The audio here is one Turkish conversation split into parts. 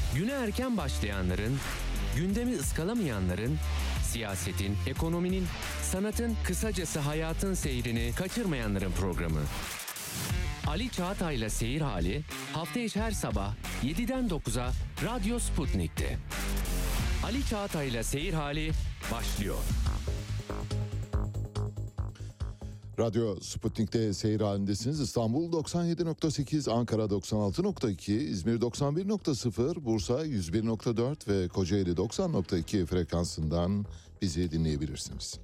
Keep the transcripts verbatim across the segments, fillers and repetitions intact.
Güne erken başlayanların, gündemi ıskalamayanların, siyasetin, ekonominin, sanatın, kısacası hayatın seyrini kaçırmayanların programı. Ali Çağatay'la Seyir Hali hafta içi her sabah yediden dokuza Radyo Sputnik'te. Ali Çağatay'la Seyir Hali başlıyor. Radyo Sputnik'te seyir halindesiniz. İstanbul doksan yedi nokta sekiz, Ankara doksan altı nokta iki, İzmir doksan bir nokta sıfır, Bursa yüz bir nokta dört ve Kocaeli doksan nokta iki frekansından bizi dinleyebilirsiniz.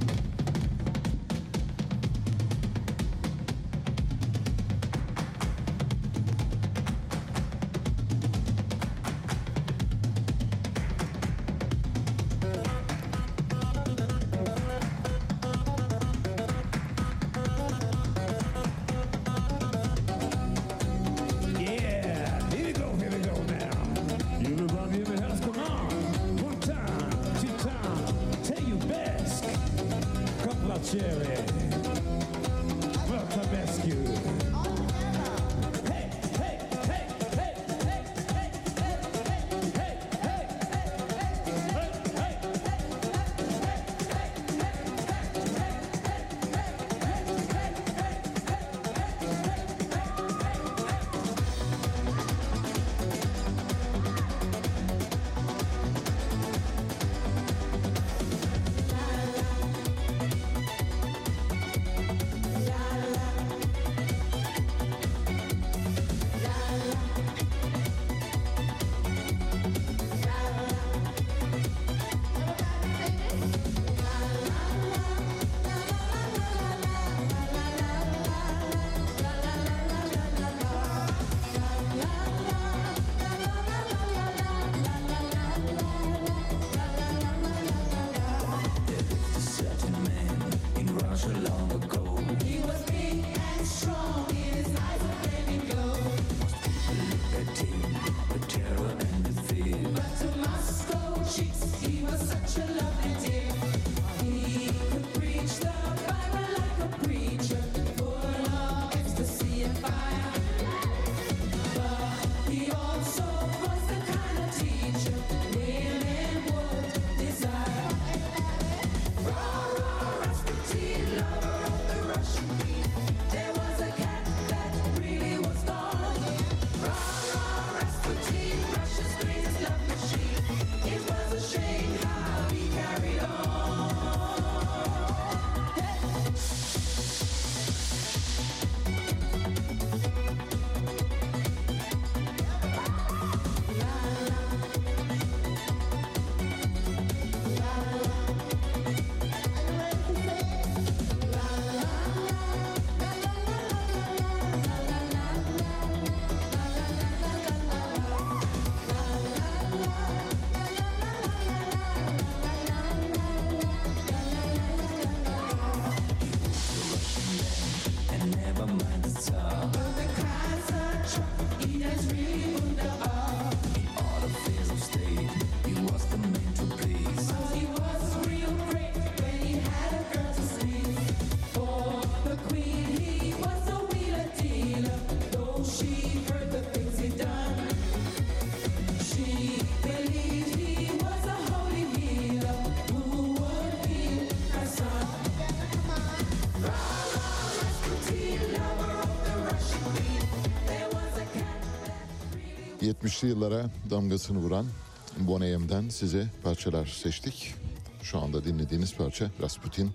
yetmişli yıllara damgasını vuran Boney M'den size parçalar seçtik. Şu anda dinlediğiniz parça Rasputin,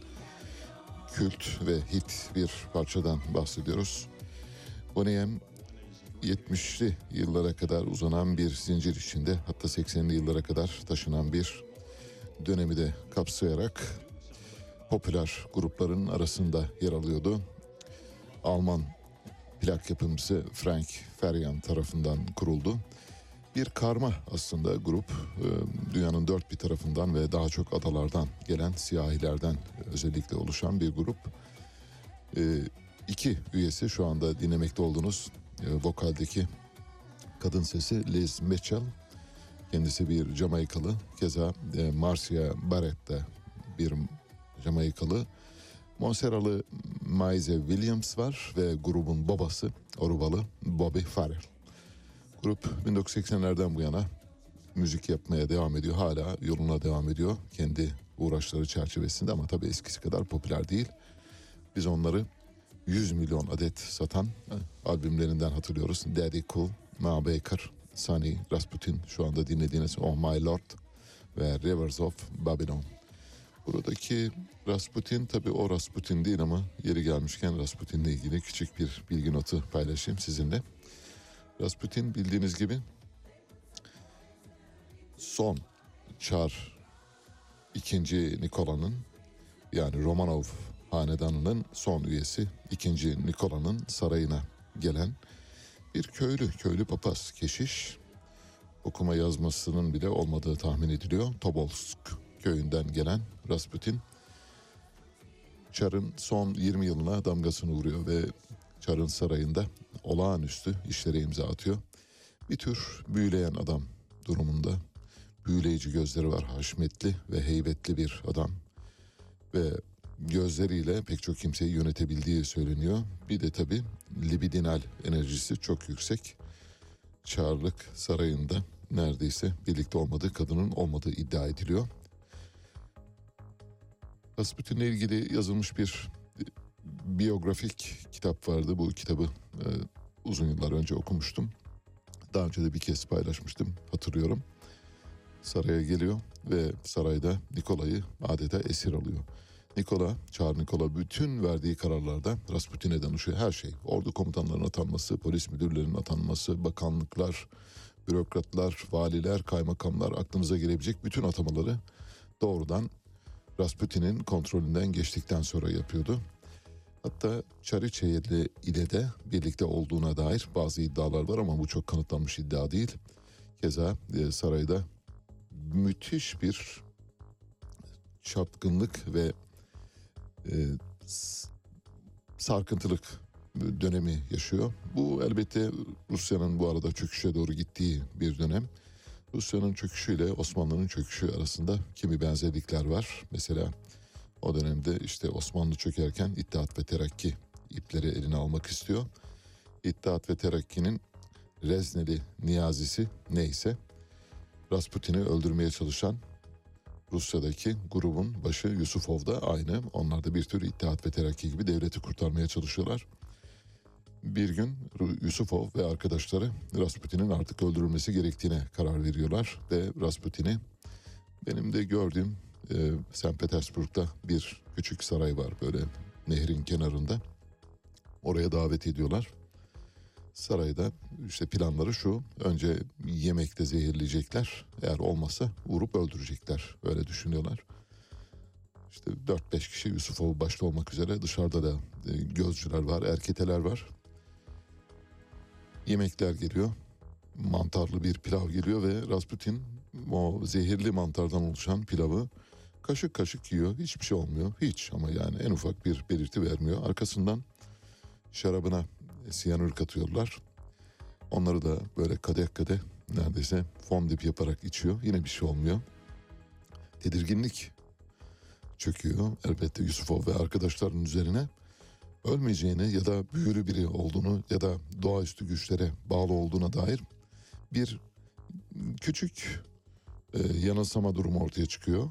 kült ve hit bir parçadan bahsediyoruz. Boney M yetmişli yıllara kadar uzanan bir zincir içinde, hatta seksenli yıllara kadar taşınan bir dönemi de kapsayarak popüler grupların arasında yer alıyordu. Alman plak yapımcısı Frank Farian tarafından kuruldu. Bir karma aslında grup, dünyanın dört bir tarafından ve daha çok adalardan gelen siyahilerden özellikle oluşan bir grup. İki üyesi şu anda dinlemekte olduğunuz vokaldeki kadın sesi Liz Mitchell. Kendisi bir Jamaikalı. Keza Marcia Barrett de bir Jamaikalı. Monseralı Maize Williams var ve grubun babası Orubalı Bobby Farrell. Grup bin dokuz yüz seksenlerden bu yana müzik yapmaya devam ediyor. Hala yoluna devam ediyor kendi uğraşları çerçevesinde ama tabii eskisi kadar popüler değil. Biz onları yüz milyon adet satan albümlerinden hatırlıyoruz. Daddy Cool, Ma Baker, Sunny, Rasputin, şu anda dinlediğiniz Oh My Lord ve Rivers of Babylon. Buradaki Rasputin tabii o Rasputin değil ama yeri gelmişken Rasputin'le ilgili küçük bir bilgi notu paylaşayım sizinle. Rasputin bildiğiniz gibi son Çar ikinci Nikola'nın, yani Romanov hanedanının son üyesi ikinci Nikola'nın sarayına gelen bir köylü, köylü papaz, keşiş. Okuma yazmasının bile olmadığı tahmin ediliyor. Tobolsk köyünden gelen Rasputin, Çar'ın son yirmi yılına damgasını vuruyor ve Çar'ın sarayında olağanüstü işlere imza atıyor. Bir tür büyüleyen adam durumunda. Büyüleyici gözleri var, haşmetli ve heybetli bir adam. Ve gözleriyle pek çok kimseyi yönetebildiği söyleniyor. Bir de tabii libidinal enerjisi çok yüksek. Çarlık sarayında neredeyse birlikte olmadığı kadının olmadığı iddia ediliyor. Rasputin'le ilgili yazılmış bir biyografik kitap vardı. Bu kitabı e, uzun yıllar önce okumuştum. Daha önce de bir kez paylaşmıştım, hatırlıyorum. Saraya geliyor ve sarayda Nikola'yı adeta esir alıyor. Nikola, Çar Nikola bütün verdiği kararlarda Rasputin'e danışıyor. Her şey, ordu komutanlarının atanması, polis müdürlerinin atanması, bakanlıklar, bürokratlar, valiler, kaymakamlar, aklınıza gelebilecek bütün atamaları doğrudan Rasputin'in kontrolünden geçtikten sonra yapıyordu. Hatta Çariçeyli ile de birlikte olduğuna dair bazı iddialar var ama bu çok kanıtlanmış iddia değil. Keza e, sarayda müthiş bir çapkınlık ve e, sarkıntılık dönemi yaşıyor. Bu elbette Rusya'nın bu arada çöküşe doğru gittiği bir dönem. Rusya'nın çöküşüyle Osmanlı'nın çöküşü arasında kimi benzerlikler var. Mesela o dönemde işte Osmanlı çökerken İttihat ve Terakki ipleri eline almak istiyor. İttihat ve Terakki'nin Rezneli Niyazisi neyse, Rasputin'i öldürmeye çalışan Rusya'daki grubun başı Yusufov da aynı. Onlar da bir tür İttihat ve Terakki gibi devleti kurtarmaya çalışıyorlar. Bir gün Yusufov ve arkadaşları Rasputin'in artık öldürülmesi gerektiğine karar veriyorlar ve Rasputin'i, benim de gördüğüm e, Sankt Petersburg'da bir küçük saray var böyle nehrin kenarında. Oraya davet ediyorlar. Sarayda işte planları şu: önce yemekte zehirleyecekler, eğer olmazsa vurup öldürecekler, öyle düşünüyorlar. İşte dört beş kişi, Yusufov başta olmak üzere, dışarıda da e, gözcüler var, erketeler var. Yemekler geliyor, mantarlı bir pilav geliyor ve Rasputin o zehirli mantardan oluşan pilavı kaşık kaşık yiyor. Hiçbir şey olmuyor, hiç, ama yani en ufak bir belirti vermiyor. Arkasından şarabına siyanür katıyorlar. Onları da böyle kadeh kadeh neredeyse fondip yaparak içiyor. Yine bir şey olmuyor. Tedirginlik çöküyor elbette Yusufov ve arkadaşlarının üzerine. Ölmeyeceğini ya da büyülü biri olduğunu ya da doğaüstü güçlere bağlı olduğuna dair bir küçük e, yanılsama durumu ortaya çıkıyor.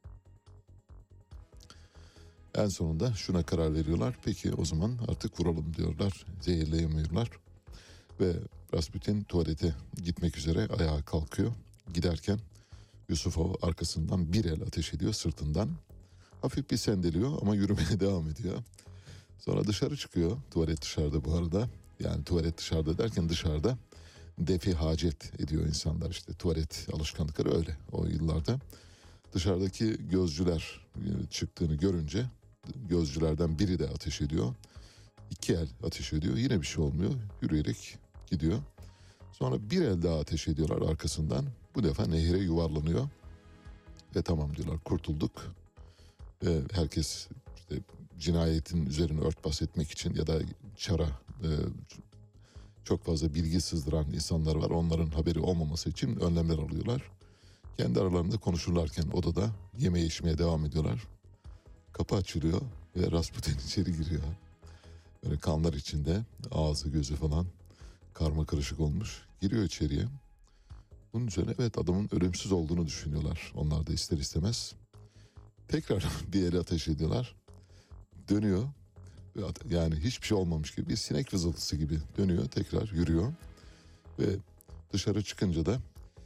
En sonunda şuna karar veriyorlar: peki o zaman artık vuralım diyorlar. Zehirleyemiyorlar. Ve Rasputin tuvalete gitmek üzere ayağa kalkıyor. Giderken Yusufov arkasından bir el ateş ediyor sırtından. Hafif bir sendeliyor ama yürümeye devam ediyor. Sonra dışarı çıkıyor. Tuvalet dışarıda bu arada. Yani tuvalet dışarıda derken dışarıda defi hacet ediyor insanlar. İşte tuvalet alışkanlıkları öyle o yıllarda. Dışarıdaki gözcüler çıktığını görünce gözcülerden biri de ateş ediyor. İki el ateş ediyor. Yine bir şey olmuyor. Yürüyerek gidiyor. Sonra bir el daha ateş ediyorlar arkasından. Bu defa nehire yuvarlanıyor. Ve tamam diyorlar, kurtulduk. Ve herkes işte cinayetin üzerine örtbas etmek için ya da Çar'a e, çok fazla bilgi sızdıran insanlar var. Onların haberi olmaması için önlemler alıyorlar. Kendi aralarında konuşurlarken odada yemeğe içmeye devam ediyorlar. Kapı açılıyor ve Rasputin içeri giriyor. Böyle kanlar içinde, ağzı gözü falan Karma karışık olmuş. Giriyor içeriye. Bunun üzerine evet adamın ölümsüz olduğunu düşünüyorlar. Onlar da ister istemez. Tekrar bir yere ateş ediyorlar. Dönüyor. Yani hiçbir şey olmamış gibi bir sinek vızıltısı gibi dönüyor. Tekrar yürüyor. Ve dışarı çıkınca da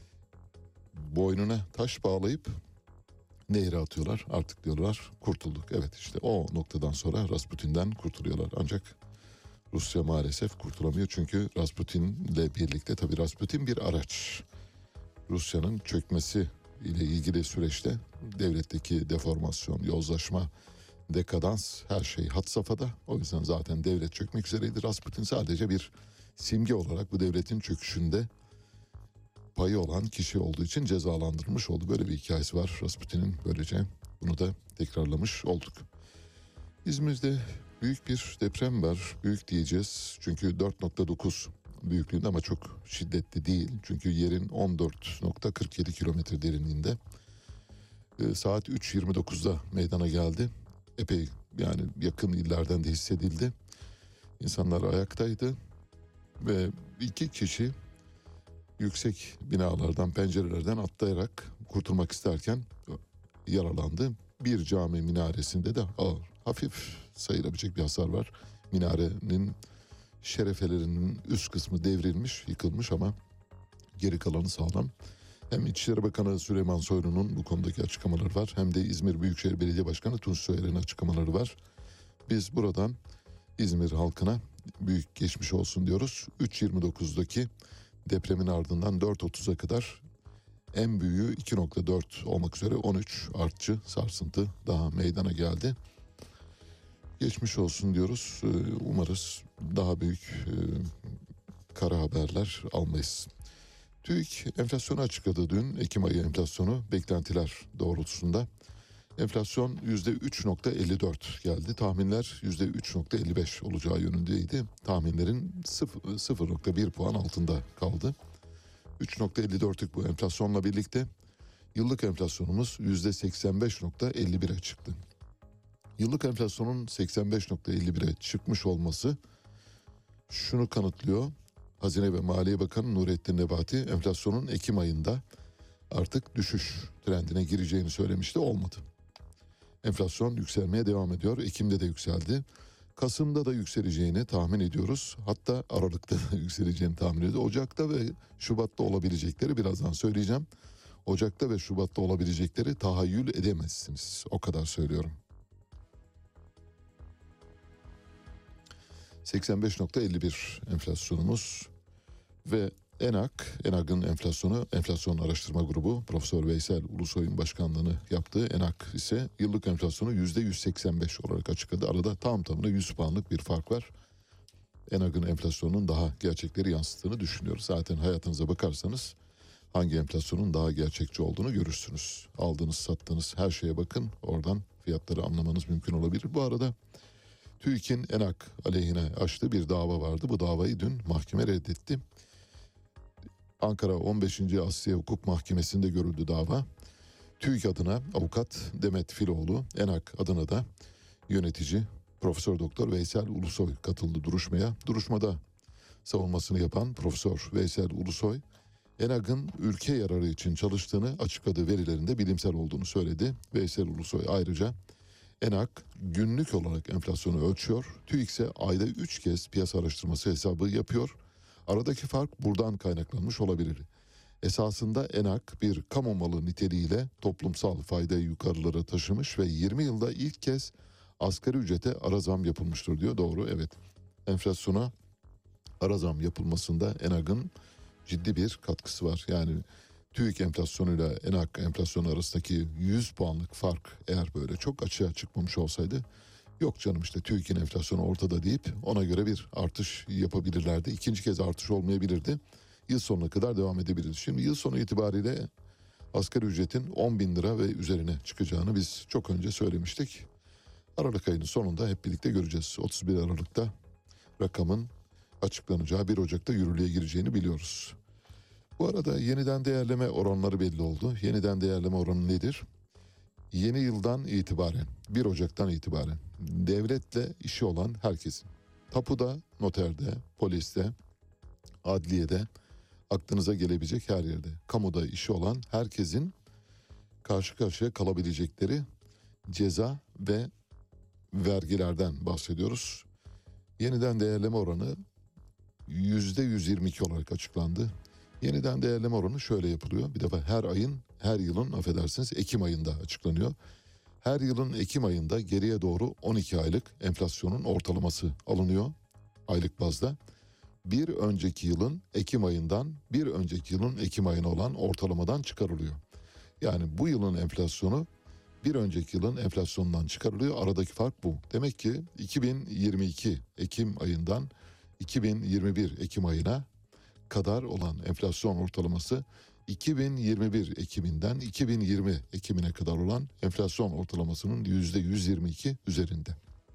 boynuna taş bağlayıp nehre atıyorlar. Artık diyorlar kurtulduk. Evet işte o noktadan sonra Rasputin'den kurtuluyorlar. Ancak Rusya maalesef kurtulamıyor. Çünkü Rasputin'le birlikte tabii Rasputin bir araç. Rusya'nın çökmesi ile ilgili süreçte devletteki deformasyon, yozlaşma, dekadans her şey had safhada. O yüzden zaten devlet çökmek üzereydi. Rasputin sadece bir simge olarak bu devletin çöküşünde payı olan kişi olduğu için cezalandırılmış oldu. Böyle bir hikayesi var Rasputin'in, böylece bunu da tekrarlamış olduk. İzmir'de büyük bir deprem var. Büyük diyeceğiz çünkü dört nokta dokuz büyüklüğünde ama çok şiddetli değil. Çünkü yerin on dört nokta kırk yedi kilometre derinliğinde. Ee, saat üç yirmi dokuzda meydana geldi. Epey yani yakın illerden de hissedildi. İnsanlar ayaktaydı ve iki kişi yüksek binalardan, pencerelerden atlayarak kurtulmak isterken yaralandı. Bir cami minaresinde de ağır, hafif sayılabilecek bir hasar var. Minarenin şerefelerinin üst kısmı devrilmiş, yıkılmış ama geri kalanı sağlam. Hem İçişleri Bakanı Süleyman Soylu'nun bu konudaki açıklamaları var, hem de İzmir Büyükşehir Belediye Başkanı Tunç Soyer'in açıklamaları var. Biz buradan İzmir halkına büyük geçmiş olsun diyoruz. üç yirmi dokuzdaki depremin ardından dört otuza kadar en büyüğü iki nokta dört olmak üzere on üç artçı sarsıntı daha meydana geldi. Geçmiş olsun diyoruz. Umarız daha büyük kara haberler almayız. TÜİK enflasyonu açıkladı dün. Ekim ayı enflasyonu beklentiler doğrultusunda. Enflasyon yüzde üç nokta elli dört geldi. Tahminler yüzde üç nokta elli beş olacağı yönündeydi. Tahminlerin sıfır nokta bir puan altında kaldı. üç nokta elli dörtlük bu enflasyonla birlikte yıllık enflasyonumuz yüzde seksen beş nokta elli bire çıktı. Yıllık enflasyonun seksen beş nokta elli bire çıkmış olması şunu kanıtlıyor. Hazine ve Maliye Bakanı Nurettin Nebati enflasyonun Ekim ayında artık düşüş trendine gireceğini söylemişti, olmadı. Enflasyon yükselmeye devam ediyor. Ekim'de de yükseldi. Kasım'da da yükseleceğini tahmin ediyoruz. Hatta Aralık'ta da yükseleceğini tahmin ediyoruz. Ocak'ta ve Şubat'ta olabilecekleri birazdan söyleyeceğim. Ocak'ta ve Şubat'ta olabilecekleri tahayyül edemezsiniz. O kadar söylüyorum. seksen beş nokta elli bir enflasyonumuz ve ENAK, ENAK'ın enflasyonu, enflasyon araştırma grubu Profesör Veysel Ulusoy'un başkanlığını yaptığı ENAK ise yıllık enflasyonu yüzde yüz seksen beş olarak açıkladı. Arada tam tamına yüz puanlık bir fark var. ENAK'ın enflasyonunun daha gerçekleri yansıttığını düşünüyoruz. Zaten hayatınıza bakarsanız hangi enflasyonun daha gerçekçi olduğunu görürsünüz. Aldığınız, sattığınız her şeye bakın. Oradan fiyatları anlamanız mümkün olabilir. Bu arada TÜİK'in ENAK aleyhine açtığı bir dava vardı. Bu davayı dün mahkeme reddetti. Ankara on beşinci Asliye Hukuk Mahkemesi'nde görüldü dava. TÜİK adına avukat Demet Filoğlu, ENAK adına da yönetici Profesör Doktor Veysel Ulusoy katıldı duruşmaya. Duruşmada savunmasını yapan Profesör Veysel Ulusoy, ENAK'ın ülke yararı için çalıştığını açıkladığı verilerinde bilimsel olduğunu söyledi. Veysel Ulusoy ayrıca ENAK günlük olarak enflasyonu ölçüyor. TÜİK ise ayda üç kez piyasa araştırması hesabı yapıyor. Aradaki fark buradan kaynaklanmış olabilir. Esasında ENAK bir kamu malı niteliğiyle toplumsal faydayı yukarılara taşımış ve yirmi yılda ilk kez asgari ücrete ara zam yapılmıştır diyor. Doğru, evet. Enflasyona ara zam yapılmasında ENAK'ın ciddi bir katkısı var. Yani TÜİK enflasyonuyla ENAK enflasyonu arasındaki yüz puanlık fark eğer böyle çok açığa çıkmamış olsaydı, yok canım işte TÜİK'in enflasyonu ortada deyip ona göre bir artış yapabilirlerdi. İkinci kez artış olmayabilirdi. Yıl sonuna kadar devam edebilirdi. Şimdi yıl sonu itibariyle asgari ücretin on bin lira ve üzerine çıkacağını biz çok önce söylemiştik. Aralık ayının sonunda hep birlikte göreceğiz. otuz bir Aralık'ta rakamın açıklanacağı, bir Ocak'ta yürürlüğe gireceğini biliyoruz. Bu arada yeniden değerleme oranları belli oldu. Yeniden değerleme oranı nedir? Yeni yıldan itibaren, bir Ocak'tan itibaren devletle işi olan herkesin, tapuda, noterde, poliste, adliyede, aklınıza gelebilecek her yerde, kamuda işi olan herkesin karşı karşıya kalabilecekleri ceza ve vergilerden bahsediyoruz. Yeniden değerleme oranı yüzde yüz yirmi iki olarak açıklandı. Yeniden değerleme oranı şöyle yapılıyor. Bir defa her ayın, her yılın affedersiniz Ekim ayında açıklanıyor. Her yılın Ekim ayında geriye doğru on iki aylık enflasyonun ortalaması alınıyor aylık bazda. Bir önceki yılın Ekim ayından bir önceki yılın Ekim ayına olan ortalamadan çıkarılıyor. Yani bu yılın enflasyonu bir önceki yılın enflasyonundan çıkarılıyor. Aradaki fark bu. Demek ki iki bin yirmi iki Ekim ayından iki bin yirmi bir Ekim ayına kadar olan enflasyon ortalaması iki bin yirmi bir Ekim'inden iki bin yirmi Ekim'ine kadar olan enflasyon ortalamasının yüzde yüz yirmi iki üzerinde.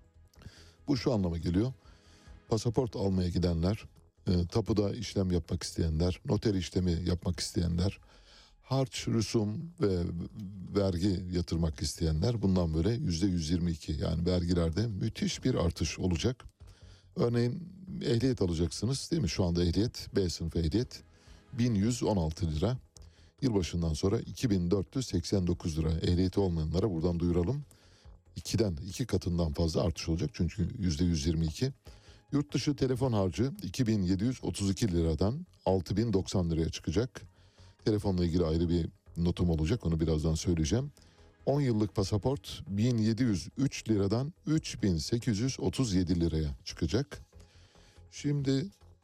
Bu şu anlama geliyor. Pasaport almaya gidenler, e, tapuda işlem yapmak isteyenler, noter işlemi yapmak isteyenler, harç, rüsum ve vergi yatırmak isteyenler bundan böyle yüzde yüz yirmi iki, yani vergilerde müthiş bir artış olacak. Örneğin ehliyet alacaksınız değil mi? Şu anda ehliyet, B sınıfı ehliyet bin yüz on altı lira. Yılbaşından sonra iki bin dört yüz seksen dokuz lira. Ehliyeti olmayanlara buradan duyuralım. İkiden, iki katından fazla artış olacak çünkü yüzde yüz yirmi iki. Yurt dışı telefon harcı iki bin yedi yüz otuz iki liradan altı bin doksan liraya çıkacak. Telefonla ilgili ayrı bir notum olacak, onu birazdan söyleyeceğim. on yıllık pasaport bin yedi yüz üç liradan üç bin sekiz yüz otuz yedi liraya çıkacak. Şimdi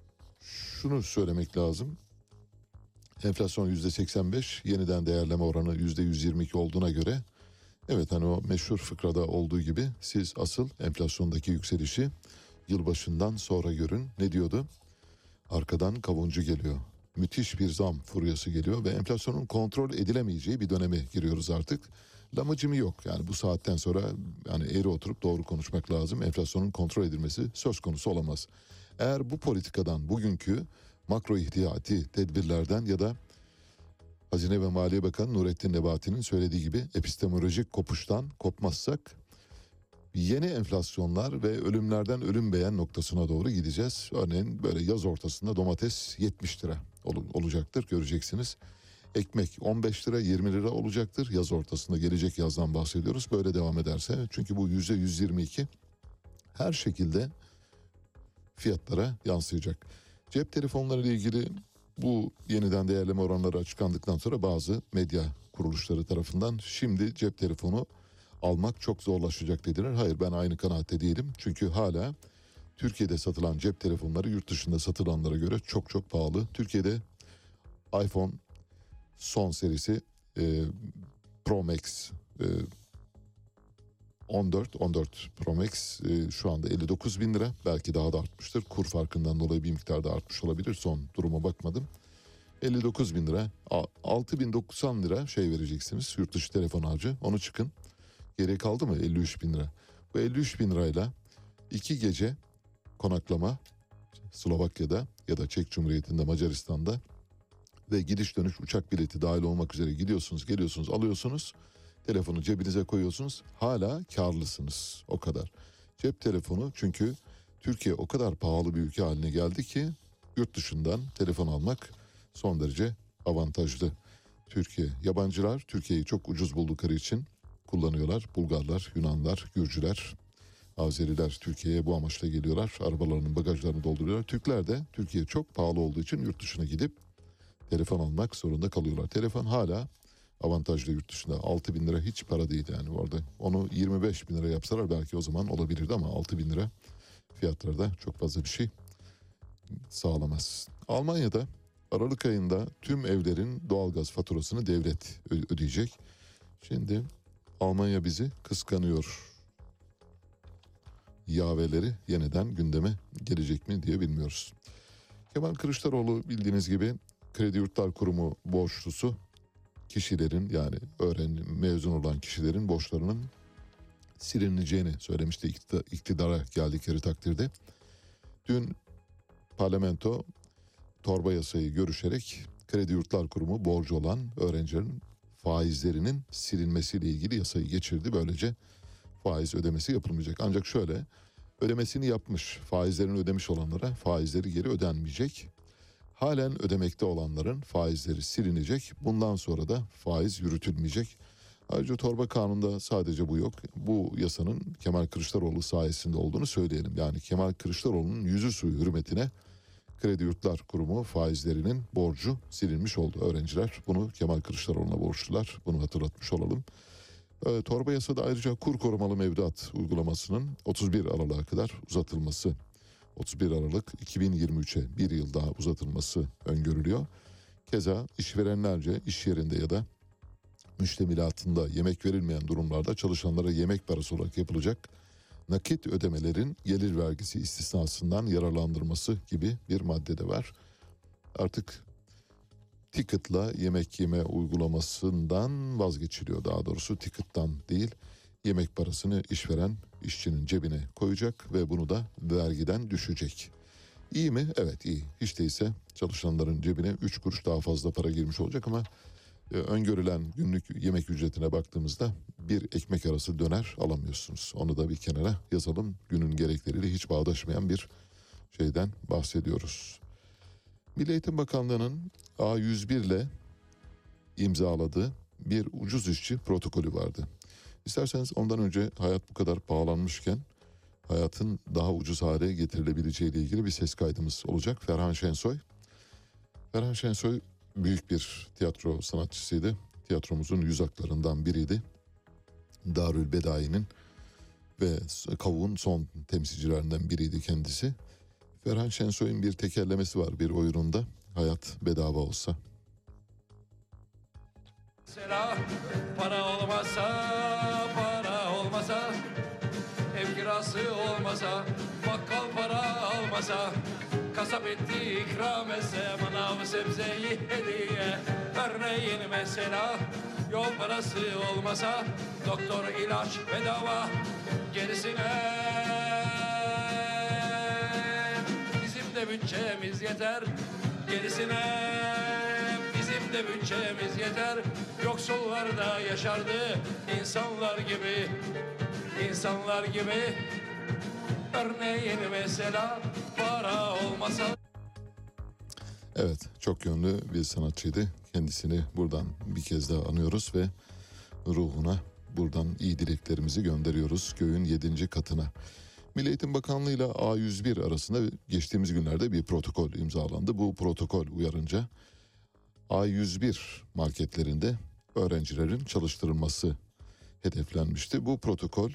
şunu söylemek lazım. Enflasyon yüzde seksen beş, yeniden değerleme oranı yüzde yüz yirmi iki olduğuna göre, evet hani o meşhur fıkrada olduğu gibi siz asıl enflasyondaki yükselişi yılbaşından sonra görün. Ne diyordu? Arkadan kavuncu geliyor. Müthiş bir zam furyası geliyor ve enflasyonun kontrol edilemeyeceği bir döneme giriyoruz artık. Lamıcımı yok. Yani bu saatten sonra yani eğri oturup doğru konuşmak lazım. Enflasyonun kontrol edilmesi söz konusu olamaz. Eğer bu politikadan, bugünkü makro ihtiyati tedbirlerden ya da Hazine ve Maliye Bakanı Nurettin Nebati'nin söylediği gibi epistemolojik kopuştan kopmazsak yeni enflasyonlar ve ölümlerden ölüm beğen noktasına doğru gideceğiz. Örneğin böyle yaz ortasında domates yetmiş lira ol- olacaktır, göreceksiniz. Ekmek on beş lira, yirmi lira olacaktır. Yaz ortasında, gelecek yazdan bahsediyoruz. Böyle devam ederse, çünkü bu yüzde yüz yirmi iki her şekilde fiyatlara yansıyacak. Cep telefonları ile ilgili bu yeniden değerleme oranları açıklandıktan sonra bazı medya kuruluşları tarafından şimdi cep telefonu almak çok zorlaşacak dediler. Hayır, ben aynı kanaatte değilim. Çünkü hala Türkiye'de satılan cep telefonları yurt dışında satılanlara göre çok çok pahalı. Türkiye'de iPhone son serisi e, Pro Max e, on dört on dört Pro Max e, şu anda elli dokuz bin lira, belki daha da artmıştır. Kur farkından dolayı bir miktar da artmış olabilir, son duruma bakmadım. elli dokuz bin lira, altı bin doksan lira şey vereceksiniz yurt dışı telefon harcı, onu çıkın. Geriye kaldı mı elli üç bin lira. Bu elli üç bin lirayla iki gece konaklama Slovakya'da ya da Çek Cumhuriyeti'nde, Macaristan'da ve gidiş dönüş uçak bileti dahil olmak üzere gidiyorsunuz, geliyorsunuz, alıyorsunuz. Telefonu cebinize koyuyorsunuz. Hala karlısınız. O kadar. Cep telefonu, çünkü Türkiye o kadar pahalı bir ülke haline geldi ki yurt dışından telefon almak son derece avantajlı. Türkiye, yabancılar Türkiye'yi çok ucuz buldukları için kullanıyorlar. Bulgarlar, Yunanlar, Gürcüler, Azeriler Türkiye'ye bu amaçla geliyorlar. Arabalarının bagajlarını dolduruyorlar. Türkler de Türkiye çok pahalı olduğu için yurt dışına gidip telefon almak zorunda kalıyorlar. Telefon hala avantajlı yurt dışında. altı bin lira hiç para değil yani orada. Onu yirmi beş bin lira yapsalar belki o zaman olabilirdi ama altı bin lira fiyatları da çok fazla bir şey sağlamaz. Almanya'da Aralık ayında tüm evlerin doğalgaz faturasını devlet ödeyecek. Şimdi Almanya bizi kıskanıyor. Yaveleri yeniden gündeme gelecek mi diye bilmiyoruz. Kemal Kılıçdaroğlu bildiğiniz gibi Kredi Yurtlar Kurumu borçlusu kişilerin, yani öğren mezun olan kişilerin borçlarının silineceğini söylemişti iktidara geldikleri takdirde. Dün parlamento torba yasayı görüşerek Kredi Yurtlar Kurumu borcu olan öğrencilerin faizlerinin silinmesiyle ilgili yasayı geçirdi. Böylece faiz ödemesi yapılmayacak. Ancak şöyle, ödemesini yapmış, faizlerini ödemiş olanlara faizleri geri ödenmeyecek. Halen ödemekte olanların faizleri silinecek. Bundan sonra da faiz yürütülmeyecek. Ayrıca torba kanunda sadece bu yok. Bu yasanın Kemal Kılıçdaroğlu sayesinde olduğunu söyleyelim. Yani Kemal Kılıçdaroğlu'nun yüzü suyu hürmetine Kredi Yurtlar Kurumu faizlerinin borcu silinmiş oldu. Öğrenciler bunu Kemal Kılıçdaroğlu'na borçlular. Bunu hatırlatmış olalım. E, torba yasada ayrıca kur korumalı mevduat uygulamasının otuz bir Aralık'a kadar uzatılması, otuz bir Aralık iki bin yirmi üçe bir yıl daha uzatılması öngörülüyor. Keza işverenlerce iş yerinde ya da müştemilatında yemek verilmeyen durumlarda çalışanlara yemek parası olarak yapılacak nakit ödemelerin gelir vergisi istisnasından yararlandırması gibi bir madde de var. Artık ticket'la yemek yeme uygulamasından vazgeçiliyor. Daha doğrusu ticket'tan değil, yemek parasını işveren işçinin cebine koyacak ve bunu da vergiden düşecek. İyi mi? Evet, iyi. Hiç değilse çalışanların cebine üç kuruş daha fazla para girmiş olacak ama e, öngörülen günlük yemek ücretine baktığımızda bir ekmek arası döner alamıyorsunuz. Onu da bir kenara yazalım. Günün gerekleriyle hiç bağdaşmayan bir şeyden bahsediyoruz. Milli Eğitim Bakanlığı'nın A yüz bir ile imzaladığı bir ucuz işçi protokolü vardı. İsterseniz ondan önce hayat bu kadar pahalanmışken hayatın daha ucuz hale getirilebileceği ile ilgili bir ses kaydımız olacak. Ferhan Şensoy. Ferhan Şensoy büyük bir tiyatro sanatçısıydı. Tiyatromuzun yüz aklarından biriydi. Darül Bedai'nin ve Kavuk'un son temsilcilerinden biriydi kendisi. Ferhan Şensoy'un bir tekerlemesi var bir oyununda. Hayat bedava olsa. Mesela para olmasa, para olmasa, ev kirası olmasa, bakkal para almasa, kasap etti ikram etse, manav sebzeyi hediye. Örneğin mesela yol parası olmasa, doktor ilaç bedava, gerisine bizim de bütçemiz yeter, gerisine bizim de bütçemiz yeter. Yoksullar da yaşardı insanlar gibi, insanlar gibi. Örneğin mesela para olmasa. Evet, çok yönlü bir sanatçıydı. Kendisini buradan bir kez daha anıyoruz ve ruhuna buradan iyi dileklerimizi gönderiyoruz göğün yedinci katına. Milli Eğitim Bakanlığı ile A yüz bir arasında geçtiğimiz günlerde bir protokol imzalandı. Bu protokol uyarınca A yüz bir marketlerinde öğrencilerin çalıştırılması hedeflenmişti. Bu protokol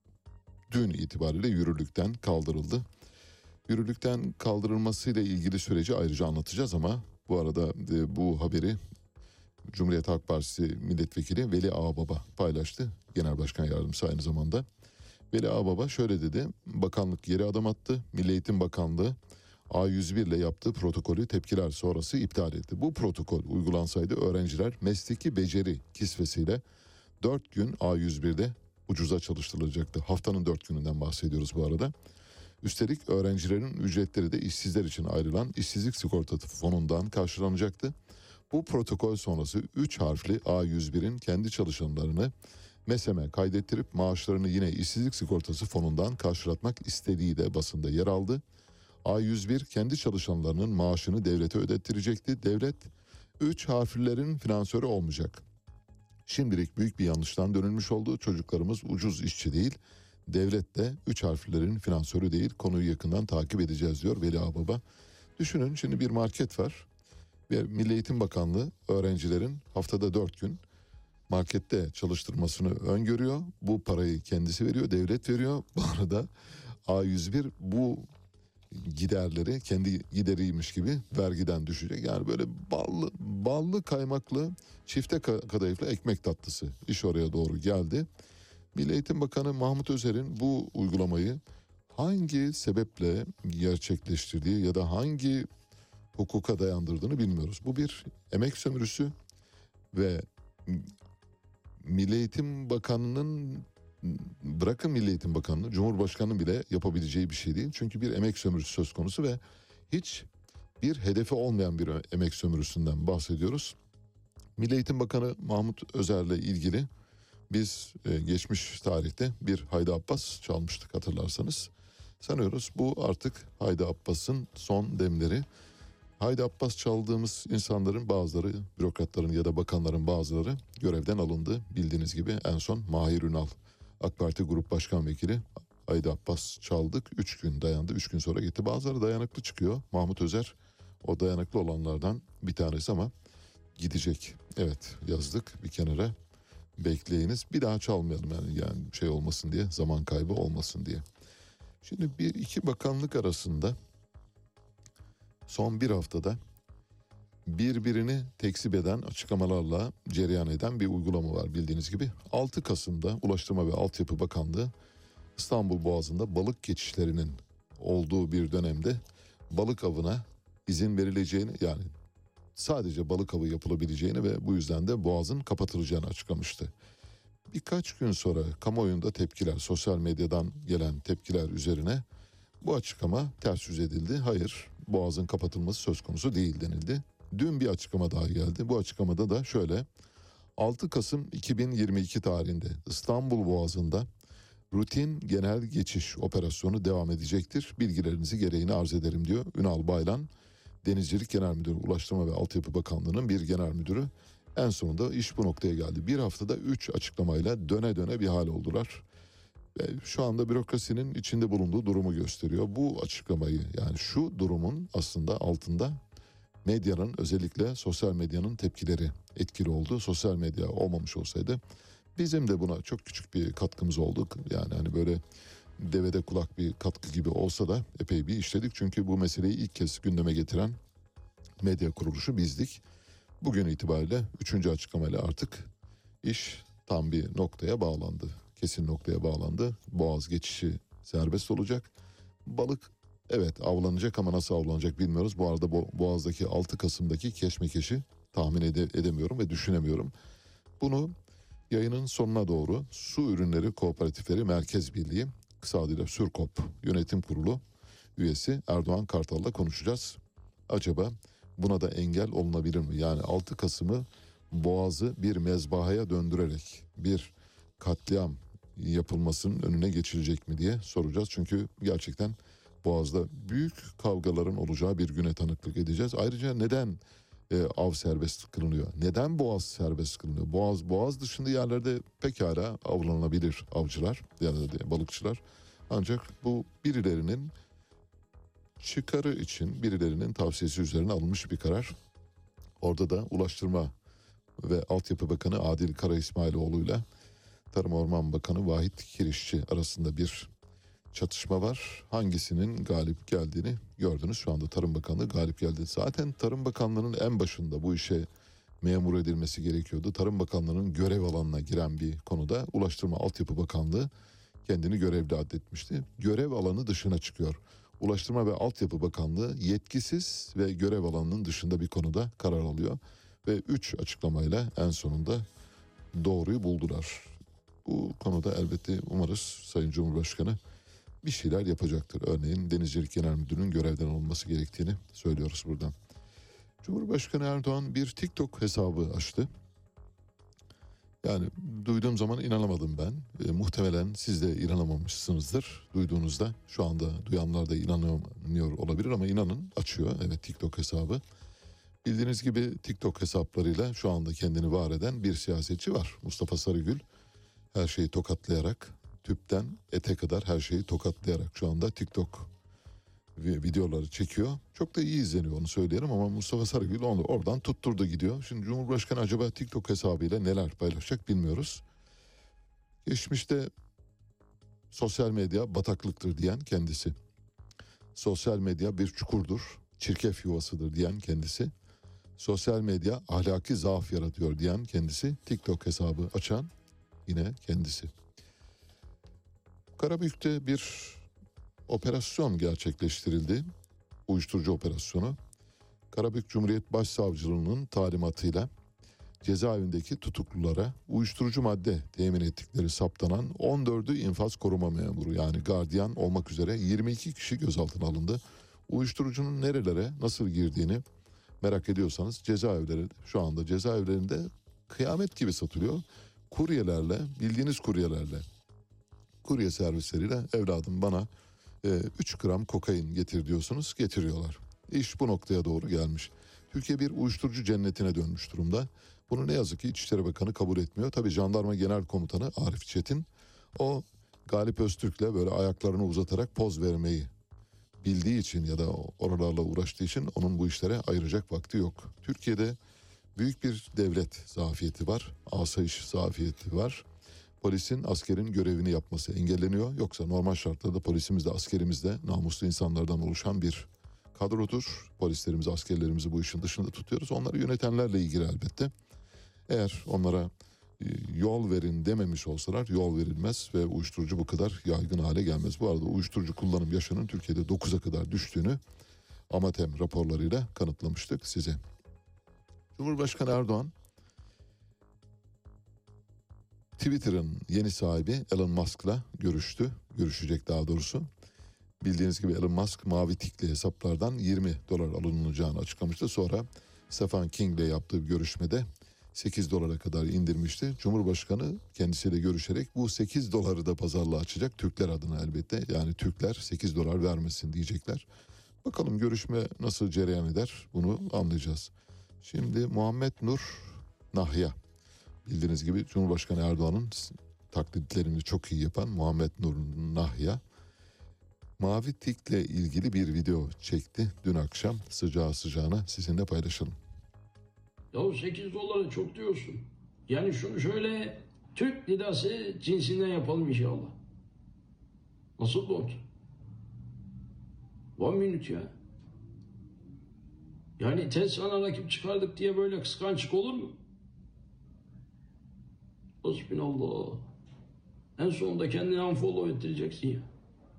dün itibariyle yürürlükten kaldırıldı. Yürürlükten kaldırılmasıyla ilgili süreci ayrıca anlatacağız ama bu arada e, bu haberi Cumhuriyet Halk Partisi Milletvekili Veli Ağababa paylaştı. Genel Başkan Yardımcısı aynı zamanda. Veli Ağababa şöyle dedi: bakanlık geri adım attı. Milli Eğitim Bakanlığı A yüz bir ile yaptığı protokolü tepkiler sonrası iptal etti. Bu protokol uygulansaydı öğrenciler mesleki beceri kisvesiyle dört gün A yüz birde ucuza çalıştırılacaktı. Haftanın dört gününden bahsediyoruz bu arada. Üstelik öğrencilerin ücretleri de işsizler için ayrılan işsizlik sigortası fonundan karşılanacaktı. Bu protokol sonrası üç harfli A yüz birin kendi çalışanlarını MESEM'e kaydettirip maaşlarını yine işsizlik sigortası fonundan karşılatmak istediği de basında yer aldı. A yüz bir kendi çalışanlarının maaşını devlete ödettirecekti. Devlet üç harflilerin finansörü olmayacak. Şimdilik büyük bir yanlıştan dönülmüş oldu. Çocuklarımız ucuz işçi değil, devlet de üç harflilerin finansörü değil. Konuyu yakından takip edeceğiz diyor Veli Ağababa. Düşünün, şimdi bir market var ve Milli Eğitim Bakanlığı öğrencilerin haftada dört gün markette çalıştırmasını öngörüyor. Bu parayı kendisi veriyor, devlet veriyor. Bu arada A yüz bir bu giderleri kendi gideriymiş gibi vergiden düşecek. Yani böyle ballı, ballı kaymaklı çifte kadayıflı ekmek tatlısı iş oraya doğru geldi. Milli Eğitim Bakanı Mahmut Özer'in bu uygulamayı hangi sebeple gerçekleştirdiği ya da hangi hukuka dayandırdığını bilmiyoruz. Bu bir emek sömürüsü ve Milli Eğitim Bakanı'nın, bırakın Milli Eğitim Bakanı'nı, Cumhurbaşkanı'nın bile yapabileceği bir şey değil. Çünkü bir emek sömürüsü söz konusu ve hiç bir hedefi olmayan bir emek sömürüsünden bahsediyoruz. Milli Eğitim Bakanı Mahmut Özer'le ilgili biz e, geçmiş tarihte bir Haydi Abbas çalmıştık, hatırlarsanız. Sanıyoruz bu artık Haydi Abbas'ın son demleri. Haydi Abbas çaldığımız insanların bazıları, bürokratların ya da bakanların bazıları görevden alındı. Bildiğiniz gibi en son Mahir Ünal, AK Parti Grup Başkan Vekili. Haydi Abbas çaldık, üç gün dayandı, üç gün sonra gitti. Bazıları dayanıklı çıkıyor. Mahmut Özer o dayanıklı olanlardan bir tanesi ama gidecek. Evet, yazdık bir kenara, bekleyiniz. Bir daha çalmayalım yani, yani şey olmasın diye, zaman kaybı olmasın diye. Şimdi bir iki bakanlık arasında son bir haftada birbirini tekzip eden açıklamalarla cereyan eden bir uygulama var bildiğiniz gibi. altı Kasım'da Ulaştırma ve Altyapı Bakanlığı İstanbul Boğazı'nda balık geçişlerinin olduğu bir dönemde balık avına izin verileceğini, yani sadece balık avı yapılabileceğini ve bu yüzden de boğazın kapatılacağını açıklamıştı. Birkaç gün sonra kamuoyunda tepkiler, sosyal medyadan gelen tepkiler üzerine bu açıklama ters yüz edildi. Hayır, boğazın kapatılması söz konusu değil denildi. Dün bir açıklama daha geldi. Bu açıklamada da şöyle: altı Kasım iki bin yirmi iki tarihinde İstanbul Boğazı'nda rutin genel geçiş operasyonu devam edecektir. Bilgilerinizi gereğini arz ederim diyor Ünal Baylan, Denizcilik Genel Müdürü, Ulaştırma ve Altyapı Bakanlığı'nın bir genel müdürü. En sonunda iş bu noktaya geldi. Bir haftada üç açıklamayla döne döne bir hal oldular. Ve şu anda bürokrasinin içinde bulunduğu durumu gösteriyor. Bu açıklamayı, yani şu durumun aslında altında medyanın, özellikle sosyal medyanın tepkileri etkili oldu. Sosyal medya olmamış olsaydı bizim de buna çok küçük bir katkımız oldu. Yani hani böyle devede kulak bir katkı gibi olsa da epey bir işledik. Çünkü bu meseleyi ilk kez gündeme getiren medya kuruluşu bizdik. Bugün itibariyle üçüncü açıklamayla artık iş tam bir noktaya bağlandı. Kesin noktaya bağlandı. Boğaz geçişi serbest olacak. Balık evet avlanacak ama nasıl avlanacak bilmiyoruz. Bu arada Boğaz'daki altı Kasım'daki keşmekeşi tahmin ede- edemiyorum ve düşünemiyorum. Bunu yayının sonuna doğru Su Ürünleri Kooperatifleri Merkez Birliği, kısa adıyla Sürkop Yönetim Kurulu üyesi Erdoğan Kartal'la konuşacağız. Acaba buna da engel olunabilir mi? Yani altı Kasım'ı Boğaz'ı bir mezbahaya döndürerek bir katliam yapılmasının önüne geçilecek mi diye soracağız. Çünkü gerçekten Boğaz'da büyük kavgaların olacağı bir güne tanıklık edeceğiz. Ayrıca neden e, av serbest kılınıyor? Neden Boğaz serbest kılınıyor? Boğaz Boğaz dışında yerlerde pekala avlanabilir avcılar ya da balıkçılar. Ancak bu birilerinin çıkarı için, birilerinin tavsiyesi üzerine alınmış bir karar. Orada da Ulaştırma ve Altyapı Bakanı Adil Kara İsmailoğlu ile Tarım Orman Bakanı Vahit Kirişçi arasında bir çatışma var. Hangisinin galip geldiğini gördünüz. Şu anda Tarım Bakanlığı galip geldi. Zaten Tarım Bakanlığı'nın en başında bu işe memur edilmesi gerekiyordu. Tarım Bakanlığı'nın görev alanına giren bir konuda Ulaştırma Altyapı Bakanlığı kendini görevli addetmişti. Görev alanı dışına çıkıyor. Ulaştırma ve Altyapı Bakanlığı yetkisiz ve görev alanının dışında bir konuda karar alıyor. Ve üç açıklamayla en sonunda doğruyu buldular. Bu konuda elbette umarız Sayın Cumhurbaşkanı bir şeyler yapacaktır. Örneğin Denizcilik Genel Müdürü'nün görevden alınması gerektiğini söylüyoruz buradan. Cumhurbaşkanı Erdoğan bir TikTok hesabı açtı. Yani duyduğum zaman inanamadım ben. E, muhtemelen siz de inanamamışsınızdır. Duyduğunuzda şu anda duyanlar da inanamıyor olabilir ama inanın, açıyor. Evet, TikTok hesabı. Bildiğiniz gibi TikTok hesaplarıyla şu anda kendini var eden bir siyasetçi var. Mustafa Sarıgül her şeyi tokatlayarak, tüpten ete kadar her şeyi tokatlayarak şu anda TikTok videoları çekiyor. Çok da iyi izleniyor, onu söyleyelim, ama Mustafa Sarıgül onu oradan tutturdu gidiyor. Şimdi Cumhurbaşkanı acaba TikTok hesabıyla neler paylaşacak bilmiyoruz. Geçmişte sosyal medya bataklıktır diyen kendisi. Sosyal medya bir çukurdur, çirkef yuvasıdır diyen kendisi. Sosyal medya ahlaki zaaf yaratıyor diyen kendisi. TikTok hesabı açan yine kendisi. Karabük'te bir operasyon gerçekleştirildi. Uyuşturucu operasyonu. Karabük Cumhuriyet Başsavcılığı'nın talimatıyla cezaevindeki tutuklulara uyuşturucu madde temin ettikleri saptanan on dördü infaz koruma memuru, yani gardiyan olmak üzere yirmi iki kişi gözaltına alındı. Uyuşturucunun nerelere nasıl girdiğini merak ediyorsanız cezaevleri, şu anda cezaevlerinde kıyamet gibi satılıyor. Kuryelerle, bildiğiniz kuryelerle, kurye servisleriyle evladım bana üç gram kokain getir diyorsunuz, getiriyorlar. İş bu noktaya doğru gelmiş. Türkiye bir uyuşturucu cennetine dönmüş durumda. Bunu ne yazık ki İçişleri Bakanı kabul etmiyor. Tabii Jandarma Genel Komutanı Arif Çetin o Galip Öztürk'le böyle ayaklarını uzatarak poz vermeyi bildiği için ya da oralarla uğraştığı için onun bu işlere ayıracak vakti yok. Türkiye'de büyük bir devlet zafiyeti var, asayiş zafiyeti var. Polisin, askerin görevini yapması engelleniyor. Yoksa normal şartlarda polisimiz de askerimiz de namuslu insanlardan oluşan bir kadrodur. Polislerimizi, askerlerimizi bu işin dışında tutuyoruz. Onları yönetenlerle ilgili elbette. Eğer onlara e, yol verin dememiş olsalar yol verilmez ve uyuşturucu bu kadar yaygın hale gelmez. Bu arada uyuşturucu kullanım yaşının Türkiye'de dokuza kadar düştüğünü AMATEM raporlarıyla kanıtlamıştık size. Cumhurbaşkanı Erdoğan Twitter'ın yeni sahibi Elon Musk'la görüştü. Görüşecek daha doğrusu. Bildiğiniz gibi Elon Musk mavi tikli hesaplardan yirmi dolar alınacağını açıklamıştı. Sonra Stephen King'le yaptığı bir görüşmede sekiz dolara kadar indirmişti. Cumhurbaşkanı kendisiyle görüşerek bu sekiz doları da pazarlığa açacak. Türkler adına elbette. Yani Türkler sekiz dolar vermesin diyecekler. Bakalım görüşme nasıl cereyan eder bunu anlayacağız. Şimdi Muhammed Nur Nahya. Bildiğiniz gibi Cumhurbaşkanı Erdoğan'ın taklitlerini çok iyi yapan Muhammed Nur Nahya mavi tikle ilgili bir video çekti dün akşam. Sıcağı sıcağına sizinle paylaşalım. Yahu sekiz doları çok diyorsun. Yani şunu şöyle Türk lidası cinsinden yapalım inşallah. Nasıl oldu? One minute ya. Yani Tesla'na rakip çıkardık diye böyle kıskançlık olur mu? Hasbinallah. En sonunda kendini unfollow ettireceksin ya.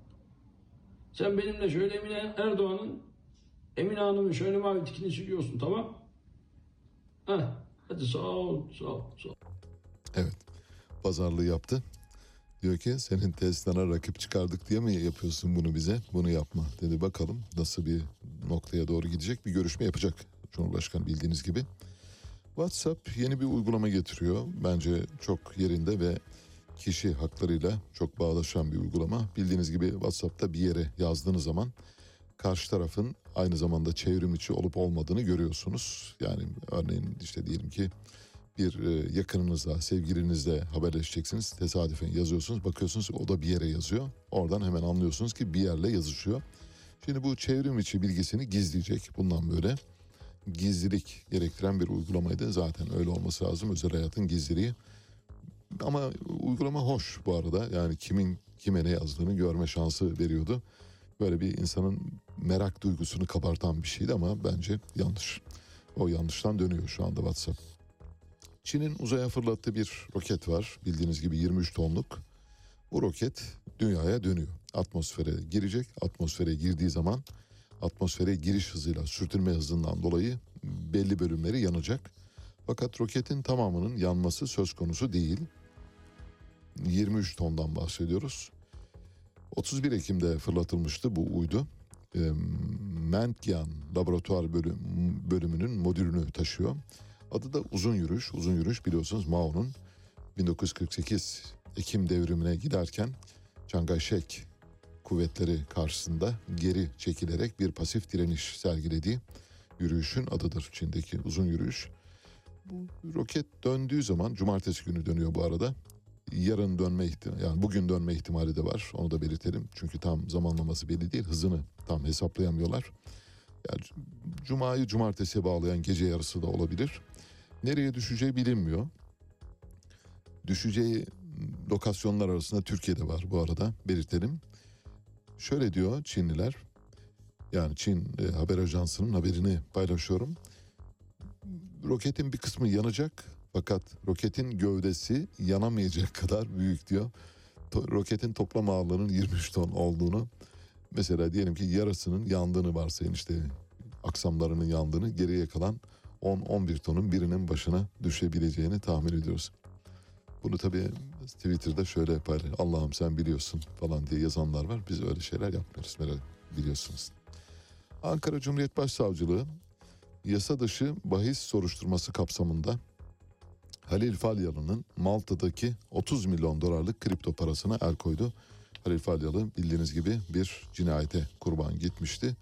Sen benimle şöyle Emine Erdoğan'ın Emine Hanım'ın şöyle mavi tikini siliyorsun, tamam? Heh, hadi sağ ol, sağ ol, sağ ol. Evet, pazarlığı yaptı. Diyor ki senin Tesla'na rakip çıkardık diye mi yapıyorsun bunu bize? Bunu yapma dedi. Bakalım nasıl bir noktaya doğru gidecek, bir görüşme yapacak Cumhurbaşkanı bildiğiniz gibi. WhatsApp yeni bir uygulama getiriyor. Bence çok yerinde ve kişi haklarıyla çok bağdaşan bir uygulama. Bildiğiniz gibi WhatsApp'ta bir yere yazdığınız zaman karşı tarafın aynı zamanda çevrim içi olup olmadığını görüyorsunuz. Yani örneğin işte diyelim ki bir yakınınızla, sevgilinizle haberleşeceksiniz. Tesadüfen yazıyorsunuz. Bakıyorsunuz o da bir yere yazıyor. Oradan hemen anlıyorsunuz ki bir yerle yazışıyor. Şimdi bu çevrim içi bilgisini gizleyecek bundan böyle. Gizlilik gerektiren bir uygulamaydı. Zaten öyle olması lazım. Özel hayatın gizliliği. Ama uygulama hoş bu arada. Yani kimin kime ne yazdığını görme şansı veriyordu. Böyle bir insanın merak duygusunu kabartan bir şeydi ama bence yanlış. O yanlıştan dönüyor şu anda WhatsApp. Çin'in uzaya fırlattığı bir roket var. Bildiğiniz gibi yirmi üç tonluk. Bu roket dünyaya dönüyor. Atmosfere girecek. Atmosfere girdiği zaman atmosfere giriş hızıyla, sürtünme hızından dolayı belli bölümleri yanacak. Fakat roketin tamamının yanması söz konusu değil. yirmi üç tondan bahsediyoruz. otuz bir Ekim'de fırlatılmıştı bu uydu. E, Mentyan laboratuvar bölüm, bölümünün modülünü taşıyor. Adı da Uzun Yürüyüş. Uzun Yürüyüş biliyorsunuz Mao'nun bin dokuz yüz kırk sekiz Ekim devrimine giderken Chiang Kai-shek kuvvetleri karşısında geri çekilerek bir pasif direniş sergilediği yürüyüşün adıdır. Çin'deki Uzun Yürüyüş. Bu roket döndüğü zaman, cumartesi günü dönüyor bu arada. Yarın dönme ihtimali, yani bugün dönme ihtimali de var. Onu da belirtelim. Çünkü tam zamanlaması belli değil. Hızını tam hesaplayamıyorlar. Yani cumayı cumartesiye bağlayan gece yarısı da olabilir. Nereye düşeceği bilinmiyor. Düşeceği lokasyonlar arasında Türkiye'de var bu arada, belirtelim. Şöyle diyor Çinliler. Yani Çin e, haber ajansının haberini paylaşıyorum. Roketin bir kısmı yanacak fakat roketin gövdesi yanamayacak kadar büyük diyor. To- roketin toplam ağırlığının yirmi üç ton olduğunu, mesela diyelim ki yarısının yandığını varsayın, işte aksamlarının yandığını, geriye kalan on on bir tonun birinin başına düşebileceğini tahmin ediyoruz. Bunu tabii Twitter'da şöyle paylaş, Allah'ım sen biliyorsun falan diye yazanlar var. Biz öyle şeyler yapmıyoruz, biliyorsunuz. Ankara Cumhuriyet Başsavcılığı yasa dışı bahis soruşturması kapsamında Halil Falyalı'nın Malta'daki otuz milyon dolarlık kripto parasına el koydu. Halil Falyalı bildiğiniz gibi bir cinayete kurban gitmişti.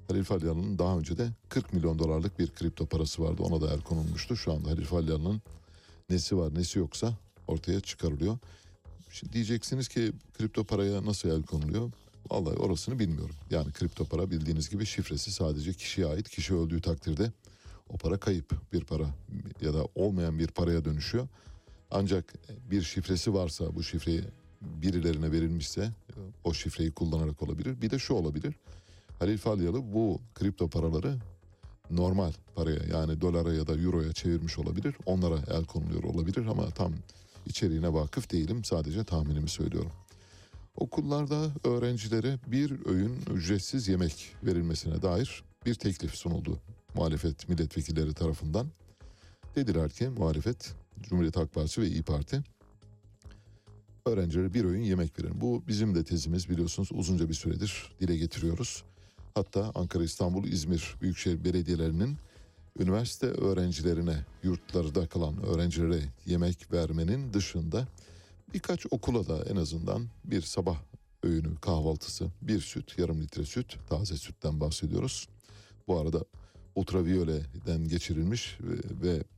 Halil Falyalı'nın daha önce de kırk milyon dolarlık bir kripto parası vardı. Ona da el konulmuştu. Şu anda Halil Falyalı'nın nesi var nesi yoksa ortaya çıkarılıyor. Şimdi diyeceksiniz ki kripto paraya nasıl el konuluyor? Vallahi orasını bilmiyorum. Yani kripto para bildiğiniz gibi şifresi sadece kişiye ait. Kişi öldüğü takdirde o para kayıp bir para ya da olmayan bir paraya dönüşüyor. Ancak bir şifresi varsa, bu şifreyi birilerine verilmişse o şifreyi kullanarak olabilir. Bir de şu olabilir. Halil Falyalı bu kripto paraları normal paraya, yani dolara ya da euroya çevirmiş olabilir. Onlara el konuluyor olabilir ama tam içeriğine vakıf değilim. Sadece tahminimi söylüyorum. Okullarda öğrencilere bir öğün ücretsiz yemek verilmesine dair bir teklif sunuldu muhalefet milletvekilleri tarafından. Dediler ki muhalefet, Cumhuriyet Halk Partisi ve İYİ Parti öğrencilere bir öğün yemek verin. Bu bizim de tezimiz, biliyorsunuz uzunca bir süredir dile getiriyoruz. Hatta Ankara, İstanbul, İzmir Büyükşehir Belediyelerinin üniversite öğrencilerine, yurtlarda kalan öğrencilere yemek vermenin dışında birkaç okula da en azından bir sabah öğünü kahvaltısı, bir süt, yarım litre süt, taze sütten bahsediyoruz. Bu arada ultraviyoleden geçirilmiş ve, ve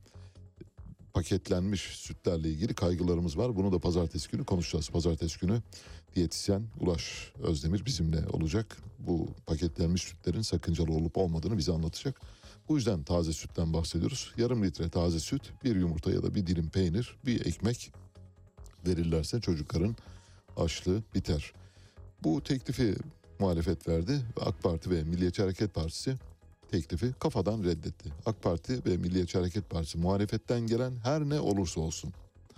paketlenmiş sütlerle ilgili kaygılarımız var. Bunu da pazartesi günü konuşacağız. Pazartesi günü diyetisyen Ulaş Özdemir bizimle olacak. Bu paketlenmiş sütlerin sakıncalı olup olmadığını bize anlatacak. Bu yüzden taze sütten bahsediyoruz. Yarım litre taze süt, bir yumurta ya da bir dilim peynir, bir ekmek verirlerse çocukların açlığı biter. Bu teklifi muhalefet verdi. AK Parti ve Milliyetçi Hareket Partisi teklifi kafadan reddetti. AK Parti ve Milliyetçi Hareket Partisi muhalefetten gelen her ne olursa olsun,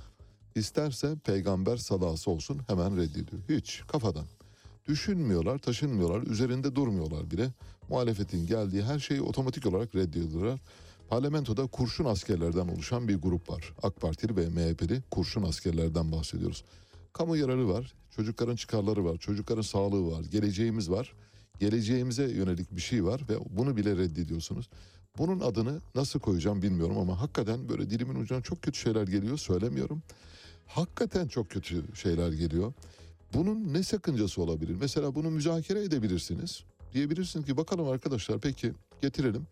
İsterse peygamber sadası olsun hemen reddediyor. Hiç kafadan. Düşünmüyorlar, taşınmıyorlar, üzerinde durmuyorlar bile. Muhalefetin geldiği her şeyi otomatik olarak reddediyorlar. Parlamentoda kurşun askerlerden oluşan bir grup var. AK Partili ve M H P'li kurşun askerlerden bahsediyoruz. Kamu yararı var, çocukların çıkarları var, çocukların sağlığı var, geleceğimiz var. Geleceğimize yönelik bir şey var ve bunu bile reddediyorsunuz. Bunun adını nasıl koyacağım bilmiyorum ama hakikaten böyle dilimin ucuna çok kötü şeyler geliyor, söylemiyorum. Hakikaten çok kötü şeyler geliyor. Bunun ne sakıncası olabilir? Mesela bunu müzakere edebilirsiniz. Diyebilirsiniz ki bakalım arkadaşlar, peki getirelim.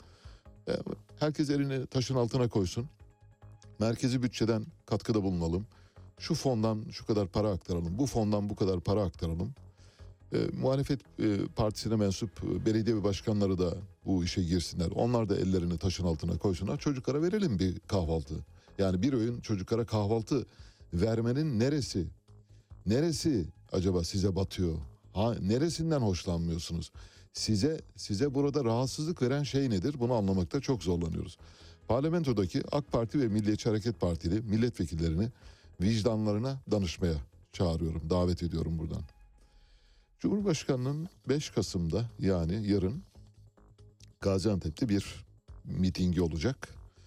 Herkes elini taşın altına koysun. Merkezi bütçeden katkıda bulunalım. Şu fondan şu kadar para aktaralım. Bu fondan bu kadar para aktaralım. E, muhalefet e, partisine mensup e, belediye başkanları da bu işe girsinler. Onlar da ellerini taşın altına koysunlar. Çocuklara verelim bir kahvaltı. Yani bir öğün çocuklara kahvaltı vermenin neresi? Neresi acaba size batıyor? Ha, neresinden hoşlanmıyorsunuz? Size size burada rahatsızlık veren şey nedir? Bunu anlamakta çok zorlanıyoruz. Parlamentodaki AK Parti ve Milliyetçi Hareket Partili milletvekillerini vicdanlarına danışmaya çağırıyorum, davet ediyorum buradan. Cumhurbaşkanının beş Kasım'da, yani yarın Gaziantep'te bir mitingi olacak.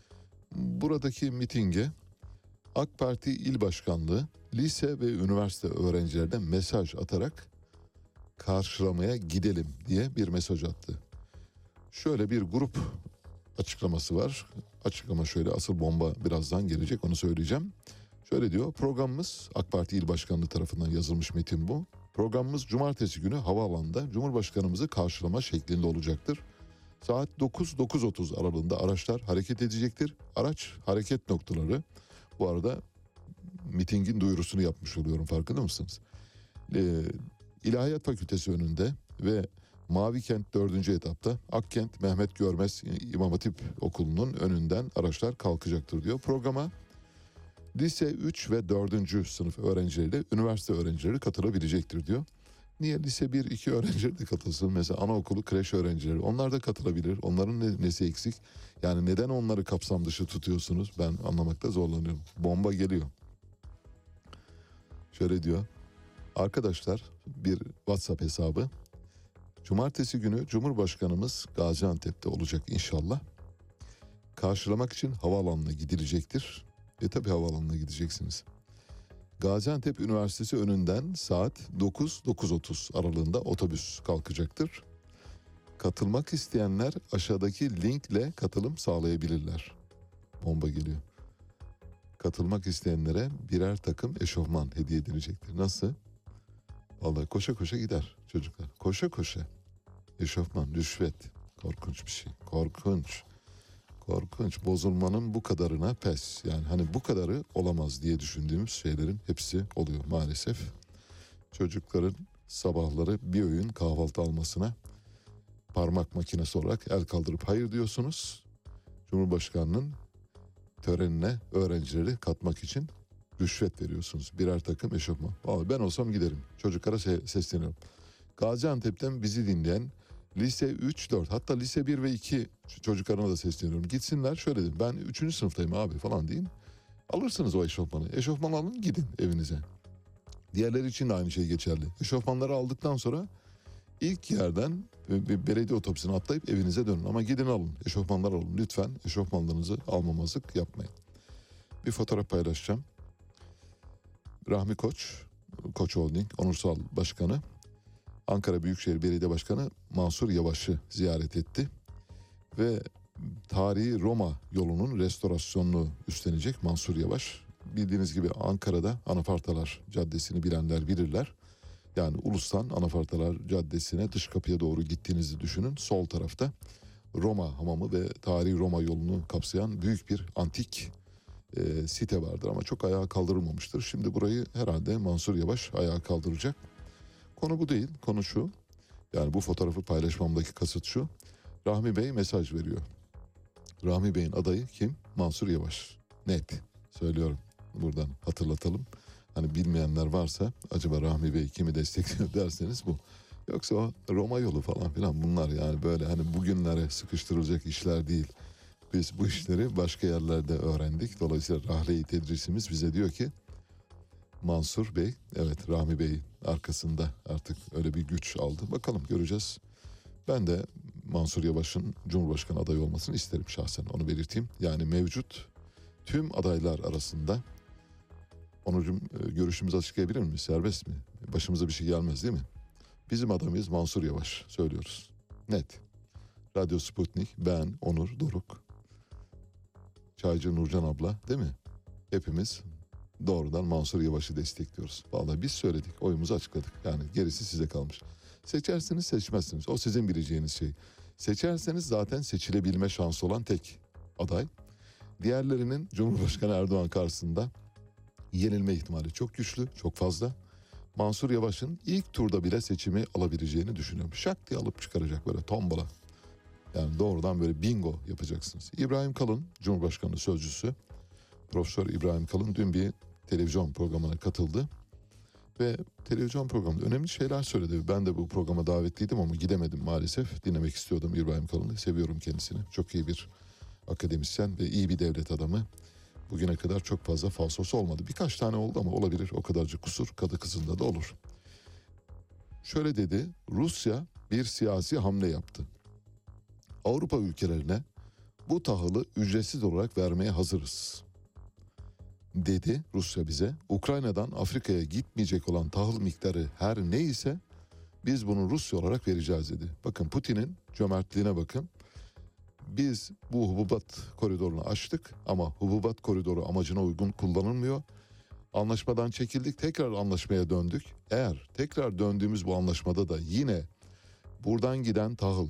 Buradaki mitinge AK Parti İl Başkanlığı lise ve üniversite öğrencilerine mesaj atarak karşılamaya gidelim diye bir mesaj attı. Şöyle bir grup açıklaması var. Açıklama şöyle, asıl bomba birazdan gelecek, onu söyleyeceğim. Şöyle diyor: programımız, AK Parti İl Başkanlığı tarafından yazılmış metin bu. Programımız cumartesi günü havaalanında Cumhurbaşkanımızı karşılama şeklinde olacaktır. Saat dokuz dokuz otuz aralığında araçlar hareket edecektir. Araç hareket noktaları, bu arada mitingin duyurusunu yapmış oluyorum, farkında mısınız? Ee, İlahiyat Fakültesi önünde ve Mavi Kent dördüncü etapta Akkent Mehmet Görmez İmam Hatip Okulu'nun önünden araçlar kalkacaktır diyor. Programa lise üç ve dördüncü sınıf öğrencileriyle üniversite öğrencileri katılabilecektir diyor. Niye lise bir iki öğrencileri de katılsın? Mesela anaokulu, kreş öğrencileri, onlar da katılabilir. Onların ne, nesi eksik? Yani neden onları kapsam dışı tutuyorsunuz? Ben anlamakta zorlanıyorum. Bomba geliyor. Şöyle diyor: arkadaşlar, bir WhatsApp hesabı. Cumartesi günü Cumhurbaşkanımız Gaziantep'te olacak inşallah. Karşılamak için havaalanına gidilecektir. Ve tabii havaalanına gideceksiniz. Gaziantep Üniversitesi önünden saat dokuz dokuz otuz aralığında otobüs kalkacaktır. Katılmak isteyenler aşağıdaki linkle katılım sağlayabilirler. Bomba geliyor. Katılmak isteyenlere birer takım eşofman hediye edilecektir. Nasıl? Vallahi koşa koşa gider çocuklar. Koşa koşa. Eşofman, rüşvet. Korkunç bir şey. Korkunç. Korkunç. Bozulmanın bu kadarına pes. Yani hani bu kadarı olamaz diye düşündüğümüz şeylerin hepsi oluyor maalesef. Çocukların sabahları bir öğün kahvaltı almasına parmak makinesi olarak el kaldırıp hayır diyorsunuz. Cumhurbaşkanının törenine öğrencileri katmak için rüşvet veriyorsunuz. Birer takım eşofman. Vallahi ben olsam giderim. Çocuklara se- sesleniyorum. Gaziantep'ten bizi dinleyen lise üç, dört hatta lise bir ve iki çocuklarına da sesleniyorum. Gitsinler şöyle dedim. Ben üçüncü sınıftayım abi falan deyin. Alırsınız o eşofmanı. Eşofman alın gidin evinize. Diğerleri için de aynı şey geçerli. Eşofmanları aldıktan sonra ilk yerden bir belediye otobüsüne atlayıp evinize dönün. Ama gidin alın. Eşofmanlar alın. Lütfen eşofmanlarınızı almamazlık yapmayın. Bir fotoğraf paylaşacağım. Rahmi Koç, Koç Holding Onursal Başkanı, Ankara Büyükşehir Belediye Başkanı Mansur Yavaş'ı ziyaret etti. Ve tarihi Roma yolunun restorasyonunu üstlenecek Mansur Yavaş. Bildiğiniz gibi Ankara'da Anafartalar Caddesi'ni bilenler bilirler. Yani Ulus'tan Anafartalar Caddesi'ne dış kapıya doğru gittiğinizi düşünün. Sol tarafta Roma hamamı ve tarihi Roma yolunu kapsayan büyük bir antik e, site vardır. Ama çok ayağa kaldırılmamıştır. Şimdi burayı herhalde Mansur Yavaş ayağa kaldıracak. Konu bu değil, konu şu. Yani bu fotoğrafı paylaşmamdaki kasıt şu. Rahmi Bey mesaj veriyor. Rahmi Bey'in adayı kim? Mansur Yavaş. Net söylüyorum, buradan hatırlatalım. Hani bilmeyenler varsa acaba Rahmi Bey kimi destekliyor derseniz bu. Yoksa o Roma yolu falan filan bunlar yani böyle hani bugünlere sıkıştırılacak işler değil. Biz bu işleri başka yerlerde öğrendik. Dolayısıyla Rahle-i Tedrisimiz bize diyor ki Mansur Bey, evet Rahmi Bey arkasında artık öyle bir güç aldı. Bakalım göreceğiz. Ben de Mansur Yavaş'ın Cumhurbaşkanı adayı olmasını isterim şahsen, onu belirteyim. Yani mevcut tüm adaylar arasında Onurcuğum görüşümüzü açıklayabilir miyiz? Serbest mi? Başımıza bir şey gelmez değil mi? Bizim adamıyız Mansur Yavaş söylüyoruz. Net. Radyo Sputnik, ben, Onur, Doruk, Çaycı Nurcan abla değil mi? Hepimiz doğrudan Mansur Yavaş'ı destekliyoruz. Vallahi biz söyledik, oyumuzu açıkladık. Yani gerisi size kalmış. Seçersiniz, seçmezsiniz. O sizin bileceğiniz şey. Seçerseniz zaten seçilebilme şansı olan tek aday. Diğerlerinin Cumhurbaşkanı Erdoğan karşısında yenilme ihtimali çok güçlü, çok fazla. Mansur Yavaş'ın ilk turda bile seçimi alabileceğini düşünüyorum. Şak diye alıp çıkaracak böyle tombala. Yani doğrudan böyle bingo yapacaksınız. İbrahim Kalın, Cumhurbaşkanı Sözcüsü, Profesör İbrahim Kalın dün bir televizyon programına katıldı. Ve televizyon programında önemli şeyler söyledi. Ben de bu programa davetliydim ama gidemedim maalesef. Dinlemek istiyordum İbrahim Kalın'ı. Seviyorum kendisini. Çok iyi bir akademisyen ve iyi bir devlet adamı. Bugüne kadar çok fazla falsosu olmadı. Birkaç tane oldu ama olabilir. O kadarcık kusur kadı kızında da olur. Şöyle dedi. Rusya bir siyasi hamle yaptı. Avrupa ülkelerine bu tahılı ücretsiz olarak vermeye hazırız dedi Rusya bize. Ukrayna'dan Afrika'ya gitmeyecek olan tahıl miktarı her neyse biz bunu Rusya olarak vereceğiz dedi. Bakın Putin'in cömertliğine bakın. Biz bu hububat koridorunu açtık ama hububat koridoru amacına uygun kullanılmıyor. Anlaşmadan çekildik, tekrar anlaşmaya döndük. Eğer tekrar döndüğümüz bu anlaşmada da yine buradan giden tahıl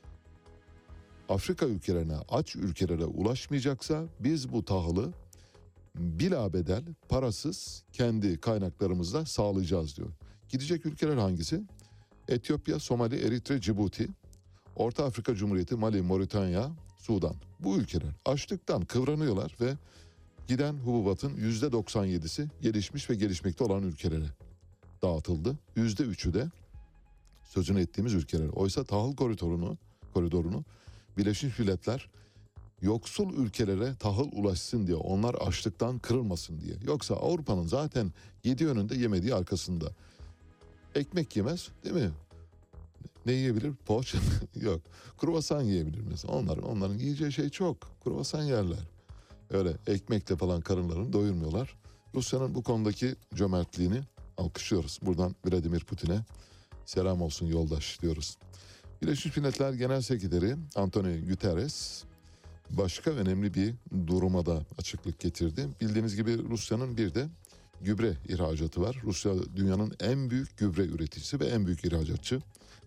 Afrika ülkelerine, aç ülkelere ulaşmayacaksa biz bu tahılı bilabedel, parasız kendi kaynaklarımızla sağlayacağız diyor. Gidecek ülkeler hangisi? Etiyopya, Somali, Eritre, Cibuti, Orta Afrika Cumhuriyeti, Mali, Moritanya, Sudan. Bu ülkeler açlıktan kıvranıyorlar ve giden hububatın yüzde doksan yedisi gelişmiş ve gelişmekte olan ülkelere dağıtıldı. Yüzde üçü de sözünü ettiğimiz ülkeler. Oysa tahıl koridorunu, koridorunu Birleşmiş Milletler yoksul ülkelere tahıl ulaşsın diye, onlar açlıktan kırılmasın diye. Yoksa Avrupa'nın zaten yedi yönünde yemediği arkasında. Ekmek yemez değil mi? Ne yiyebilir? Poğaça yok. Kruvasan yiyebilir mesela. Onların, onların yiyeceği şey çok. Kruvasan yerler. Öyle ekmekle falan karınlarını doyurmuyorlar. Rusya'nın bu konudaki cömertliğini alkışlıyoruz. Buradan Vladimir Putin'e selam olsun yoldaş diyoruz. Birleşmiş Milletler Genel Sekreteri Antonio Guterres başka önemli bir duruma da açıklık getirdi. Bildiğiniz gibi Rusya'nın bir de gübre ihracatı var. Rusya dünyanın en büyük gübre üreticisi ve en büyük ihracatçı.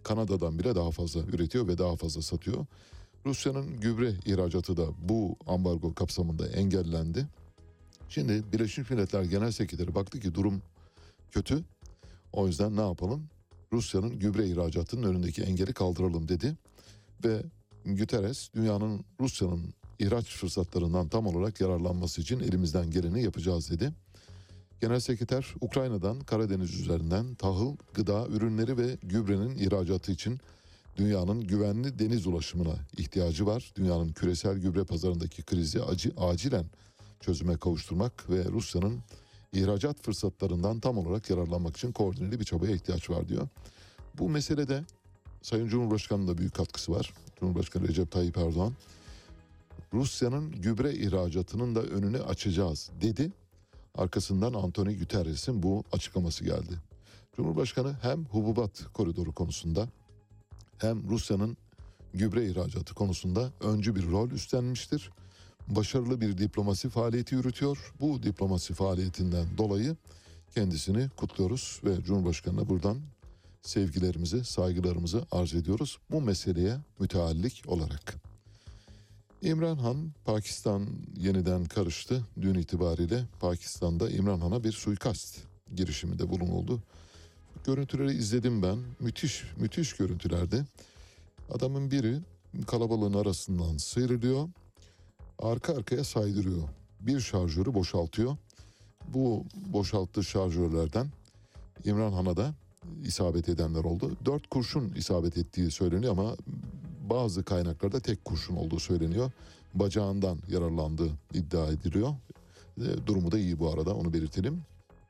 Kanada'dan bile daha fazla üretiyor ve daha fazla satıyor. Rusya'nın gübre ihracatı da bu ambargo kapsamında engellendi. Şimdi Birleşmiş Milletler Genel Sekreteri baktı ki durum kötü. O yüzden ne yapalım? Rusya'nın gübre ihracatının önündeki engeli kaldıralım dedi. Ve Guterres dünyanın Rusya'nın ihraç fırsatlarından tam olarak yararlanması için elimizden geleni yapacağız dedi. Genel Sekreter Ukrayna'dan Karadeniz üzerinden tahıl, gıda ürünleri ve gübrenin ihracatı için dünyanın güvenli deniz ulaşımına ihtiyacı var. Dünyanın küresel gübre pazarındaki krizi acı, acilen çözüme kavuşturmak ve Rusya'nın ihracat fırsatlarından tam olarak yararlanmak için koordineli bir çabaya ihtiyaç var diyor. Bu meselede Sayın Cumhurbaşkanı'nın da büyük katkısı var. Cumhurbaşkanı Recep Tayyip Erdoğan Rusya'nın gübre ihracatının da önünü açacağız dedi. Arkasından Antonio Guterres'in bu açıklaması geldi. Cumhurbaşkanı hem hububat koridoru konusunda hem Rusya'nın gübre ihracatı konusunda öncü bir rol üstlenmiştir. Başarılı bir diplomasi faaliyeti yürütüyor. Bu diplomasi faaliyetinden dolayı kendisini kutluyoruz ve Cumhurbaşkanı'na buradan sevgilerimizi, saygılarımızı arz ediyoruz bu meseleye müteallik olarak. İmran Han, Pakistan yeniden karıştı. Dün itibariyle Pakistan'da İmran Han'a bir suikast girişiminde bulunuldu. Görüntüleri izledim ben. Müthiş, müthiş görüntülerdi. Adamın biri kalabalığın arasından sıyrılıyor. Arka arkaya saydırıyor. Bir şarjörü boşaltıyor. Bu boşalttığı şarjörlerden İmran Han'a da isabet edenler oldu. Dört kurşun isabet ettiği söyleniyor ama bazı kaynaklarda tek kurşun olduğu söyleniyor. Bacağından yararlandığı iddia ediliyor. Durumu da iyi bu arada, onu belirtelim.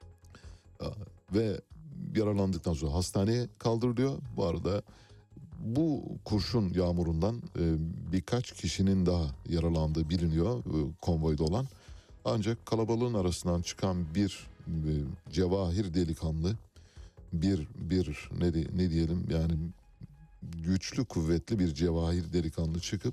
Ve yaralandıktan sonra hastaneye kaldırılıyor. Bu arada bu kurşun yağmurundan birkaç kişinin daha yaralandığı biliniyor konvoyda olan. Ancak kalabalığın arasından çıkan bir cevahir delikanlı, bir bir ne, ne diyelim yani güçlü kuvvetli bir cevahir delikanlı çıkıp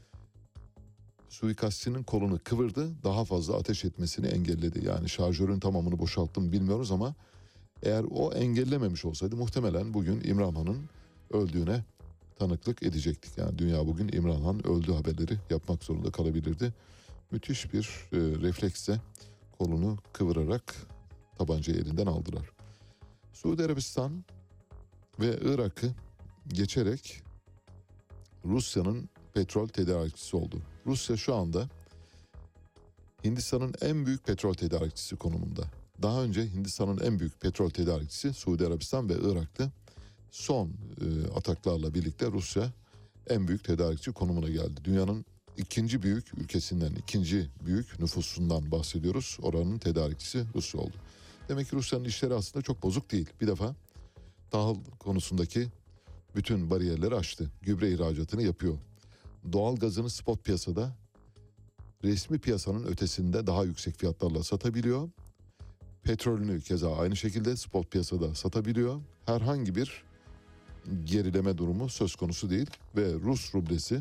suikastçının kolunu kıvırdı, daha fazla ateş etmesini engelledi. Yani şarjörün tamamını boşalttım bilmiyoruz ama eğer o engellememiş olsaydı muhtemelen bugün İmran Han'ın öldüğüne tanıklık edecektik. Yani dünya bugün İmran Han öldü haberleri yapmak zorunda kalabilirdi. Müthiş bir e, refleksle kolunu kıvırarak tabancayı elinden aldılar. Suudi Arabistan ve Irak'ı geçerek Rusya'nın petrol tedarikçisi oldu. Rusya şu anda Hindistan'ın en büyük petrol tedarikçisi konumunda. Daha önce Hindistan'ın en büyük petrol tedarikçisi Suudi Arabistan ve Irak'tı. Son e, ataklarla birlikte Rusya en büyük tedarikçi konumuna geldi. Dünyanın ikinci büyük ülkesinden, ikinci büyük nüfusundan bahsediyoruz. Oranın tedarikçisi Rusya oldu. Demek ki Rusya'nın işleri aslında çok bozuk değil. Bir defa tahıl konusundaki bütün bariyerleri aştı. Gübre ihracatını yapıyor. Doğal gazını spot piyasada resmi piyasanın ötesinde daha yüksek fiyatlarla satabiliyor. Petrolünü keza aynı şekilde spot piyasada satabiliyor. Herhangi bir gerileme durumu söz konusu değil ve Rus rublesi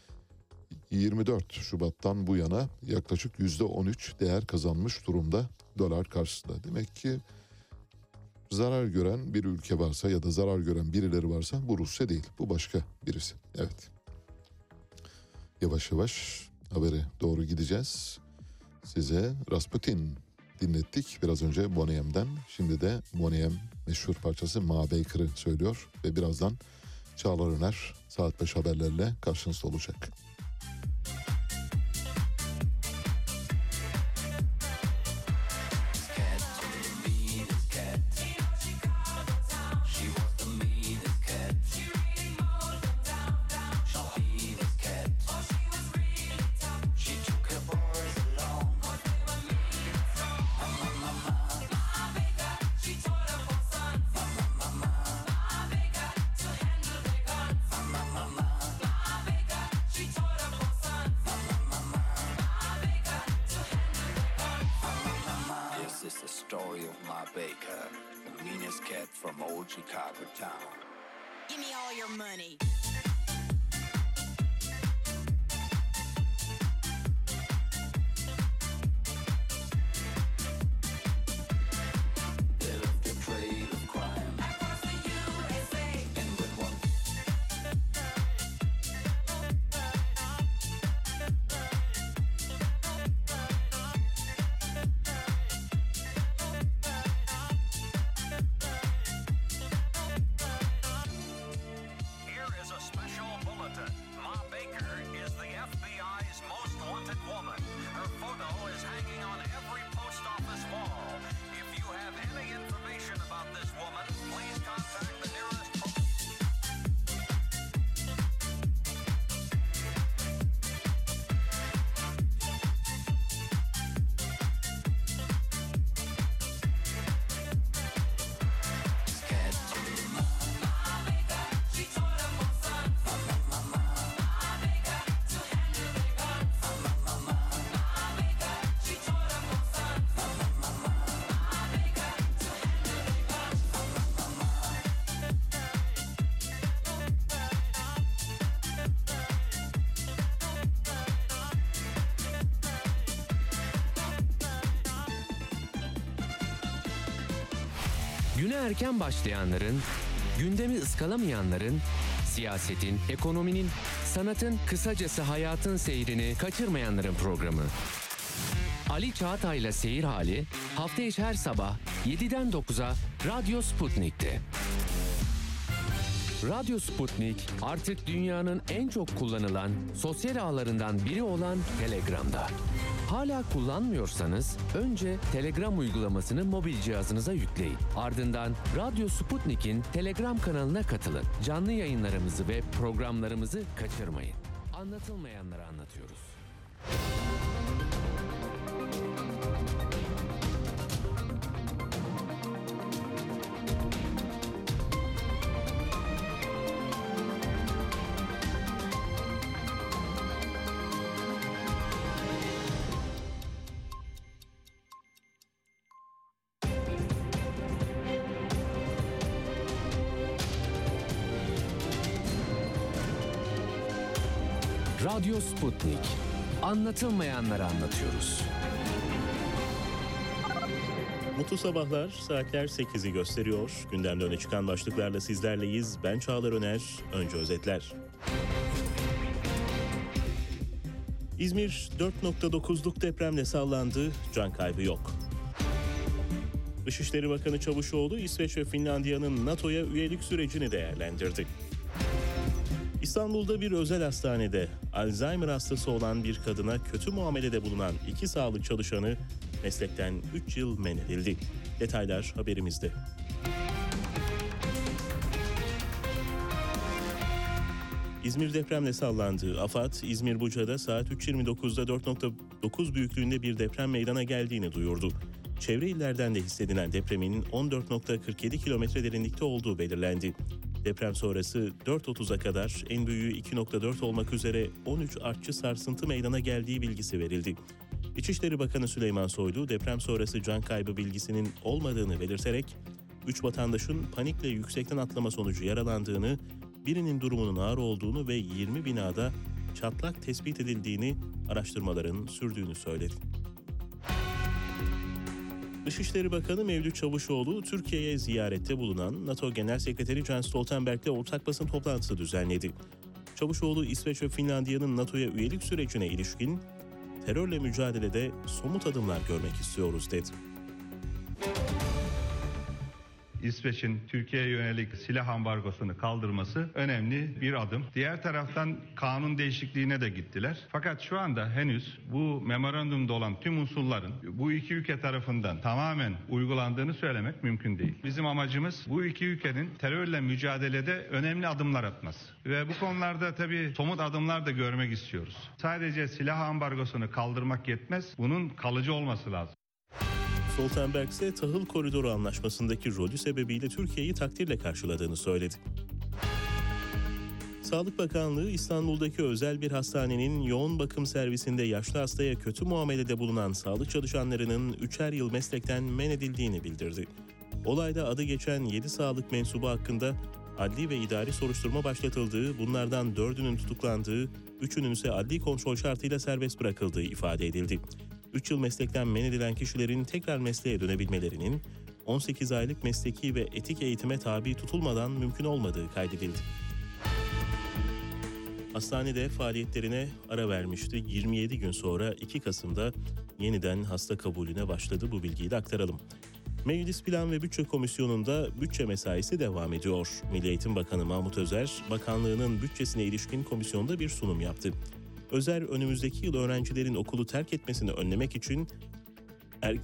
yirmi dört Şubat'tan bu yana yaklaşık yüzde on üç değer kazanmış durumda dolar karşısında. Demek ki zarar gören bir ülke varsa ya da zarar gören birileri varsa bu Rusya değil, bu başka birisi. Evet. Yavaş yavaş habere doğru gideceğiz. Size Rasputin dinlettik biraz önce Boneyem'den. Şimdi de Boneyem meşhur parçası Ma Baker'ı söylüyor ve birazdan Çağlar Öner saat beş haberlerle karşınızda olacak. Güne erken başlayanların, gündemi ıskalamayanların, siyasetin, ekonominin, sanatın, kısacası hayatın seyrini kaçırmayanların programı. Ali Çağatay'la Seyir Hali hafta içi her sabah yediden dokuza Radyo Sputnik'te. Radyo Sputnik artık dünyanın en çok kullanılan sosyal ağlarından biri olan Telegram'da. Hala kullanmıyorsanız önce Telegram uygulamasını mobil cihazınıza yükleyin. Ardından Radyo Sputnik'in Telegram kanalına katılın. Canlı yayınlarımızı ve programlarımızı kaçırmayın. Anlatılmayanları anlatıyoruz. Radyo Sputnik. Anlatılmayanları anlatıyoruz. Mutlu sabahlar, saatler sekizi gösteriyor. Gündemde öne çıkan başlıklarla sizlerleyiz. Ben Çağlar Öner, önce özetler. İzmir dört nokta dokuzluk depremle sallandı, can kaybı yok. Dışişleri Bakanı Çavuşoğlu, İsveç ve Finlandiya'nın NATO'ya üyelik sürecini değerlendirdi. İstanbul'da bir özel hastanede Alzheimer hastası olan bir kadına kötü muamelede bulunan iki sağlık çalışanı meslekten üç yıl men edildi. Detaylar haberimizde. İzmir depremle sallandı. AFAD, İzmir Buca'da saat üç yirmi dokuzda dört nokta dokuz büyüklüğünde bir deprem meydana geldiğini duyurdu. Çevre illerden de hissedilen depremin on dört nokta kırk yedi kilometre derinlikte olduğu belirlendi. Deprem sonrası dört otuza kadar en büyüğü iki nokta dört olmak üzere on üç artçı sarsıntı meydana geldiği bilgisi verildi. İçişleri Bakanı Süleyman Soylu deprem sonrası can kaybı bilgisinin olmadığını belirterek üç vatandaşın panikle yüksekten atlama sonucu yaralandığını, birinin durumunun ağır olduğunu ve yirmi binada çatlak tespit edildiğini, araştırmaların sürdüğünü söyledi. Dışişleri Bakanı Mevlüt Çavuşoğlu, Türkiye'ye ziyarette bulunan NATO Genel Sekreteri Jens Stoltenberg'le ortak basın toplantısı düzenledi. Çavuşoğlu, İsveç ve Finlandiya'nın NATO'ya üyelik sürecine ilişkin terörle mücadelede somut adımlar görmek istiyoruz dedi. İsveç'in Türkiye'ye yönelik silah ambargosunu kaldırması önemli bir adım. Diğer taraftan kanun değişikliğine de gittiler. Fakat şu anda henüz bu memorandumda olan tüm unsurların bu iki ülke tarafından tamamen uygulandığını söylemek mümkün değil. Bizim amacımız bu iki ülkenin terörle mücadelede önemli adımlar atması. Ve bu konularda tabii somut adımlar da görmek istiyoruz. Sadece silah ambargosunu kaldırmak yetmez, bunun kalıcı olması lazım. Stoltenberg ise tahıl koridoru anlaşmasındaki rolü sebebiyle Türkiye'yi takdirle karşıladığını söyledi. Sağlık Bakanlığı, İstanbul'daki özel bir hastanenin yoğun bakım servisinde yaşlı hastaya kötü muamelede bulunan sağlık çalışanlarının üçer yıl meslekten men edildiğini bildirdi. Olayda adı geçen yedi sağlık mensubu hakkında adli ve idari soruşturma başlatıldığı, bunlardan dördünün tutuklandığı, üçünün ise adli kontrol şartıyla serbest bırakıldığı ifade edildi. üç yıl meslekten men edilen kişilerin tekrar mesleğe dönebilmelerinin on sekiz aylık mesleki ve etik eğitime tabi tutulmadan mümkün olmadığı kaydedildi. Hastanede faaliyetlerine ara vermişti. yirmi yedi gün sonra iki Kasım'da yeniden hasta kabulüne başladı. Bu bilgiyi de aktaralım. Meclis Plan ve Bütçe Komisyonu'nda bütçe mesaisi devam ediyor. Milli Eğitim Bakanı Mahmut Özer, bakanlığının bütçesine ilişkin komisyonda bir sunum yaptı. Özer, önümüzdeki yıl öğrencilerin okulu terk etmesini önlemek için er...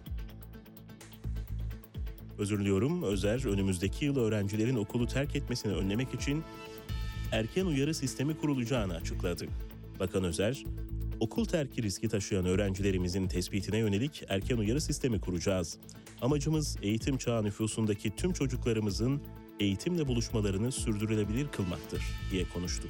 Özür diliyorum. Özer, önümüzdeki yıl öğrencilerin okulu terk etmesini önlemek için erken uyarı sistemi kurulacağını açıkladı. Bakan Özer, okul terki riski taşıyan öğrencilerimizin tespitine yönelik erken uyarı sistemi kuracağız. Amacımız eğitim çağı nüfusundaki tüm çocuklarımızın eğitimle buluşmalarını sürdürülebilir kılmaktır diye konuştu.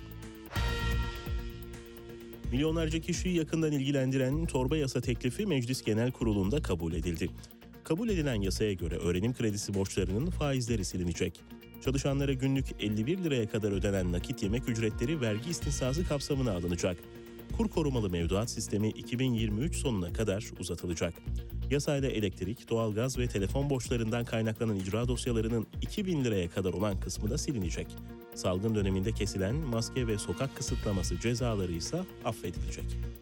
Milyonlarca kişiyi yakından ilgilendiren torba yasa teklifi Meclis Genel Kurulu'nda kabul edildi. Kabul edilen yasaya göre öğrenim kredisi borçlarının faizleri silinecek. Çalışanlara günlük elli bir liraya kadar ödenen nakit yemek ücretleri vergi istisnası kapsamına alınacak. Kur korumalı mevduat sistemi iki bin yirmi üç sonuna kadar uzatılacak. Yasayla elektrik, doğalgaz ve telefon borçlarından kaynaklanan icra dosyalarının iki bin liraya kadar olan kısmı da silinecek. Salgın döneminde kesilen maske ve sokak kısıtlaması cezaları ise affedilecek.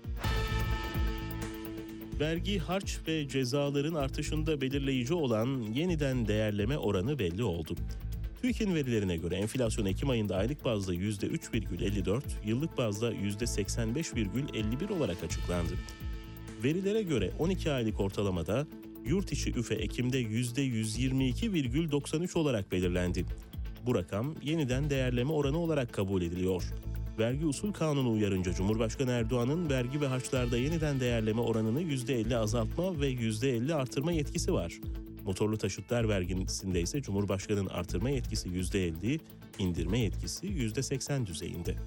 Vergi, harç ve cezaların artışında belirleyici olan yeniden değerleme oranı belli oldu. TÜİK'in verilerine göre enflasyon Ekim ayında aylık bazda yüzde üç virgül elli dört, yıllık bazda yüzde seksen beş virgül elli bir olarak açıklandı. Verilere göre on iki aylık ortalamada yurt içi üfe Ekim'de yüzde yüz yirmi iki virgül doksan üç olarak belirlendi. Bu rakam yeniden değerleme oranı olarak kabul ediliyor. Vergi Usul Kanunu uyarınca Cumhurbaşkanı Erdoğan'ın vergi ve harçlarda yeniden değerleme oranını yüzde elli azaltma ve yüzde elli artırma yetkisi var. Motorlu taşıtlar vergisinde ise Cumhurbaşkanı'nın artırma yetkisi yüzde elli, indirme yetkisi yüzde seksen düzeyinde.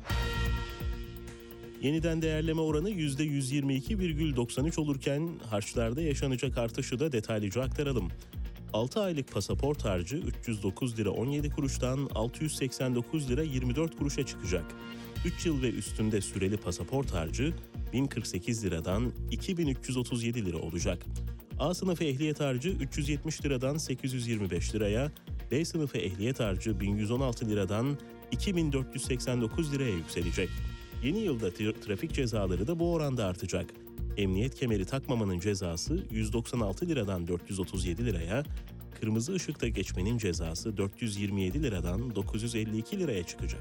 Yeniden değerleme oranı yüzde yüz yirmi iki virgül doksan üç olurken harçlarda yaşanacak artışı da detaylıca aktaralım. altı aylık pasaport harcı üç yüz dokuz lira on yedi kuruştan altı yüz seksen dokuz lira yirmi dört kuruşa çıkacak. üç yıl ve üstünde süreli pasaport harcı bin kırk sekiz liradan iki bin üç yüz otuz yedi lira olacak. A sınıfı ehliyet harcı üç yüz yetmiş liradan sekiz yüz yirmi beş liraya, B sınıfı ehliyet harcı bin yüz on altı liradan iki bin dört yüz seksen dokuz liraya yükselecek. Yeni yılda tra- trafik cezaları da bu oranda artacak. Emniyet kemeri takmamanın cezası yüz doksan altı liradan dört yüz otuz yedi liraya, kırmızı ışıkta geçmenin cezası dört yüz yirmi yedi liradan dokuz yüz elli iki liraya çıkacak.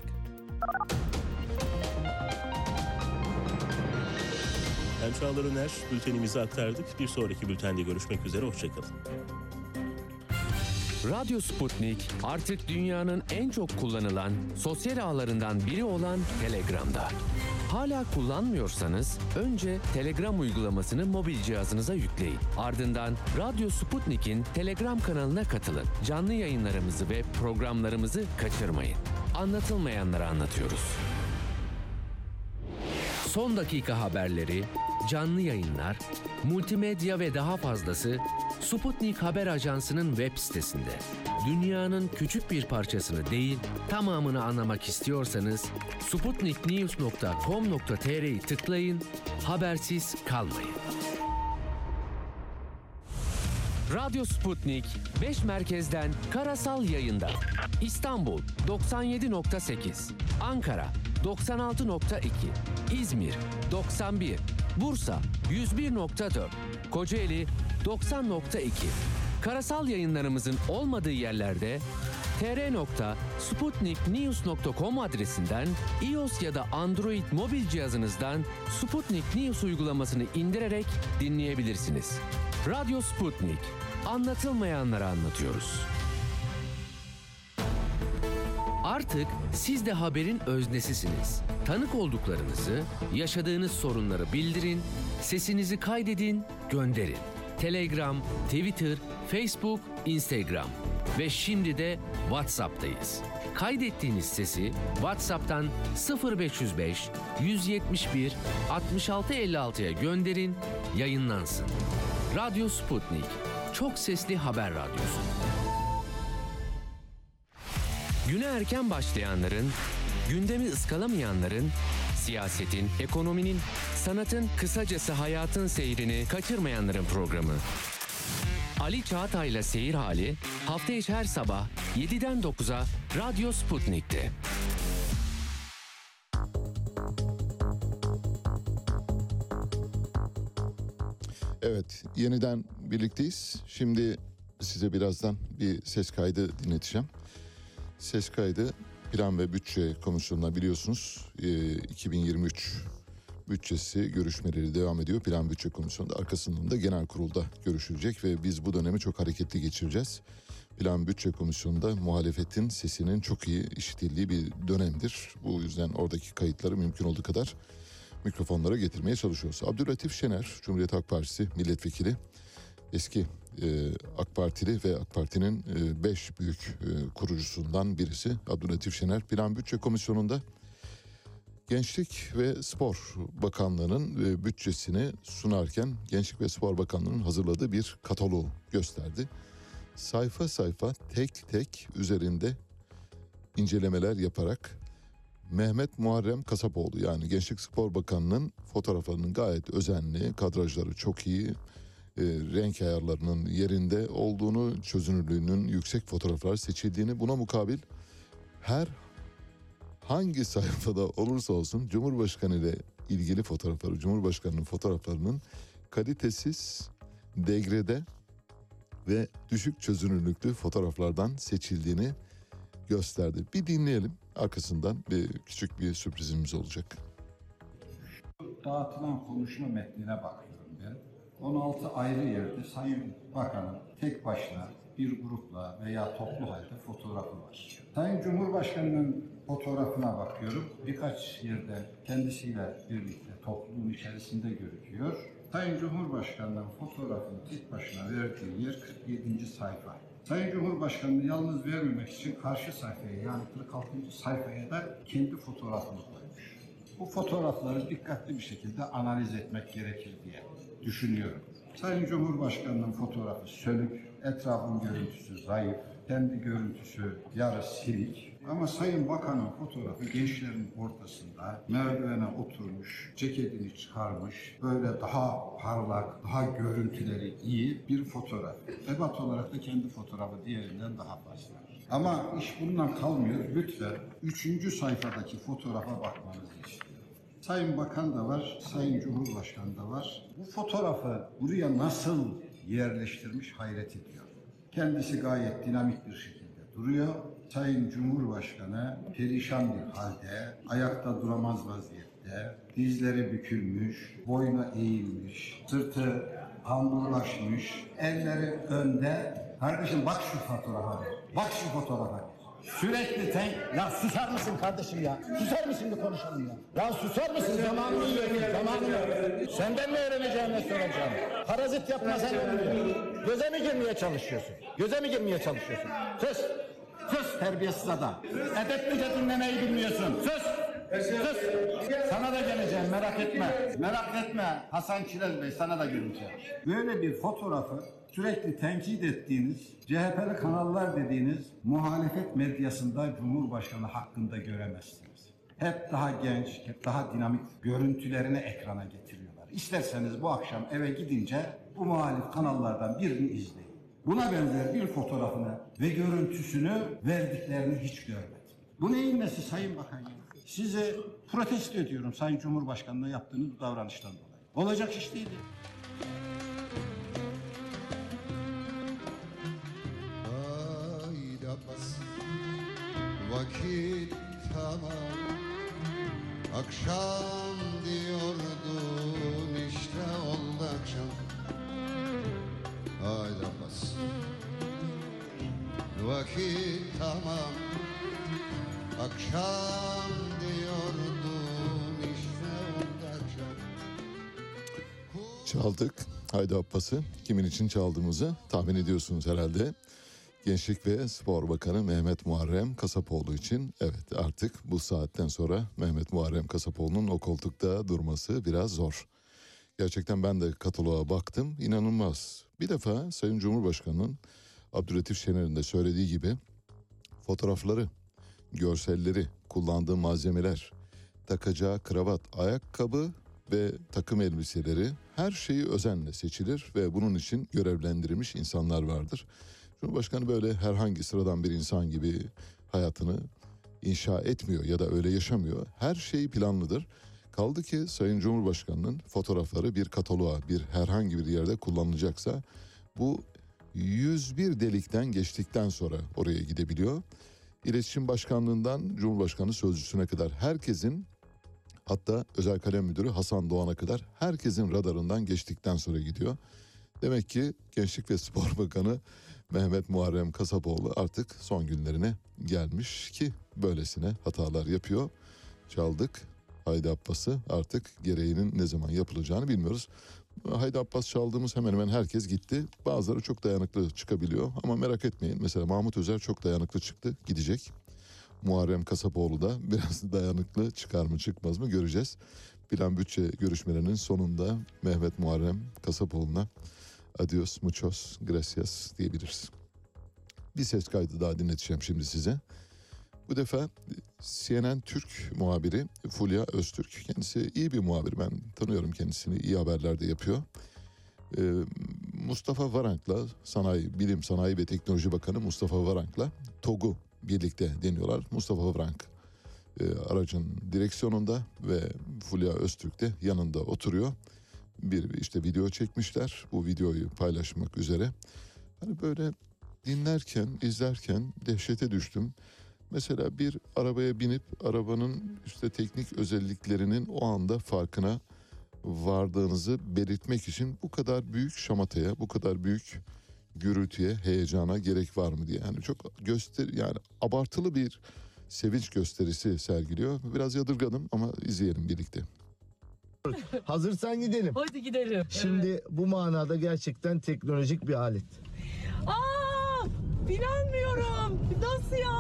Ben Çağlar Öner, bültenimizi aktardık. Bir sonraki bültende görüşmek üzere, hoşçakalın. Radyo Sputnik artık dünyanın en çok kullanılan sosyal ağlarından biri olan Telegram'da. Hala kullanmıyorsanız önce Telegram uygulamasını mobil cihazınıza yükleyin. Ardından Radyo Sputnik'in Telegram kanalına katılın. Canlı yayınlarımızı ve programlarımızı kaçırmayın. Anlatılmayanları anlatıyoruz. Son dakika haberleri, canlı yayınlar, multimedya ve daha fazlası Sputnik Haber Ajansı'nın web sitesinde. Dünyanın küçük bir parçasını değil, tamamını anlamak istiyorsanız sputnik news nokta com nokta tr'yi tıklayın, habersiz kalmayın. Radyo Sputnik beş merkezden karasal yayında. İstanbul doksan yedi nokta sekiz, Ankara doksan altı nokta iki, İzmir doksan bir, Bursa yüz bir nokta dört, Kocaeli doksan nokta iki. Karasal yayınlarımızın olmadığı yerlerde tr nokta sputnik news nokta com adresinden iOS ya da Android mobil cihazınızdan Sputnik News uygulamasını indirerek dinleyebilirsiniz. Radyo Sputnik. Anlatılmayanları anlatıyoruz. Artık siz de haberin öznesisiniz. Tanık olduklarınızı, yaşadığınız sorunları bildirin, sesinizi kaydedin, gönderin. Telegram, Twitter, Facebook, Instagram ve şimdi de WhatsApp'tayız. Kaydettiğiniz sesi WhatsApp'tan sıfır beş yüz beş yüz yetmiş bir altmış altı elli altıya gönderin, yayınlansın. Radyo Sputnik, çok sesli haber radyosu. Güne erken başlayanların, gündemi ıskalamayanların, siyasetin, ekonominin, sanatın, kısacası hayatın seyrini kaçırmayanların programı. Ali Çağatay'la Seyir Hali hafta içi her sabah yediden dokuza Radyo Sputnik'te. Evet, yeniden birlikteyiz. Şimdi size birazdan bir ses kaydı dinleteceğim. Ses kaydı Plan ve Bütçe Komisyonu'na, biliyorsunuz iki bin yirmi üç bütçesi görüşmeleri devam ediyor. Plan Bütçe Komisyonu'nda, arkasından da genel kurulda görüşülecek ve biz bu dönemi çok hareketli geçireceğiz. Plan Bütçe Komisyonu'nda muhalefetin sesinin çok iyi işitildiği bir dönemdir. Bu yüzden oradaki kayıtları mümkün olduğu kadar mikrofonlara getirmeye çalışıyoruz. Abdülatif Şener, Cumhuriyet Halk Partisi milletvekili, eski e, AK Partili ve AK Parti'nin e, beş büyük e, kurucusundan birisi Abdülatif Şener, Plan Bütçe Komisyonu'nda Gençlik ve Spor Bakanlığı'nın e, bütçesini sunarken Gençlik ve Spor Bakanlığı'nın hazırladığı bir kataloğu gösterdi. Sayfa sayfa tek tek üzerinde incelemeler yaparak Mehmet Muharrem Kasapoğlu, yani Gençlik Spor Bakanlığı'nın fotoğraflarının gayet özenli, kadrajları çok iyi, renk ayarlarının yerinde olduğunu, çözünürlüğünün yüksek fotoğraflar seçildiğini, buna mukabil her hangi sayfada olursa olsun Cumhurbaşkanı ile ilgili fotoğrafları, Cumhurbaşkanı'nın fotoğraflarının kalitesiz, degrede ve düşük çözünürlüklü fotoğraflardan seçildiğini gösterdi. Bir dinleyelim, arkasından bir küçük bir sürprizimiz olacak. Dağıtılan konuşma metnine bakıyorum ben. on altı ayrı yerde Sayın Bakan'ın tek başına bir grupla veya toplu halde fotoğrafı var. Sayın Cumhurbaşkanı'nın fotoğrafına bakıyorum. Birkaç yerde kendisiyle birlikte topluluğun içerisinde görünüyor. Sayın Cumhurbaşkanı'nın fotoğrafını tek başına verdiği yer kırk yedinci sayfa. Sayın Cumhurbaşkanı'nı yalnız vermemek için karşı sayfaya, yani kırk altıncı sayfaya da kendi fotoğrafını koymuş. Bu fotoğrafları dikkatli bir şekilde analiz etmek gerekir diye düşünüyorum. Sayın Cumhurbaşkanı'nın fotoğrafı sönük, etrafın görüntüsü zayıf, kendi görüntüsü yarı silik. Ama Sayın Bakan'ın fotoğrafı gençlerin ortasında merdivene oturmuş, ceketini çıkarmış, böyle daha parlak, daha görüntüleri iyi bir fotoğraf. Ebat olarak da kendi fotoğrafı diğerinden daha fazla. Ama iş bundan kalmıyor. Lütfen üçüncü sayfadaki fotoğrafa bakmanızı istiyorum. Sayın Bakan da var, Sayın Cumhurbaşkanı da var. Bu fotoğrafı buraya nasıl yerleştirmiş hayret ediyor. Kendisi gayet dinamik bir şekilde duruyor. Sayın Cumhurbaşkanı perişan bir halde, ayakta duramaz vaziyette, dizleri bükülmüş, boynu eğilmiş, sırtı hamburlaşmış, elleri önde. Kardeşim bak şu fotoğrafa, bak şu fotoğrafa. Sürekli tek... Ya susar mısın kardeşim ya? Susar mısın bir konuşalım ya? Ya susar mısın? Zamanını yiyorsun, zamanını. Senden mi öğreneceğim ne soracağım? Parazit yapma sen olmuyor. Göze mi girmeye çalışıyorsun? Göze mi girmeye çalışıyorsun? Sus! Sus terbiyesiz adam. Edeplice dinlemeyi bilmiyorsun. Sus! Sus! Sana da geleceğim, merak etme. Merak etme Hasan Çilez Bey, sana da geleceğim. Böyle bir fotoğrafı sürekli tenkit ettiğiniz, C H P'li kanallar dediğiniz muhalefet medyasında Cumhurbaşkanı hakkında göremezsiniz. Hep daha genç, hep daha dinamik görüntülerini ekrana getiriyorlar. İsterseniz bu akşam eve gidince bu muhalif kanallardan birini izleyin. Buna benzer bir fotoğrafını ve görüntüsünü verdiklerini hiç görmedim. Bu neyin nesi Sayın Bakan ya? Sizi protesto ediyorum Sayın Cumhurbaşkanı'na yaptığınız bu davranıştan dolayı. Olacak iş değil. Vakit tamam, akşam diyordun, işte oldu akşam. Haydi Abbas. Vakit tamam, akşam diyordun, işte oldu akşam. Çaldık Haydi Abbas'ı. Kimin için çaldığımızı tahmin ediyorsunuz herhalde. Gençlik ve Spor Bakanı Mehmet Muharrem Kasapoğlu için. Evet, artık bu saatten sonra Mehmet Muharrem Kasapoğlu'nun o koltukta durması biraz zor. Gerçekten ben de kataloğa baktım, inanılmaz. Bir defa Sayın Cumhurbaşkanı'nın Abdülhatif Şener'in de söylediği gibi fotoğrafları, görselleri, kullandığı malzemeler, takacağı kravat, ayakkabı ve takım elbiseleri, her şeyi özenle seçilir ve bunun için görevlendirilmiş insanlar vardır. Cumhurbaşkanı böyle herhangi sıradan bir insan gibi hayatını inşa etmiyor ya da öyle yaşamıyor. Her şey planlıdır. Kaldı ki Sayın Cumhurbaşkanı'nın fotoğrafları bir kataloğa, bir herhangi bir yerde kullanılacaksa bu yüz bir delikten geçtikten sonra oraya gidebiliyor. İletişim Başkanlığı'ndan Cumhurbaşkanı Sözcüsü'ne kadar herkesin, hatta Özel Kalem Müdürü Hasan Doğan'a kadar herkesin radarından geçtikten sonra gidiyor. Demek ki Gençlik ve Spor Bakanı Mehmet Muharrem Kasapoğlu artık son günlerine gelmiş ki böylesine hatalar yapıyor. Çaldık Haydi Abbas'ı, artık gereğinin ne zaman yapılacağını bilmiyoruz. Haydi Abbas çaldığımız hemen hemen herkes gitti. Bazıları çok dayanıklı çıkabiliyor ama merak etmeyin. Mesela Mahmut Özer çok dayanıklı çıktı, gidecek. Muharrem Kasapoğlu da biraz dayanıklı çıkar mı çıkmaz mı göreceğiz. Plan bütçe görüşmelerinin sonunda Mehmet Muharrem Kasapoğlu'na adios, muchos, gracias diyebiliriz. Bir ses kaydı daha dinleteceğim şimdi size. Bu defa C N N Türk muhabiri Fulya Öztürk. Kendisi iyi bir muhabir, ben tanıyorum kendisini, iyi haberler de yapıyor. Ee, Mustafa Varank'la Sanayi, Bilim, Sanayi ve Teknoloji Bakanı Mustafa Varank'la TOG'u birlikte deniyorlar. Mustafa Varank e, aracın direksiyonunda ve Fulya Öztürk de yanında oturuyor. Bir işte video çekmişler. Bu videoyu paylaşmak üzere. Hani böyle dinlerken, izlerken dehşete düştüm. Mesela bir arabaya binip arabanın işte teknik özelliklerinin o anda farkına vardığınızı belirtmek için bu kadar büyük şamataya, bu kadar büyük gürültüye, heyecana gerek var mı diye. Yani çok göster yani abartılı bir sevinç gösterisi sergiliyor. Biraz yadırgadım ama izleyelim birlikte. Hazırsan gidelim. Hadi gidelim. Şimdi Evet. bu manada gerçekten teknolojik bir alet. Aa, inanmıyorum. Nasıl ya?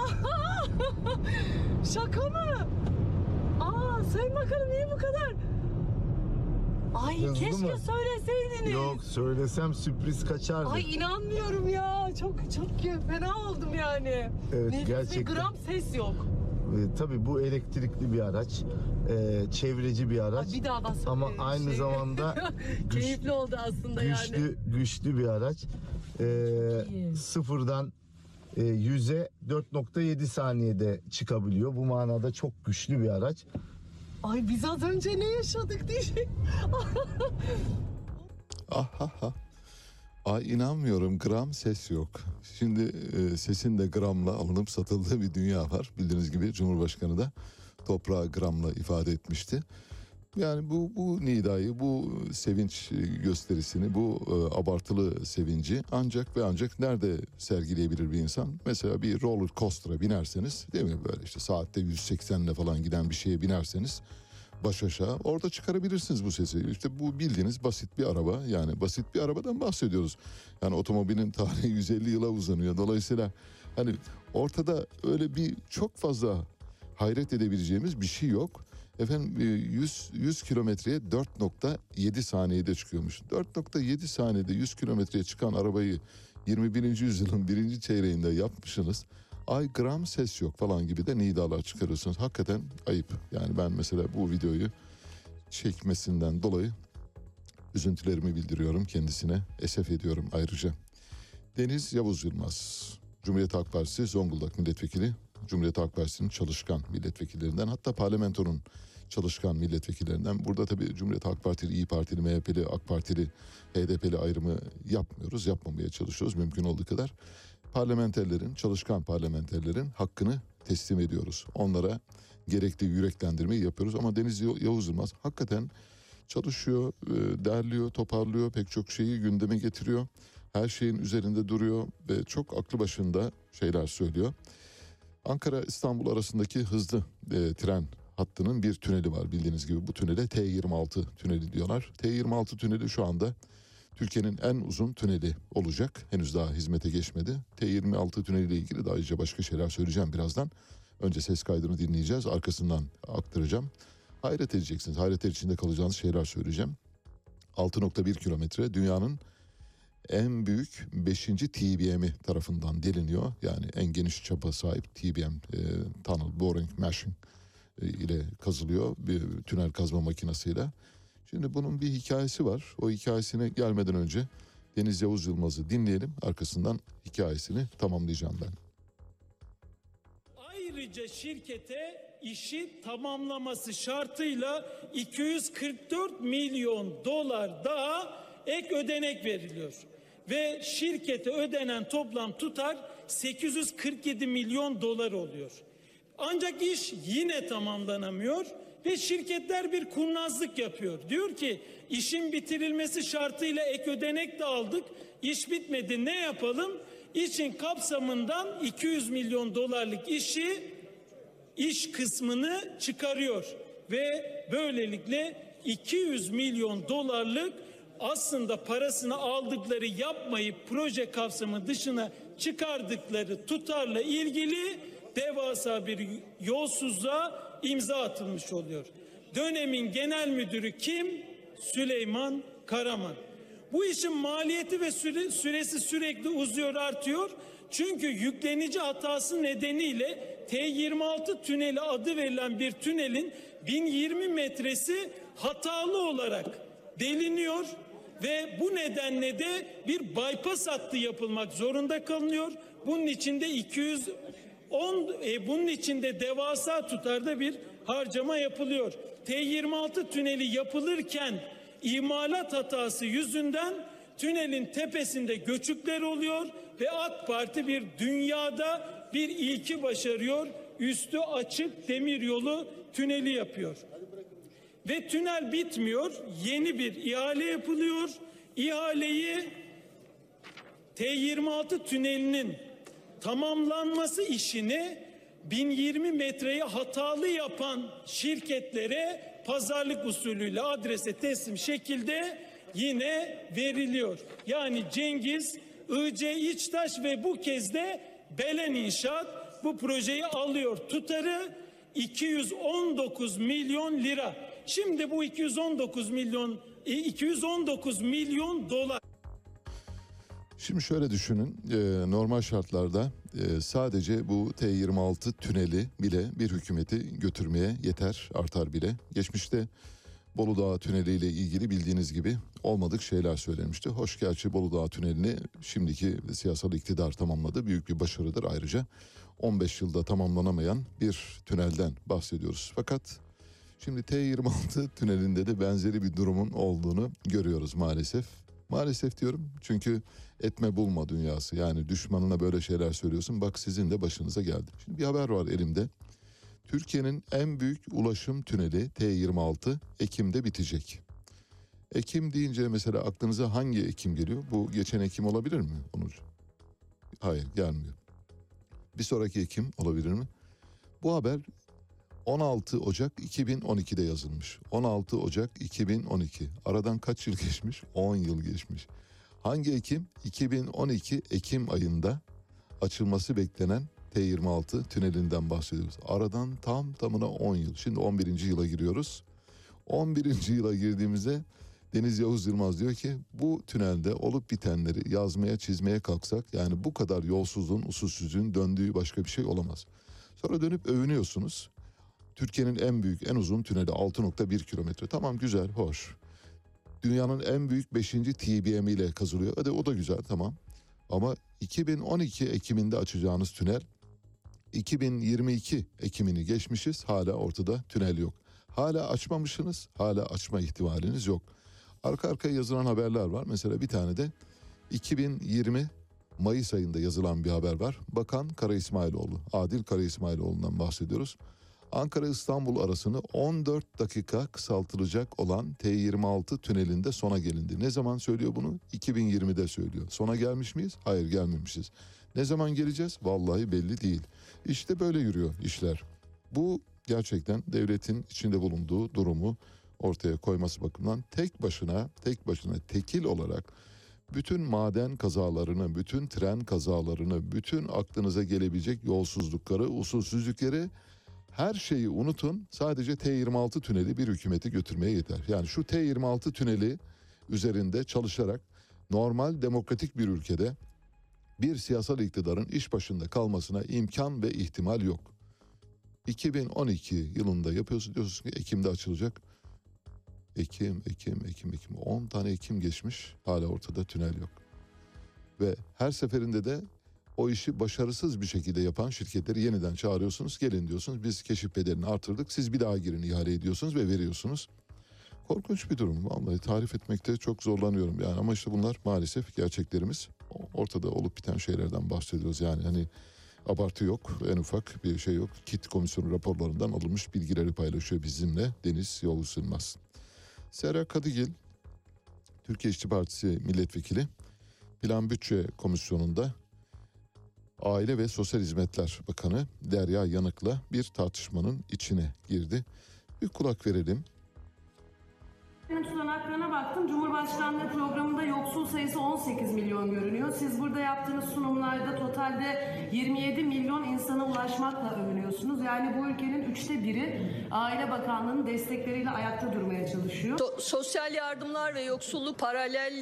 Şaka mı? Aa, Sayın Bakanım niye bu kadar? Ay Hızlı keşke mı? söyleseydiniz. Yok, söylesem sürpriz kaçardı. Ay inanmıyorum ya. Çok çok fena oldum yani. Evet, Nefis gerçekten. bir gram ses yok. Ee, tabii bu elektrikli bir araç, ee, çevreci bir araç. Ay, bir daha bas. Ama Ee, aynı şey- zamanda güç- keyifli oldu aslında güçlü yani. güçlü bir araç. Ee, iyi. sıfırdan e, yüze dört nokta yedi saniyede çıkabiliyor. Bu manada çok güçlü bir araç. Ay biz az önce ne yaşadık diye. Ah ha ha. Ay inanmıyorum, gram ses yok. Şimdi e, sesin de gramla alınıp satıldığı bir dünya var. Bildiğiniz gibi Cumhurbaşkanı da toprağı gramla ifade etmişti. Yani bu bu nidayı, bu sevinç gösterisini, bu e, abartılı sevinci ancak ve ancak nerede sergileyebilir bir insan? Mesela bir roller coaster'a binerseniz, değil mi, böyle işte saatte yüz seksenle falan giden bir şeye binerseniz baş aşağı orada çıkarabilirsiniz bu sesi. İşte bu bildiğiniz basit bir araba, yani basit bir arabadan bahsediyoruz. Yani otomobilin tarihi yüz elli yıla uzanıyor. Dolayısıyla hani ortada öyle bir çok fazla hayret edebileceğimiz bir şey yok. Efendim yüz yüz kilometreye dört nokta yedi saniyede çıkıyormuş. dört nokta yedi saniyede yüz kilometreye çıkan arabayı yirmi birinci yüzyılın birinci çeyreğinde yapmışsınız. Ay gram ses yok falan gibi de nidalar çıkarıyorsunuz. Hakikaten ayıp. Yani ben mesela bu videoyu çekmesinden dolayı üzüntülerimi bildiriyorum kendisine. Esef ediyorum ayrıca. Deniz Yavuz Yılmaz, Cumhuriyet Halk Partisi Zonguldak Milletvekili. Cumhuriyet Halk Partisi'nin çalışkan milletvekillerinden, hatta parlamentonun çalışkan milletvekillerinden. Burada tabii Cumhuriyet Halk Partili, İyi Partili, M H P'li, AK Partili, H D P'li ayrımı yapmıyoruz. Yapmamaya çalışıyoruz mümkün olduğu kadar. Parlamenterlerin, çalışkan parlamenterlerin hakkını teslim ediyoruz. Onlara gerekli yüreklendirmeyi yapıyoruz. Ama Deniz Yavuz Yılmaz hakikaten çalışıyor, derliyor, toparlıyor, pek çok şeyi gündeme getiriyor. Her şeyin üzerinde duruyor ve çok aklı başında şeyler söylüyor. Ankara-İstanbul arasındaki hızlı e, tren hattının bir tüneli var bildiğiniz gibi. Bu tünele T yirmi altı tüneli diyorlar. T yirmi altı tüneli şu anda Türkiye'nin en uzun tüneli olacak. Henüz daha hizmete geçmedi. T yirmi altı tüneliyle ilgili de ayrıca başka şeyler söyleyeceğim birazdan. Önce ses kaydını dinleyeceğiz. Arkasından aktaracağım. Hayret edeceksiniz. Hayretler içinde kalacağınız şeyler söyleyeceğim. altı nokta bir kilometre dünyanın en büyük beşinci T B M'i tarafından deliniyor. Yani en geniş çapa sahip T B M, e, Tunnel Boring Machine e, ile kazılıyor. Bir tünel kazma makinesiyle. Şimdi bunun bir hikayesi var. O hikayesine gelmeden önce Deniz Yavuz Yılmaz'ı dinleyelim. Arkasından hikayesini tamamlayacağım ben. Ayrıca şirkete işi tamamlaması şartıyla iki yüz kırk dört milyon dolar daha ek ödenek veriliyor. Ve şirkete ödenen toplam tutar sekiz yüz kırk yedi milyon dolar oluyor. Ancak iş yine tamamlanamıyor ve şirketler bir kurnazlık yapıyor. Diyor ki işin bitirilmesi şartıyla ek ödenek de aldık. İş bitmedi, ne yapalım? İşin kapsamından iki yüz milyon dolarlık işi, iş kısmını çıkarıyor. Ve böylelikle iki yüz milyon dolarlık aslında parasını aldıkları, yapmayıp proje kapsamı dışına çıkardıkları tutarla ilgili devasa bir yolsuzluğa imza atılmış oluyor. Dönemin genel müdürü kim? Süleyman Karaman. Bu işin maliyeti ve süre, süresi sürekli uzuyor, artıyor. Çünkü yüklenici hatası nedeniyle T yirmi altı tüneli adı verilen bir tünelin bin yirmi metresi hatalı olarak deliniyor Ve bu nedenle de bir bypass hattı yapılmak zorunda kalınıyor. Bunun içinde iki yüz on e, bunun içinde devasa tutarda bir harcama yapılıyor. T yirmi altı tüneli yapılırken imalat hatası yüzünden tünelin tepesinde göçükler oluyor ve AK Parti bir dünyada bir ilki başarıyor. Üstü açık demiryolu tüneli yapıyor. Ve tünel bitmiyor. Yeni bir ihale yapılıyor. İhaleyi T yirmi altı tünelinin tamamlanması işini bin yirmi metreyi hatalı yapan şirketlere pazarlık usulüyle adrese teslim şekilde yine veriliyor. Yani Cengiz, I C İçtaş ve bu kez de Belen İnşaat bu projeyi alıyor. Tutarı iki yüz on dokuz milyon lira. Şimdi bu iki yüz on dokuz milyon iki yüz on dokuz milyon dolar. Şimdi şöyle düşünün, e, normal şartlarda e, sadece bu T yirmi altı tüneli bile bir hükümeti götürmeye yeter, artar bile. Geçmişte Bolu Dağı Tüneli ile ilgili bildiğiniz gibi olmadık şeyler söylenmişti. Hoş gerçi Bolu Dağı Tüneli'ni şimdiki siyasal iktidar tamamladı. Büyük bir başarıdır ayrıca. on beş yılda tamamlanamayan bir tünelden bahsediyoruz. Fakat şimdi T yirmi altı tünelinde de benzeri bir durumun olduğunu görüyoruz maalesef. Maalesef diyorum çünkü etme bulma dünyası. Yani düşmanına böyle şeyler söylüyorsun. Bak sizin de başınıza geldi. Şimdi bir haber var elimde. Türkiye'nin en büyük ulaşım tüneli T yirmi altı Ekim'de bitecek. Ekim deyince mesela aklınıza hangi Ekim geliyor? Bu geçen Ekim olabilir mi Onur? Hayır, gelmiyor. Bir sonraki Ekim olabilir mi? Bu haber on altı Ocak iki bin on iki'de yazılmış. on altı Ocak iki bin on iki. Aradan kaç yıl geçmiş? on yıl geçmiş. Hangi Ekim? iki bin on iki Ekim ayında açılması beklenen T yirmi altı tünelinden bahsediyoruz. Aradan tam tamına on yıl. Şimdi on birinci yıla giriyoruz. on birinci yıla girdiğimizde Deniz Yavuz Yılmaz diyor ki bu tünelde olup bitenleri yazmaya çizmeye kalksak yani bu kadar yolsuzluğun usulsüzlüğün döndüğü başka bir şey olamaz. Sonra dönüp övünüyorsunuz. Türkiye'nin en büyük en uzun tüneli altı nokta bir kilometre. Tamam, güzel, hoş. Dünyanın en büyük beşinci T B M ile kazılıyor. Hadi o da güzel, tamam. Ama iki bin on iki Ekim'inde açacağınız tünel iki bin yirmi iki Ekim'ini geçmişiz, hala ortada tünel yok. Hala açmamışsınız, hala açma ihtimaliniz yok. Arka arkaya yazılan haberler var. Mesela bir tane de iki bin yirmi Mayıs ayında yazılan bir haber var. Bakan Kara İsmailoğlu, Adil Kara İsmailoğlu'ndan bahsediyoruz. Ankara-İstanbul arasını on dört dakika kısaltılacak olan T yirmi altı tünelinde sona gelindi. Ne zaman söylüyor bunu? iki bin yirmi'de söylüyor. Sona gelmiş miyiz? Hayır, gelmemişiz. Ne zaman geleceğiz? Vallahi belli değil. İşte böyle yürüyor işler. Bu gerçekten devletin içinde bulunduğu durumu ortaya koyması bakımından tek başına, tek başına tekil olarak bütün maden kazalarını, bütün tren kazalarını, bütün aklınıza gelebilecek yolsuzlukları, usulsüzlükleri, her şeyi unutun. Sadece T yirmi altı tüneli bir hükümeti götürmeye yeter. Yani şu T yirmi altı tüneli üzerinde çalışarak normal demokratik bir ülkede bir siyasal iktidarın iş başında kalmasına imkan ve ihtimal yok. iki bin on iki yılında yapıyorsun, diyorsun ki Ekim'de açılacak. Ekim, Ekim, Ekim, Ekim. on tane Ekim geçmiş, hala ortada tünel yok. Ve her seferinde de o işi başarısız bir şekilde yapan şirketleri yeniden çağırıyorsunuz. Gelin diyorsunuz, biz keşif bedelini artırdık. Siz bir daha girin, ihale ediyorsunuz ve veriyorsunuz. Korkunç bir durum. Vallahi tarif etmekte çok zorlanıyorum yani. Ama işte bunlar maalesef gerçeklerimiz. Ortada olup biten şeylerden bahsediyoruz. Yani hani abartı yok, en ufak bir şey yok. KİT komisyonu raporlarından alınmış bilgileri paylaşıyor bizimle Deniz Yavuz Yılmaz. Serra Kadıgil, Türkiye İşçi Partisi milletvekili, Plan Bütçe Komisyonu'nda Aile ve Sosyal Hizmetler Bakanı Derya Yanık'la bir tartışmanın içine girdi. Bir kulak verelim. Tutanaklarına baktım. Cumhurbaşkanlığı programında yoksul sayısı on sekiz milyon görünüyor. Siz burada yaptığınız sunumlarda totalde yirmi yedi milyon insana ulaşmakla övünüyorsunuz. Yani bu ülkenin üçte biri Aile Bakanlığı'nın destekleriyle ayakta durmaya çalışıyor. So- sosyal yardımlar ve yoksulluk paralel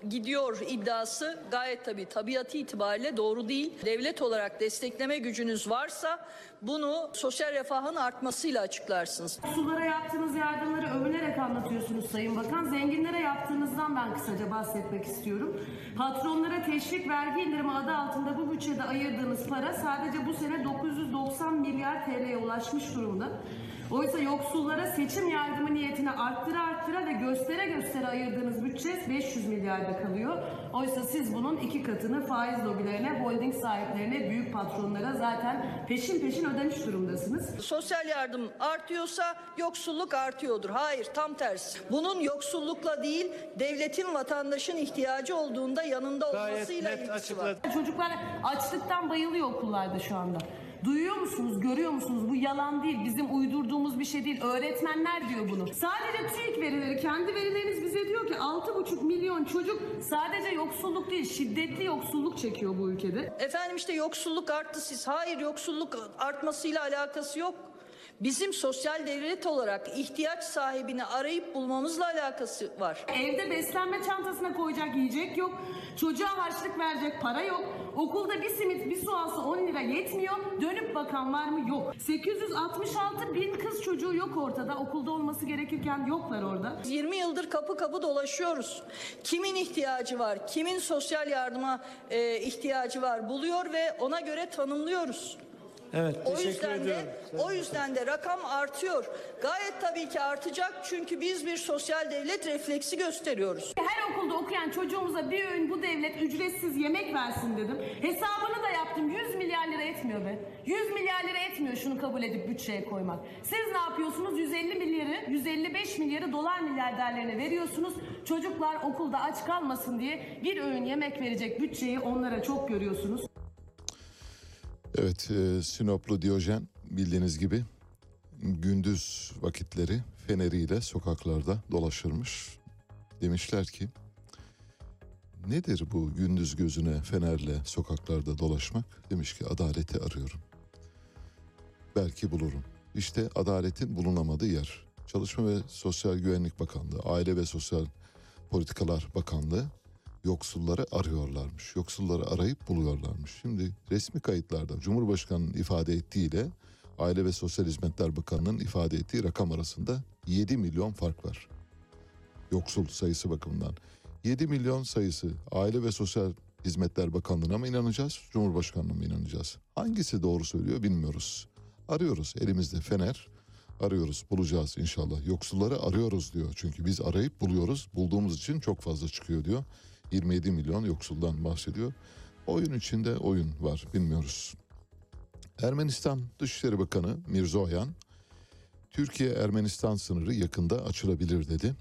gidiyor iddiası gayet tabii tabiatı itibariyle doğru değil. Devlet olarak destekleme gücünüz varsa bunu sosyal refahın artmasıyla açıklarsınız. Sulara yaptığınız yardımları övünerek anlatıyorsunuz Sayın Bakan. Zenginlere yaptığınızdan ben kısaca bahsetmek istiyorum. Patronlara teşvik vergi indirimi adı altında bu bütçede ayırdığınız para sadece bu sene dokuz yüz doksan milyar T L'ye ulaşmış durumda. Oysa yoksullara seçim yardımı niyetine arttıra arttıra ve göstere göstere ayırdığınız bütçe beş yüz milyarda kalıyor. Oysa siz bunun iki katını faiz lobilerine, holding sahiplerine, büyük patronlara zaten peşin peşin ödemiş durumdasınız. Sosyal yardım artıyorsa yoksulluk artıyordur. Hayır, tam tersi. Bunun yoksullukla değil, devletin vatandaşın ihtiyacı olduğunda yanında olmasıyla ilgisi var. Çocuklar açlıktan bayılıyor okullarda şu anda. Duyuyor musunuz, görüyor musunuz? Bu yalan değil, bizim uydurduğumuz bir şey değil. Öğretmenler diyor bunu. Sadece TÜİK verileri, kendi verileriniz bize diyor ki altı buçuk milyon çocuk sadece yoksulluk değil, şiddetli yoksulluk çekiyor bu ülkede. Efendim işte yoksulluk arttı siz. Hayır, yoksulluk artmasıyla alakası yok. Bizim sosyal devlet olarak ihtiyaç sahibini arayıp bulmamızla alakası var. Evde beslenme çantasına koyacak yiyecek yok. Çocuğa harçlık verecek para yok. Okulda bir simit bir su alsa on lira yetmiyor. Dönüp bakan var mı? Yok. sekiz yüz altmış altı bin kız çocuğu yok ortada. Okulda olması gerekirken yoklar orada. yirmi yıldır kapı kapı dolaşıyoruz. Kimin ihtiyacı var? Kimin sosyal yardıma e, ihtiyacı var? Buluyor ve ona göre tanımlıyoruz. Evet, o teşekkür yüzden ediyorum. de o yüzden de rakam artıyor. Gayet tabii ki artacak çünkü biz bir sosyal devlet refleksi gösteriyoruz. Her okulda okuyan çocuğumuza bir öğün bu devlet ücretsiz yemek versin dedim. Hesabını da yaptım. yüz milyar lira etmiyor be. yüz milyar lira etmiyor şunu kabul edip bütçeye koymak. Siz ne yapıyorsunuz? yüz elli milyarı, yüz elli beş milyarı dolar milyarderlerine veriyorsunuz. Çocuklar okulda aç kalmasın diye bir öğün yemek verecek bütçeyi onlara çok görüyorsunuz. Evet, e, Sinoplu Diyojen bildiğiniz gibi gündüz vakitleri feneriyle sokaklarda dolaşırmış. Demişler ki nedir bu gündüz gözüne fenerle sokaklarda dolaşmak? Demiş ki adaleti arıyorum. Belki bulurum. İşte adaletin bulunamadığı yer. Çalışma ve Sosyal Güvenlik Bakanlığı, Aile ve Sosyal Politikalar Bakanlığı yoksulları arıyorlarmış. Yoksulları arayıp buluyorlarmış. Şimdi resmi kayıtlarda Cumhurbaşkanı'nın ifade ettiğiyle Aile ve Sosyal Hizmetler Bakanlığı'nın ifade ettiği rakam arasında yedi milyon fark var. Yoksul sayısı bakımından. yedi milyon sayısı Aile ve Sosyal Hizmetler Bakanlığı'na mı inanacağız, Cumhurbaşkanı'na mı inanacağız? Hangisi doğru söylüyor bilmiyoruz. Arıyoruz, elimizde fener. Arıyoruz, bulacağız inşallah. Yoksulları arıyoruz diyor. Çünkü biz arayıp buluyoruz. Bulduğumuz için çok fazla çıkıyor diyor. yirmi yedi milyon yoksuldan bahsediyor. Oyun içinde oyun var, bilmiyoruz. Ermenistan Dışişleri Bakanı Mirzoyan, Türkiye-Ermenistan sınırı yakında açılabilir dedi.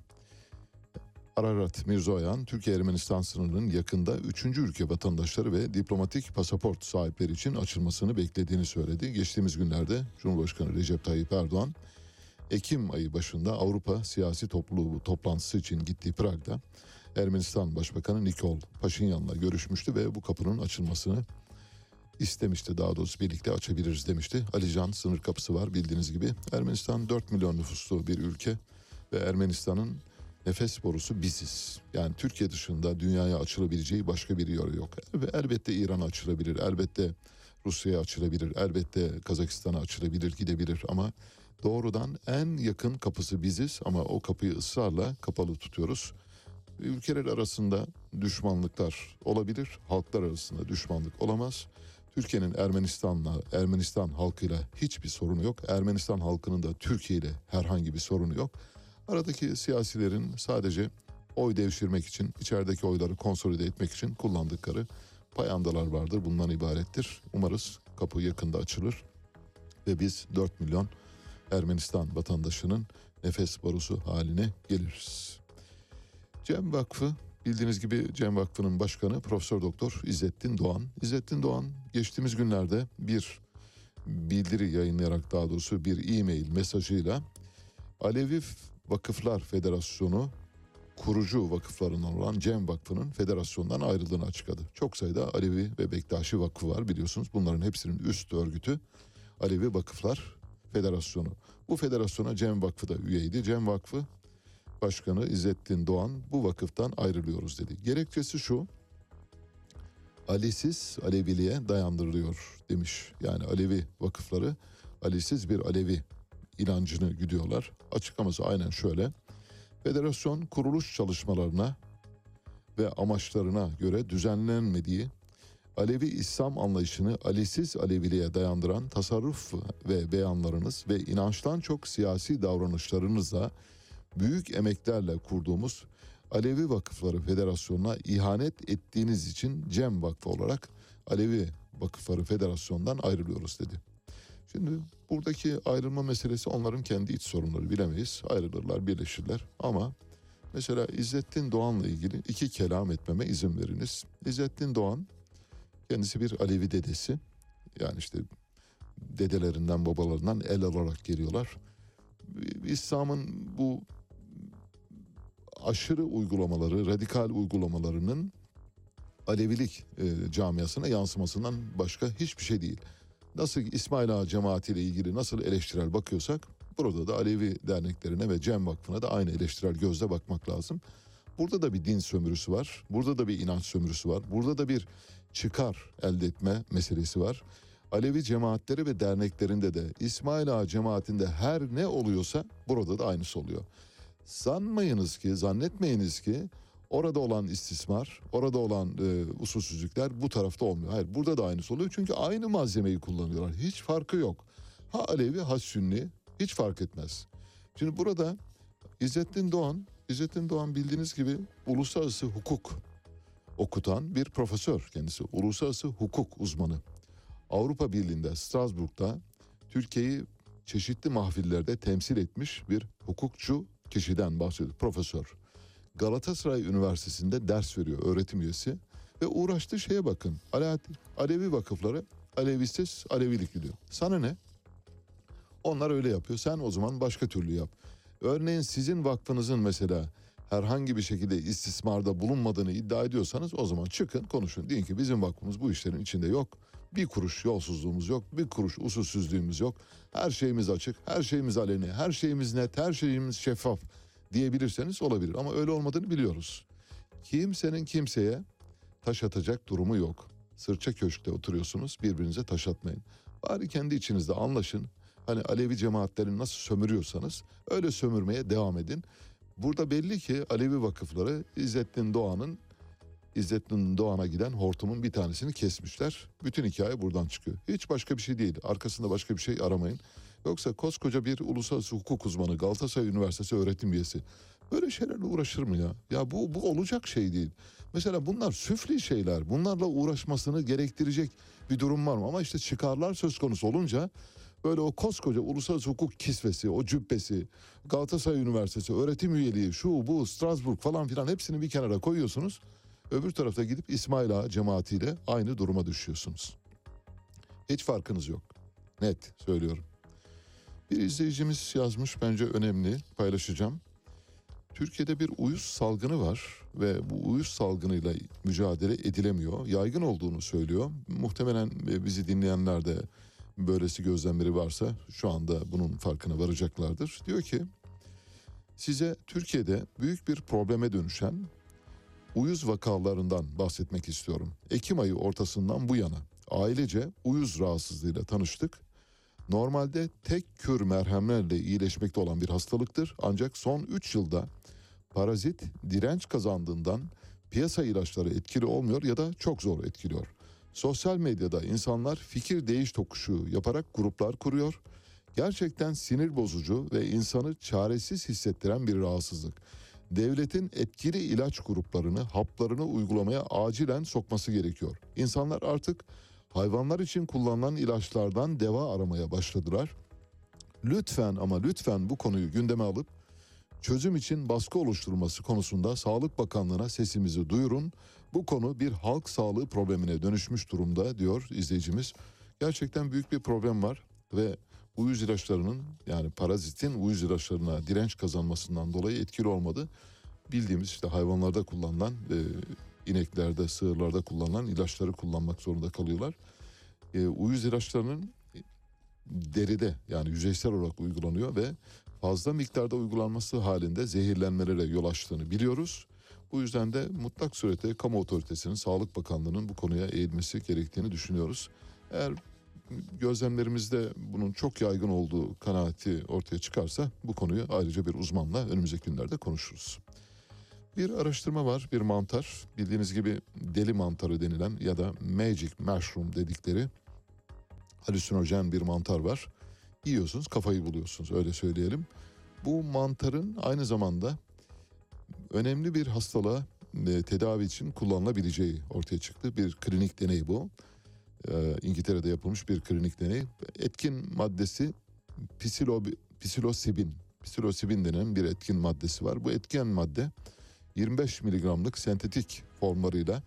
Ararat Mirzoyan, Türkiye-Ermenistan sınırının yakında üçüncü ülke vatandaşları ve diplomatik pasaport sahipleri için açılmasını beklediğini söyledi. Geçtiğimiz günlerde Cumhurbaşkanı Recep Tayyip Erdoğan, Ekim ayı başında Avrupa Siyasi Topluluğu toplantısı için gittiği Prag'da Ermenistan Başbakanı Nikol Paşinyan'la görüşmüştü ve bu kapının açılmasını istemişti. Daha doğrusu birlikte açabiliriz demişti. Alican sınır kapısı var bildiğiniz gibi. Ermenistan dört milyon nüfuslu bir ülke ve Ermenistan'ın nefes borusu biziz. Yani Türkiye dışında dünyaya açılabileceği başka bir yer yok. Elbette İran'a açılabilir, elbette Rusya'ya açılabilir, elbette Kazakistan'a açılabilir, gidebilir ama doğrudan en yakın kapısı biziz ama o kapıyı ısrarla kapalı tutuyoruz. Ülkeler arasında düşmanlıklar olabilir, halklar arasında düşmanlık olamaz. Türkiye'nin Ermenistan'la, Ermenistan halkıyla hiçbir sorunu yok. Ermenistan halkının da Türkiye ile herhangi bir sorunu yok. Aradaki siyasilerin sadece oy devşirmek için, içerideki oyları konsolide etmek için kullandıkları payandalar vardır. Bundan ibarettir. Umarız kapı yakında açılır ve biz dört milyon Ermenistan vatandaşının nefes borusu haline geliriz. Cem Vakfı, bildiğiniz gibi Cem Vakfı'nın başkanı Profesör Doktor İzzettin Doğan. İzzettin Doğan geçtiğimiz günlerde bir bildiri yayınlayarak, daha doğrusu bir e-mail mesajıyla Alevi Vakıflar Federasyonu kurucu vakıflarından olan Cem Vakfı'nın federasyondan ayrıldığını açıkladı. Çok sayıda Alevi ve Bektaşi Vakfı var biliyorsunuz. Bunların hepsinin üst örgütü Alevi Vakıflar Federasyonu. Bu federasyona Cem Vakfı da üyeydi. Cem Vakfı Başkanı İzzettin Doğan bu vakıftan ayrılıyoruz dedi. Gerekçesi şu: Ali'siz Aleviliğe dayandırılıyor demiş. Yani Alevi vakıfları Ali'siz bir Alevi inancını güdüyorlar. Açıklaması aynen şöyle: federasyon kuruluş çalışmalarına ve amaçlarına göre düzenlenmediği, Alevi İslam anlayışını Ali'siz Aleviliğe dayandıran tasarruf ve beyanlarınız ve inançtan çok siyasi davranışlarınızla büyük emeklerle kurduğumuz Alevi Vakıfları Federasyonu'na ihanet ettiğiniz için Cem Vakfı olarak Alevi Vakıfları Federasyonu'ndan ayrılıyoruz dedi. Şimdi buradaki ayrılma meselesi onların kendi iç sorunları, bilemeyiz. Ayrılırlar, birleşirler ama mesela İzzettin Doğan'la ilgili iki kelam etmeme izin veriniz. İzzettin Doğan kendisi bir Alevi dedesi. Yani işte dedelerinden, babalarından el alarak geliyorlar. İslam'ın bu aşırı uygulamaları, radikal uygulamalarının Alevilik e, camiasına yansımasından başka hiçbir şey değil. Nasıl İsmail Ağa cemaati ile ilgili nasıl eleştirel bakıyorsak, burada da Alevi derneklerine ve Cem Vakfı'na da aynı eleştirel gözle bakmak lazım. Burada da bir din sömürüsü var, burada da bir inanç sömürüsü var, burada da bir çıkar elde etme meselesi var. Alevi cemaatleri ve derneklerinde de, İsmail Ağa cemaatinde her ne oluyorsa burada da aynısı oluyor. Sanmayınız ki, zannetmeyiniz ki orada olan istismar, orada olan e, usulsüzlükler bu tarafta olmuyor. Hayır, burada da aynısı oluyor çünkü aynı malzemeyi kullanıyorlar. Hiç farkı yok. Ha Alevi, ha Sünni, hiç fark etmez. Şimdi burada İzzettin Doğan, İzzettin Doğan bildiğiniz gibi uluslararası hukuk okutan bir profesör kendisi. Uluslararası hukuk uzmanı. Avrupa Birliği'nde, Strasbourg'da Türkiye'yi çeşitli mahfillerde temsil etmiş bir hukukçu kişiden bahsediyor. Profesör. Galatasaray Üniversitesi'nde ders veriyor, öğretim üyesi. Ve uğraştığı şeye bakın. Alevi vakıfları Alevisiz Alevilik diyor. Sana ne? Onlar öyle yapıyor. Sen o zaman başka türlü yap. Örneğin sizin vakfınızın mesela herhangi bir şekilde istismarda bulunmadığını iddia ediyorsanız o zaman çıkın konuşun. Deyin ki bizim vakfımız bu işlerin içinde yok. Bir kuruş yolsuzluğumuz yok, bir kuruş usulsüzlüğümüz yok. Her şeyimiz açık, her şeyimiz aleni, her şeyimiz net, her şeyimiz şeffaf diyebilirseniz olabilir. Ama öyle olmadığını biliyoruz. Kimsenin kimseye taş atacak durumu yok. Sırça köşkte oturuyorsunuz, birbirinize taş atmayın. Bari kendi içinizde anlaşın. Hani Alevi cemaatlerini nasıl sömürüyorsanız öyle sömürmeye devam edin. Burada belli ki Alevi vakıfları İzzettin Doğan'ın İzzettin Doğan'a giden hortumun bir tanesini kesmişler. Bütün hikaye buradan çıkıyor. Hiç başka bir şey değil. Arkasında başka bir şey aramayın. Yoksa koskoca bir uluslararası hukuk uzmanı, Galatasaray Üniversitesi öğretim üyesi böyle şeylerle uğraşır mı ya? Ya bu, bu olacak şey değil. Mesela bunlar süfli şeyler. Bunlarla uğraşmasını gerektirecek bir durum var mı? Ama işte çıkarlar söz konusu olunca böyle o koskoca uluslararası hukuk kisvesi, o cübbesi, Galatasaray Üniversitesi öğretim üyeliği, şu bu Strasbourg falan filan hepsini bir kenara koyuyorsunuz. Öbür tarafta gidip İsmail Ağa cemaatiyle aynı duruma düşüyorsunuz. Hiç farkınız yok. Net söylüyorum. Bir izleyicimiz yazmış, bence önemli, paylaşacağım. Türkiye'de bir uyuz salgını var ve bu uyuz salgınıyla mücadele edilemiyor. Yaygın olduğunu söylüyor. Muhtemelen bizi dinleyenler de böylesi gözlemleri varsa şu anda bunun farkına varacaklardır. Diyor ki, size Türkiye'de büyük bir probleme dönüşen uyuz vakalarından bahsetmek istiyorum. Ekim ayı ortasından bu yana ailece uyuz rahatsızlığıyla tanıştık. Normalde tek kür merhemlerle iyileşmekte olan bir hastalıktır. Ancak son üç yılda parazit direnç kazandığından piyasa ilaçları etkili olmuyor ya da çok zor etkiliyor. Sosyal medyada insanlar fikir değiş tokuşu yaparak gruplar kuruyor. Gerçekten sinir bozucu ve insanı çaresiz hissettiren bir rahatsızlık. Devletin etkili ilaç gruplarını, haplarını uygulamaya acilen sokması gerekiyor. İnsanlar artık hayvanlar için kullanılan ilaçlardan deva aramaya başladılar. Lütfen ama lütfen bu konuyu gündeme alıp çözüm için baskı oluşturulması konusunda Sağlık Bakanlığı'na sesimizi duyurun. Bu konu bir halk sağlığı problemine dönüşmüş durumda diyor izleyicimiz. Gerçekten büyük bir problem var ve uyuz ilaçlarının, yani parazitin uyuz ilaçlarına direnç kazanmasından dolayı etkili olmadı. Bildiğimiz işte hayvanlarda kullanılan, e, ineklerde, sığırlarda kullanılan ilaçları kullanmak zorunda kalıyorlar. E, uyuz ilaçlarının deride, yani yüzeysel olarak uygulanıyor ve fazla miktarda uygulanması halinde zehirlenmelere yol açtığını biliyoruz. Bu yüzden de mutlak surette kamu otoritesinin, Sağlık Bakanlığı'nın bu konuya eğilmesi gerektiğini düşünüyoruz. Eğer gözlemlerimizde bunun çok yaygın olduğu kanaati ortaya çıkarsa bu konuyu ayrıca bir uzmanla önümüzdeki günlerde konuşuruz. Bir araştırma var, bir mantar, bildiğiniz gibi deli mantarı denilen ya da magic mushroom dedikleri halüsinojen bir mantar var. Yiyorsunuz, kafayı buluyorsunuz, öyle söyleyelim. Bu mantarın aynı zamanda önemli bir hastalığa e, tedavi için kullanılabileceği ortaya çıktı. Bir klinik deney bu. E, İngiltere'de yapılmış bir klinik deney. Etkin maddesi psilo, psilosibin. Psilosibin denen bir etkin maddesi var. Bu etkin madde yirmi beş miligramlık sentetik formlarıyla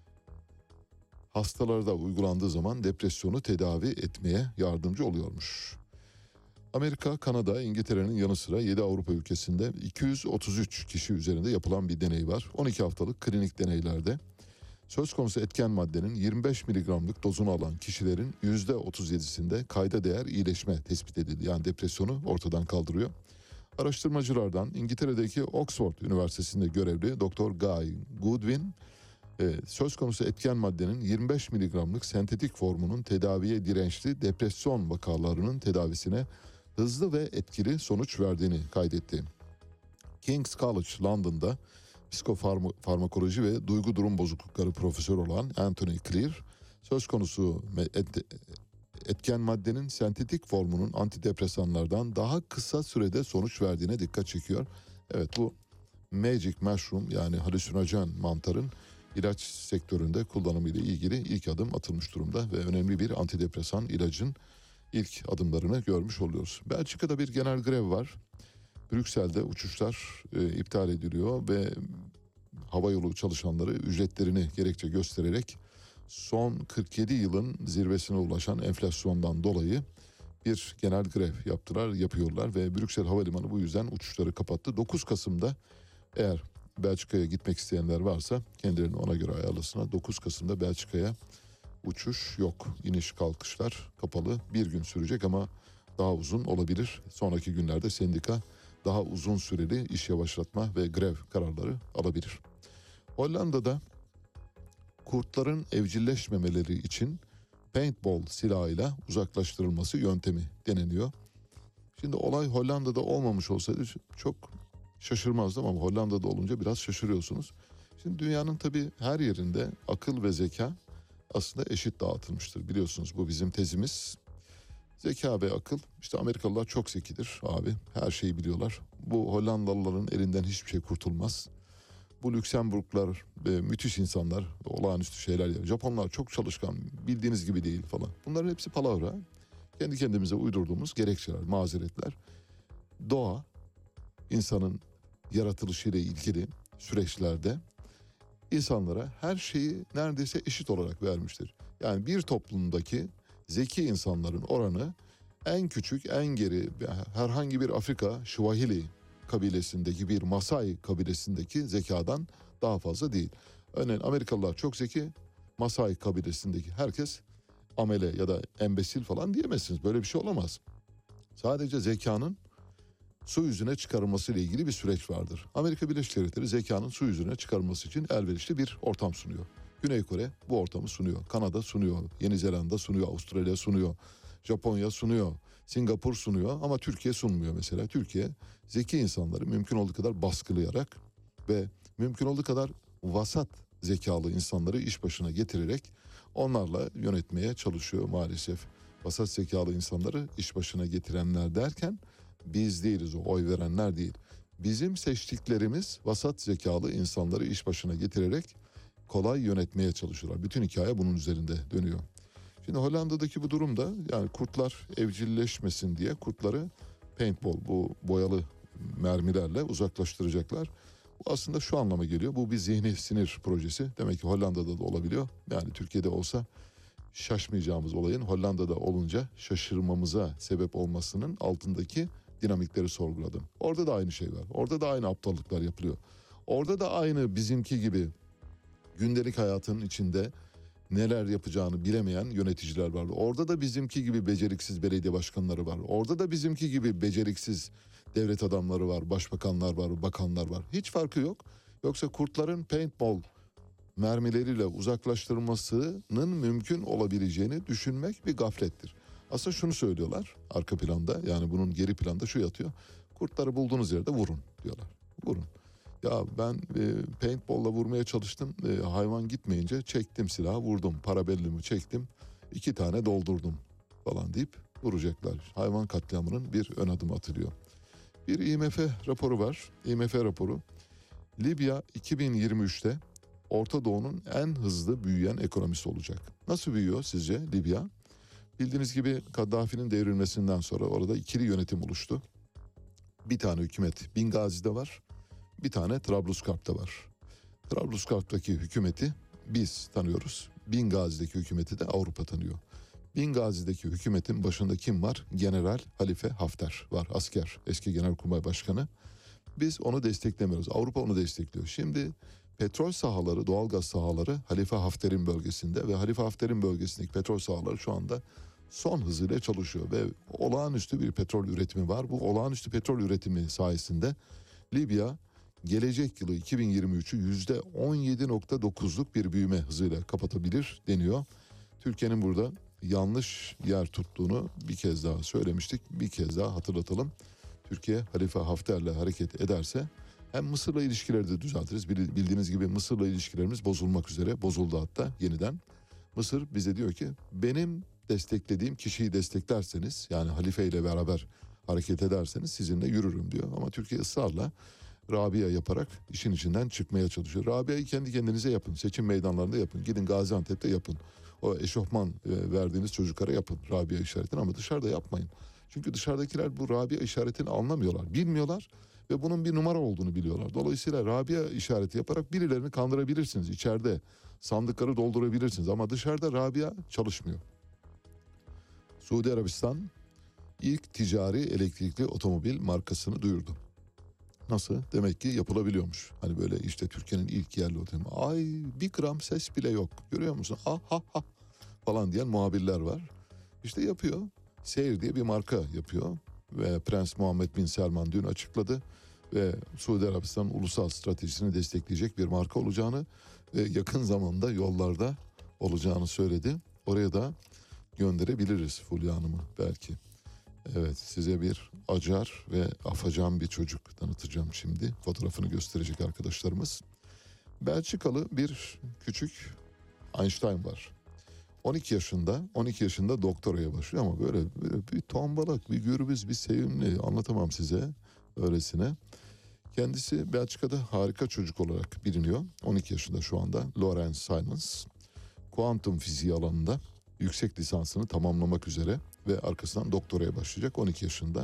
hastalarda uygulandığı zaman depresyonu tedavi etmeye yardımcı oluyormuş. Amerika, Kanada, İngiltere'nin yanı sıra yedi Avrupa ülkesinde iki yüz otuz üç kişi üzerinde yapılan bir deney var. on iki haftalık klinik deneylerde söz konusu etken maddenin yirmi beş miligramlık dozunu alan kişilerin yüzde otuz yedisinde kayda değer iyileşme tespit edildi. Yani depresyonu ortadan kaldırıyor. Araştırmacılardan İngiltere'deki Oxford Üniversitesi'nde görevli Doktor Guy Goodwin, e, söz konusu etken maddenin yirmi beş miligramlık sentetik formunun tedaviye dirençli depresyon vakalarının tedavisine hızlı ve etkili sonuç verdiğini kaydetti. King's College London'da psikofarmakoloji ve duygu durum bozuklukları profesörü olan Anthony Clear, söz konusu etken maddenin sentetik formunun antidepresanlardan daha kısa sürede sonuç verdiğine dikkat çekiyor. Evet, bu magic mushroom, yani halüsinojen mantarın ilaç sektöründe kullanımı ile ilgili ilk adım atılmış durumda ve önemli bir antidepresan ilacın ilk adımlarını görmüş oluyoruz. Belçika'da bir genel grev var. Brüksel'de uçuşlar e, iptal ediliyor ve havayolu çalışanları ücretlerini gerekçe göstererek son kırk yedi yılın zirvesine ulaşan enflasyondan dolayı bir genel grev yaptılar, yapıyorlar ve Brüksel Havalimanı bu yüzden uçuşları kapattı. dokuz Kasım'da eğer Belçika'ya gitmek isteyenler varsa kendilerini ona göre ayarlasınlar. dokuz Kasım'da Belçika'ya uçuş yok. İniş kalkışlar kapalı. Bir gün sürecek ama daha uzun olabilir. Sonraki günlerde sendika daha uzun süreli iş yavaşlatma ve grev kararları alabilir. Hollanda'da kurtların evcilleşmemeleri için paintball silahıyla uzaklaştırılması yöntemi deneniyor. Şimdi olay Hollanda'da olmamış olsaydı çok şaşırmazdım ama Hollanda'da olunca biraz şaşırıyorsunuz. Şimdi dünyanın tabii her yerinde akıl ve zeka aslında eşit dağıtılmıştır. Biliyorsunuz bu bizim tezimiz. Zeka ve akıl, işte Amerikalılar çok zekidir abi, her şeyi biliyorlar. Bu Hollandalıların elinden hiçbir şey kurtulmaz. Bu Lüksemburglar e, müthiş insanlar, olağanüstü şeyler yapıyor. Japonlar çok çalışkan, bildiğiniz gibi değil falan. Bunların hepsi palavra. Kendi kendimize uydurduğumuz gerekçeler, mazeretler. Doğa, insanın yaratılışıyla ilgili süreçlerde insanlara her şeyi neredeyse eşit olarak vermiştir. Yani bir toplumdaki zeki insanların oranı en küçük, en geri herhangi bir Afrika Şivahili kabilesindeki bir Masai kabilesindeki zekadan daha fazla değil. Örneğin Amerikalılar çok zeki, Masai kabilesindeki herkes amele ya da embesil falan diyemezsiniz. Böyle bir şey olamaz. Sadece zekanın su yüzüne çıkarılması ile ilgili bir süreç vardır. Amerika Birleşik Devletleri zekanın su yüzüne çıkarılması için elverişli bir ortam sunuyor. Güney Kore bu ortamı sunuyor. Kanada sunuyor. Yeni Zelanda sunuyor. Avustralya sunuyor. Japonya sunuyor. Singapur sunuyor ama Türkiye sunmuyor mesela. Türkiye zeki insanları mümkün olduğu kadar baskılayarak ve mümkün olduğu kadar vasat zekalı insanları iş başına getirerek onlarla yönetmeye çalışıyor maalesef. Vasat zekalı insanları iş başına getirenler derken biz değiliz, o oy verenler değil. Bizim seçtiklerimiz vasat zekalı insanları iş başına getirerek kolay yönetmeye çalışıyorlar. Bütün hikaye bunun üzerinde dönüyor. Şimdi Hollanda'daki bu durumda, yani kurtlar evcilleşmesin diye kurtları paintball, bu boyalı mermilerle uzaklaştıracaklar. Bu aslında şu anlama geliyor. Bu bir zihni sinir projesi. Demek ki Hollanda'da da olabiliyor. Yani Türkiye'de olsa şaşmayacağımız olayın Hollanda'da olunca şaşırmamıza sebep olmasının altındaki dinamikleri sorguladım. Orada da aynı şey var. Orada da aynı aptallıklar yapılıyor. Orada da aynı bizimki gibi gündelik hayatın içinde neler yapacağını bilemeyen yöneticiler var. Orada da bizimki gibi beceriksiz belediye başkanları var. Orada da bizimki gibi beceriksiz devlet adamları var, başbakanlar var, bakanlar var. Hiç farkı yok. Yoksa kurtların paintball mermileriyle uzaklaştırılmasının mümkün olabileceğini düşünmek bir gaflettir. Aslında şunu söylüyorlar arka planda, yani bunun geri planda şu yatıyor. Kurtları bulduğunuz yerde vurun diyorlar. Vurun. Ya ben e, paintball'la vurmaya çalıştım. E, hayvan gitmeyince çektim silahı, vurdum. Parabellum'u çektim. iki tane doldurdum falan deyip vuracaklar. Hayvan katliamının bir ön adım atılıyor. Bir I M F raporu var. I M F raporu. Libya iki bin yirmi üçte Orta Doğu'nun en hızlı büyüyen ekonomisi olacak. Nasıl büyüyor sizce Libya? Bildiğiniz gibi Kaddafi'nin devrilmesinden sonra orada ikili yönetim oluştu. Bir tane hükümet Bingazi'de var. Bir tane Trablusgarp'ta var. Trablusgarp'taki hükümeti biz tanıyoruz. Bingazi'deki hükümeti de Avrupa tanıyor. Bingazi'deki hükümetin başında kim var? General Halife Hafter var. Asker, eski Genelkurmay Başkanı. Biz onu desteklemiyoruz. Avrupa onu destekliyor. Şimdi petrol sahaları, doğalgaz sahaları Halife Hafter'in bölgesinde ve Halife Hafter'in bölgesindeki petrol sahaları şu anda son hızıyla çalışıyor ve olağanüstü bir petrol üretimi var. Bu olağanüstü petrol üretimi sayesinde Libya gelecek yılı iki bin yirmi üçü yüzde on yedi nokta dokuzluk bir büyüme hızıyla kapatabilir deniyor. Türkiye'nin burada yanlış yer tuttuğunu bir kez daha söylemiştik. Bir kez daha hatırlatalım. Türkiye Halife Hafter'le hareket ederse hem Mısır'la ilişkileri de düzeltiriz. Bildiğiniz gibi Mısır'la ilişkilerimiz bozulmak üzere. Bozuldu hatta yeniden. Mısır bize diyor ki benim desteklediğim kişiyi desteklerseniz, yani Halife ile beraber hareket ederseniz sizinle yürürüm diyor. Ama Türkiye ısrarla Rabia yaparak işin içinden çıkmaya çalışıyor. Rabia'yı kendi kendinize yapın. Seçim meydanlarında yapın. Gidin Gaziantep'te yapın. O eşofman verdiğiniz çocuklara yapın Rabia işaretini, ama dışarıda yapmayın. Çünkü dışarıdakiler bu Rabia işaretini anlamıyorlar. Bilmiyorlar ve bunun bir numara olduğunu biliyorlar. Dolayısıyla Rabia işareti yaparak birilerini kandırabilirsiniz. İçeride sandıkları doldurabilirsiniz ama dışarıda Rabia çalışmıyor. Suudi Arabistan ilk ticari elektrikli otomobil markasını duyurdu. Nasıl? Demek ki yapılabiliyormuş. Hani böyle işte Türkiye'nin ilk yerli otomobil. Ay bir gram ses bile yok. Görüyor musun? Ah ha ha falan diyen muhabirler var. İşte yapıyor. Seyir diye bir marka yapıyor. Ve Prens Muhammed Bin Selman dün açıkladı. Ve Suudi Arabistan ulusal stratejisini destekleyecek bir marka olacağını ve yakın zamanda yollarda olacağını söyledi. Oraya da gönderebiliriz Fulya Hanım'ı belki. Evet, size bir acar ve afacan bir çocuk tanıtacağım şimdi. Fotoğrafını gösterecek arkadaşlarımız. Belçikalı bir küçük Einstein var. on iki yaşında, on iki yaşında doktoraya başlıyor ama böyle, böyle bir tombalak, bir gürbüz, bir sevimli, anlatamam size öylesine. Kendisi Belçika'da harika çocuk olarak biliniyor. on iki yaşında şu anda Lawrence Simons. Kuantum fiziği alanında yüksek lisansını tamamlamak üzere ve arkasından doktoraya başlayacak on iki yaşında.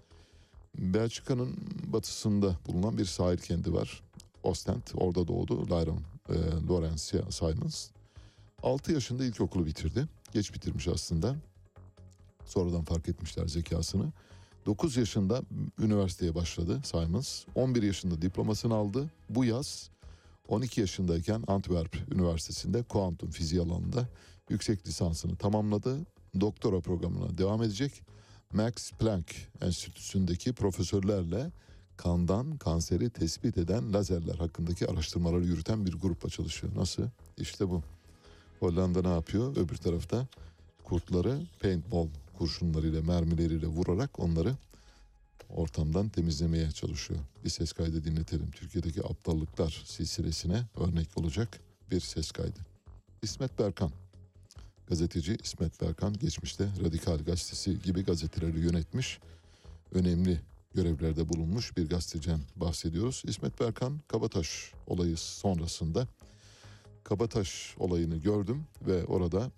Belçika'nın batısında bulunan bir sahil kendi var. Ostend, orada doğdu Lyron, e, Lawrence Simons. altı yaşında ilkokulu bitirdi. Geç bitirmiş aslında. Sonradan fark etmişler zekasını. dokuz yaşında üniversiteye başladı Simons. on bir yaşında diplomasını aldı. Bu yaz on iki yaşındayken Antwerp Üniversitesi'nde kuantum fiziği alanında yüksek lisansını tamamladı. Doktora programına devam edecek. Max Planck Enstitüsü'ndeki profesörlerle kandan kanseri tespit eden lazerler hakkındaki araştırmaları yürüten bir grupla çalışıyor. Nasıl? İşte bu. Hollanda ne yapıyor? Öbür tarafta kurtları paintball kurşunlarıyla, mermileriyle vurarak onları ortamdan temizlemeye çalışıyor. Bir ses kaydı dinletelim. Türkiye'deki aptallıklar silsilesine örnek olacak bir ses kaydı. İsmet Berkan, gazeteci İsmet Berkan geçmişte Radikal Gazetesi gibi gazeteleri yönetmiş, önemli görevlerde bulunmuş bir gazeteciden bahsediyoruz. İsmet Berkan, Kabataş olayı sonrasında Kabataş olayını gördüm ve orada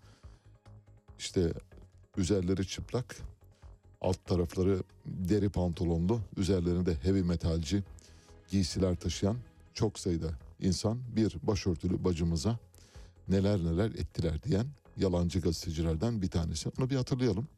işte üzerleri çıplak, alt tarafları deri pantolonlu, üzerlerinde heavy metalci giysiler taşıyan çok sayıda insan bir başörtülü bacımıza neler neler ettiler diyen yalancı gazetecilerden bir tanesi. Onu bir hatırlayalım.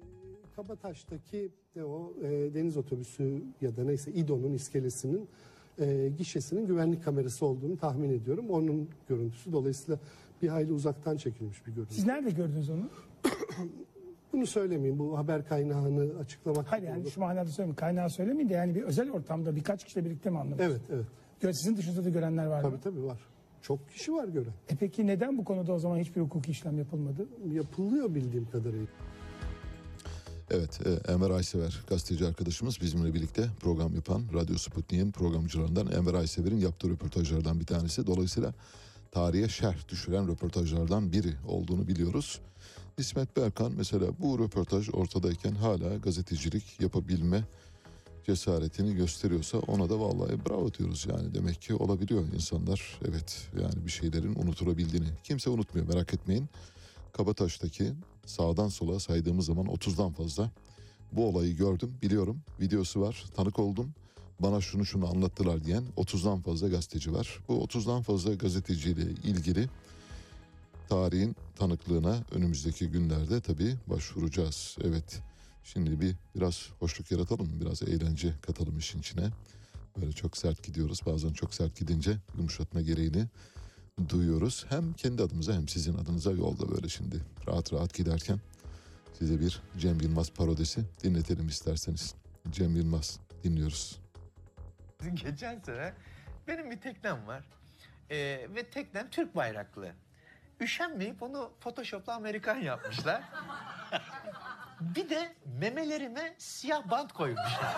Kabataş'taki o e, deniz otobüsü ya da neyse İDO'nun iskelesinin e, gişesinin güvenlik kamerası olduğunu tahmin ediyorum. Onun görüntüsü, dolayısıyla bir hayli uzaktan çekilmiş bir görüntü. Siz nerede gördünüz onu? Bunu söylemeyeyim, bu haber kaynağını açıklamak. Hayır yani şu manada söylemiyorum. Kaynağı söylemeyin de yani bir özel ortamda birkaç kişiyle birlikte mi anlamışsınız? Evet, evet. Gö- Sizin dışınızda da görenler var mı? Tabii tabii var. Çok kişi var gören. E peki neden bu konuda o zaman hiçbir hukuki işlem yapılmadı? Yapılıyor bildiğim kadarıyla. Evet, e, Enver Aysever gazeteci arkadaşımız bizimle birlikte program yapan Radyo Sputnik'in programcılarından Enver Aysever'in yaptığı röportajlardan bir tanesi. Dolayısıyla tarihe şerh düşüren röportajlardan biri olduğunu biliyoruz. İsmet Berkan mesela bu röportaj ortadayken hala gazetecilik yapabilme cesaretini gösteriyorsa ona da vallahi bravo diyoruz yani. Demek ki olabiliyor insanlar, evet, yani bir şeylerin unutulabildiğini. Kimse unutmuyor, merak etmeyin. Kabataş'taki sağdan sola saydığımız zaman otuzdan fazla bu olayı gördüm, biliyorum, videosu var, tanık oldum, bana şunu şunu anlattılar diyen otuzdan fazla gazeteci var. Bu otuzdan fazla gazeteciyle ilgili tarihin tanıklığına önümüzdeki günlerde tabii başvuracağız. Evet, şimdi bir biraz hoşluk yaratalım, biraz eğlence katalım işin içine. Böyle çok sert gidiyoruz, bazen çok sert gidince yumuşatma gereğini duyuyoruz. Hem kendi adımıza hem sizin adınıza yolda böyle şimdi rahat rahat giderken size bir Cem Yılmaz parodisi dinletelim isterseniz. Cem Yılmaz dinliyoruz. Geçen sene benim bir teknem var ee, ve teknem Türk bayraklı. Üşenmeyip onu Photoshop'la Amerikan yapmışlar. Bir de memelerime siyah bant koymuşlar.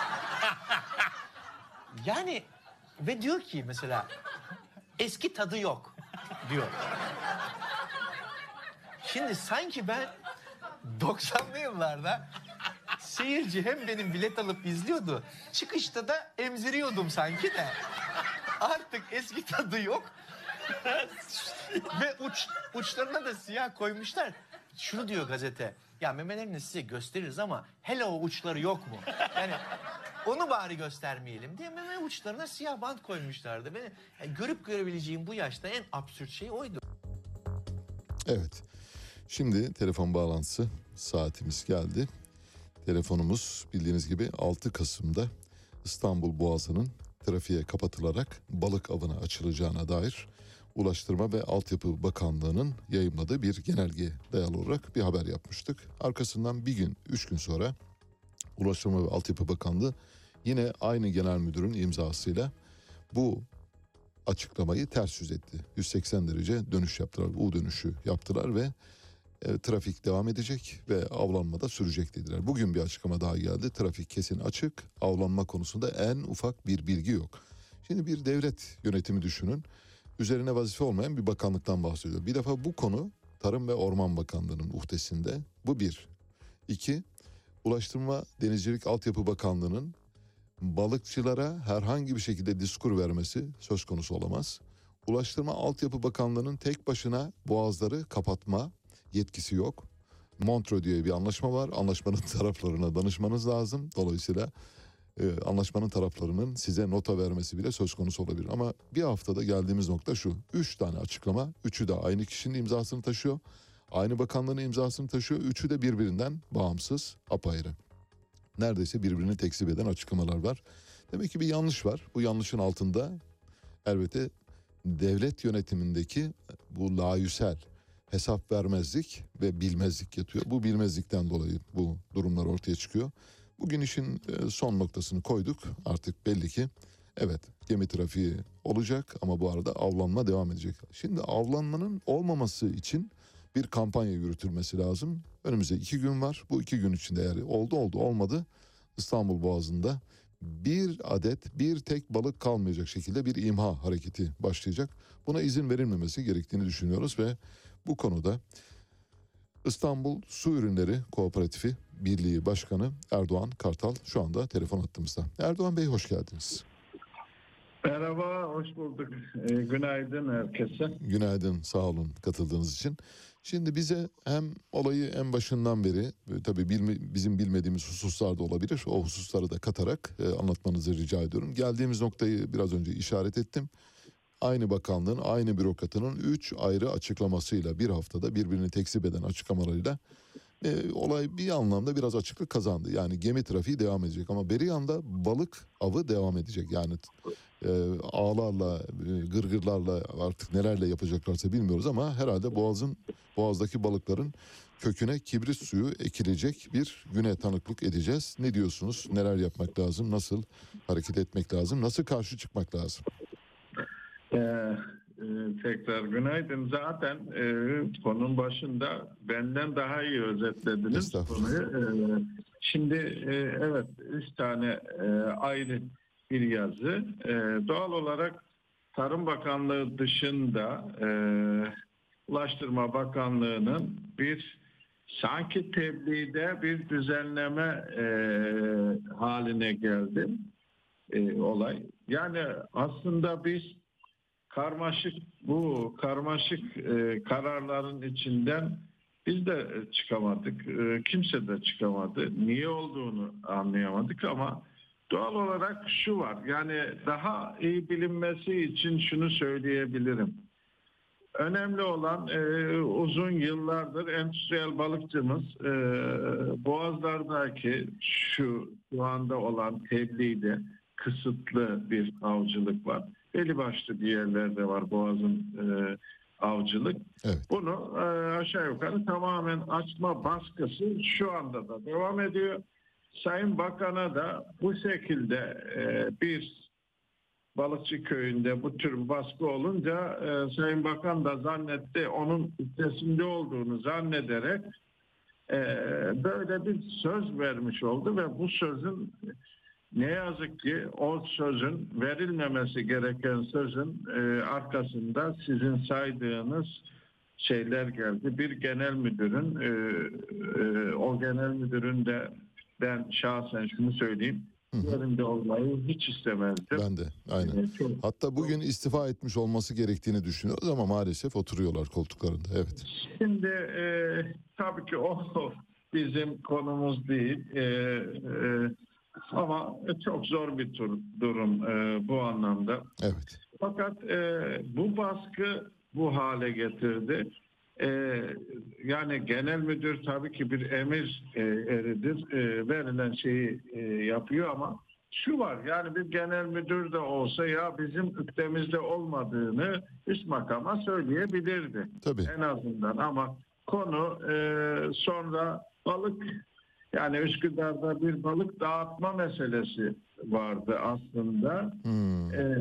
Yani ve diyor ki mesela eski tadı yok diyor. Şimdi sanki ben doksanlı yıllarda seyirci hem benim bilet alıp izliyordu, çıkışta da emziriyordum sanki de. Artık eski tadı yok. Ve uç, uçlarına da siyah koymuşlar. Şunu diyor gazete, ya memelerini size gösteririz ama hele o uçları yok mu? Yani onu bari göstermeyelim diye meme uçlarına siyah bant koymuşlardı. Beni yani görüp görebileceğim bu yaşta en absürt şey oydu. Evet, şimdi telefon bağlantısı saatimiz geldi. Telefonumuz bildiğiniz gibi altı Kasım'da İstanbul Boğazı'nın trafiğe kapatılarak balık avına açılacağına dair Ulaştırma ve Altyapı Bakanlığı'nın yayımladığı bir genelgeye dayalı olarak bir haber yapmıştık. Arkasından bir gün, üç gün sonra Ulaştırma ve Altyapı Bakanlığı yine aynı genel müdürün imzasıyla bu açıklamayı ters yüz etti. yüz seksen derece dönüş yaptılar, U dönüşü yaptılar ve e, trafik devam edecek ve avlanma da sürecek dediler. Bugün bir açıklama daha geldi. Trafik kesin açık, avlanma konusunda en ufak bir bilgi yok. Şimdi bir devlet yönetimi düşünün. Üzerine vazife olmayan bir bakanlıktan bahsediyor. Bir defa bu konu Tarım ve Orman Bakanlığı'nın uhdesinde. Bu bir. İki, Ulaştırma Denizcilik Altyapı Bakanlığı'nın balıkçılara herhangi bir şekilde diskur vermesi söz konusu olamaz. Ulaştırma Altyapı Bakanlığı'nın tek başına boğazları kapatma yetkisi yok. Montreux diye bir anlaşma var. Anlaşmanın taraflarına danışmanız lazım. Dolayısıyla e, anlaşmanın taraflarının size nota vermesi bile söz konusu olabilir. Ama bir haftada geldiğimiz nokta şu. Üç tane açıklama. Üçü de aynı kişinin imzasını taşıyor. Aynı bakanlığın imzasını taşıyor. Üçü de birbirinden bağımsız, apayrı. Neredeyse birbirini tekzip eden açıklamalar var. Demek ki bir yanlış var. Bu yanlışın altında elbette devlet yönetimindeki bu layüsel hesap vermezlik ve bilmezlik yatıyor. Bu bilmezlikten dolayı bu durumlar ortaya çıkıyor. Bugün işin son noktasını koyduk. Artık belli ki evet, gemi trafiği olacak ama bu arada avlanma devam edecek. Şimdi avlanmanın olmaması için bir kampanya yürütülmesi lazım. Önümüzde iki gün var. Bu iki gün içinde eğer oldu oldu olmadı İstanbul Boğazı'nda bir adet bir tek balık kalmayacak şekilde bir imha hareketi başlayacak. Buna izin verilmemesi gerektiğini düşünüyoruz ve bu konuda İstanbul Su Ürünleri Kooperatifi Birliği Başkanı Erdoğan Kartal şu anda telefon hattımızda. Erdoğan Bey, hoş geldiniz. Merhaba, hoş bulduk. Ee, günaydın herkese. Günaydın, sağ olun katıldığınız için. Şimdi bize hem olayı en başından beri tabii bilme, bizim bilmediğimiz hususlar da olabilir. O hususları da katarak e, anlatmanızı rica ediyorum. Geldiğimiz noktayı biraz önce işaret ettim. Aynı bakanlığın, aynı bürokratının üç ayrı açıklamasıyla bir haftada birbirini tekzip eden açıklamalarıyla e, olay bir anlamda biraz açıklık kazandı. Yani gemi trafiği devam edecek ama beri yanda balık avı devam edecek. Yani e, ağlarla, e, gırgırlarla artık nelerle yapacaklarsa bilmiyoruz ama herhalde boğazın boğazdaki balıkların köküne kibrit suyu ekilecek bir güne tanıklık edeceğiz. Ne diyorsunuz? Neler yapmak lazım? Nasıl hareket etmek lazım? Nasıl karşı çıkmak lazım? Ee, e, tekrar günaydın. Zaten e, konunun başında benden daha iyi özetlediniz konuyu. E, şimdi e, evet üç tane e, ayrı bir yazı. E, doğal olarak Tarım Bakanlığı dışında e, Ulaştırma Bakanlığı'nın bir sanki tebliğde bir düzenleme e, haline geldi e, olay. Yani aslında biz karmaşık bu karmaşık e, kararların içinden biz de çıkamadık. E, kimse de çıkamadı. Niye olduğunu anlayamadık ama doğal olarak şu var. Yani daha iyi bilinmesi için şunu söyleyebilirim. Önemli olan e, uzun yıllardır endüstriyel balıkçımız e, boğazlardaki şu şu anda olan tebliğde kısıtlı bir avcılık var. Belli başlı bir yerlerde var boğazın e, avcılık. Evet. Bunu e, aşağı yukarı tamamen açma baskısı şu anda da devam ediyor. Sayın Bakan'a da bu şekilde e, bir balıkçı köyünde bu tür baskı olunca e, Sayın Bakan da zannetti onun üstesinde olduğunu zannederek e, böyle bir söz vermiş oldu ve bu sözün ne yazık ki o sözün verilmemesi gereken sözün e, arkasında sizin saydığınız şeyler geldi. Bir genel müdürün e, e, o genel müdürün de ben şahsen şunu söyleyeyim. Yerinde olmayı hiç istemezdim. Ben de aynen. Hatta bugün istifa etmiş olması gerektiğini düşünüyoruz ama maalesef oturuyorlar koltuklarında. Evet. Şimdi e, tabii ki o bizim konumuz değil. E, e, ama çok zor bir tur, durum e, bu anlamda. Evet. Fakat e, bu baskı bu hale getirdi. Ee, yani genel müdür tabii ki bir emir e, eridir. E, verilen şeyi e, yapıyor ama şu var yani bir genel müdür de olsa ya bizim ülkemizde olmadığını üst makama söyleyebilirdi. Tabii. En azından ama konu e, sonra balık yani Üsküdar'da bir balık dağıtma meselesi vardı aslında. Hmm. E,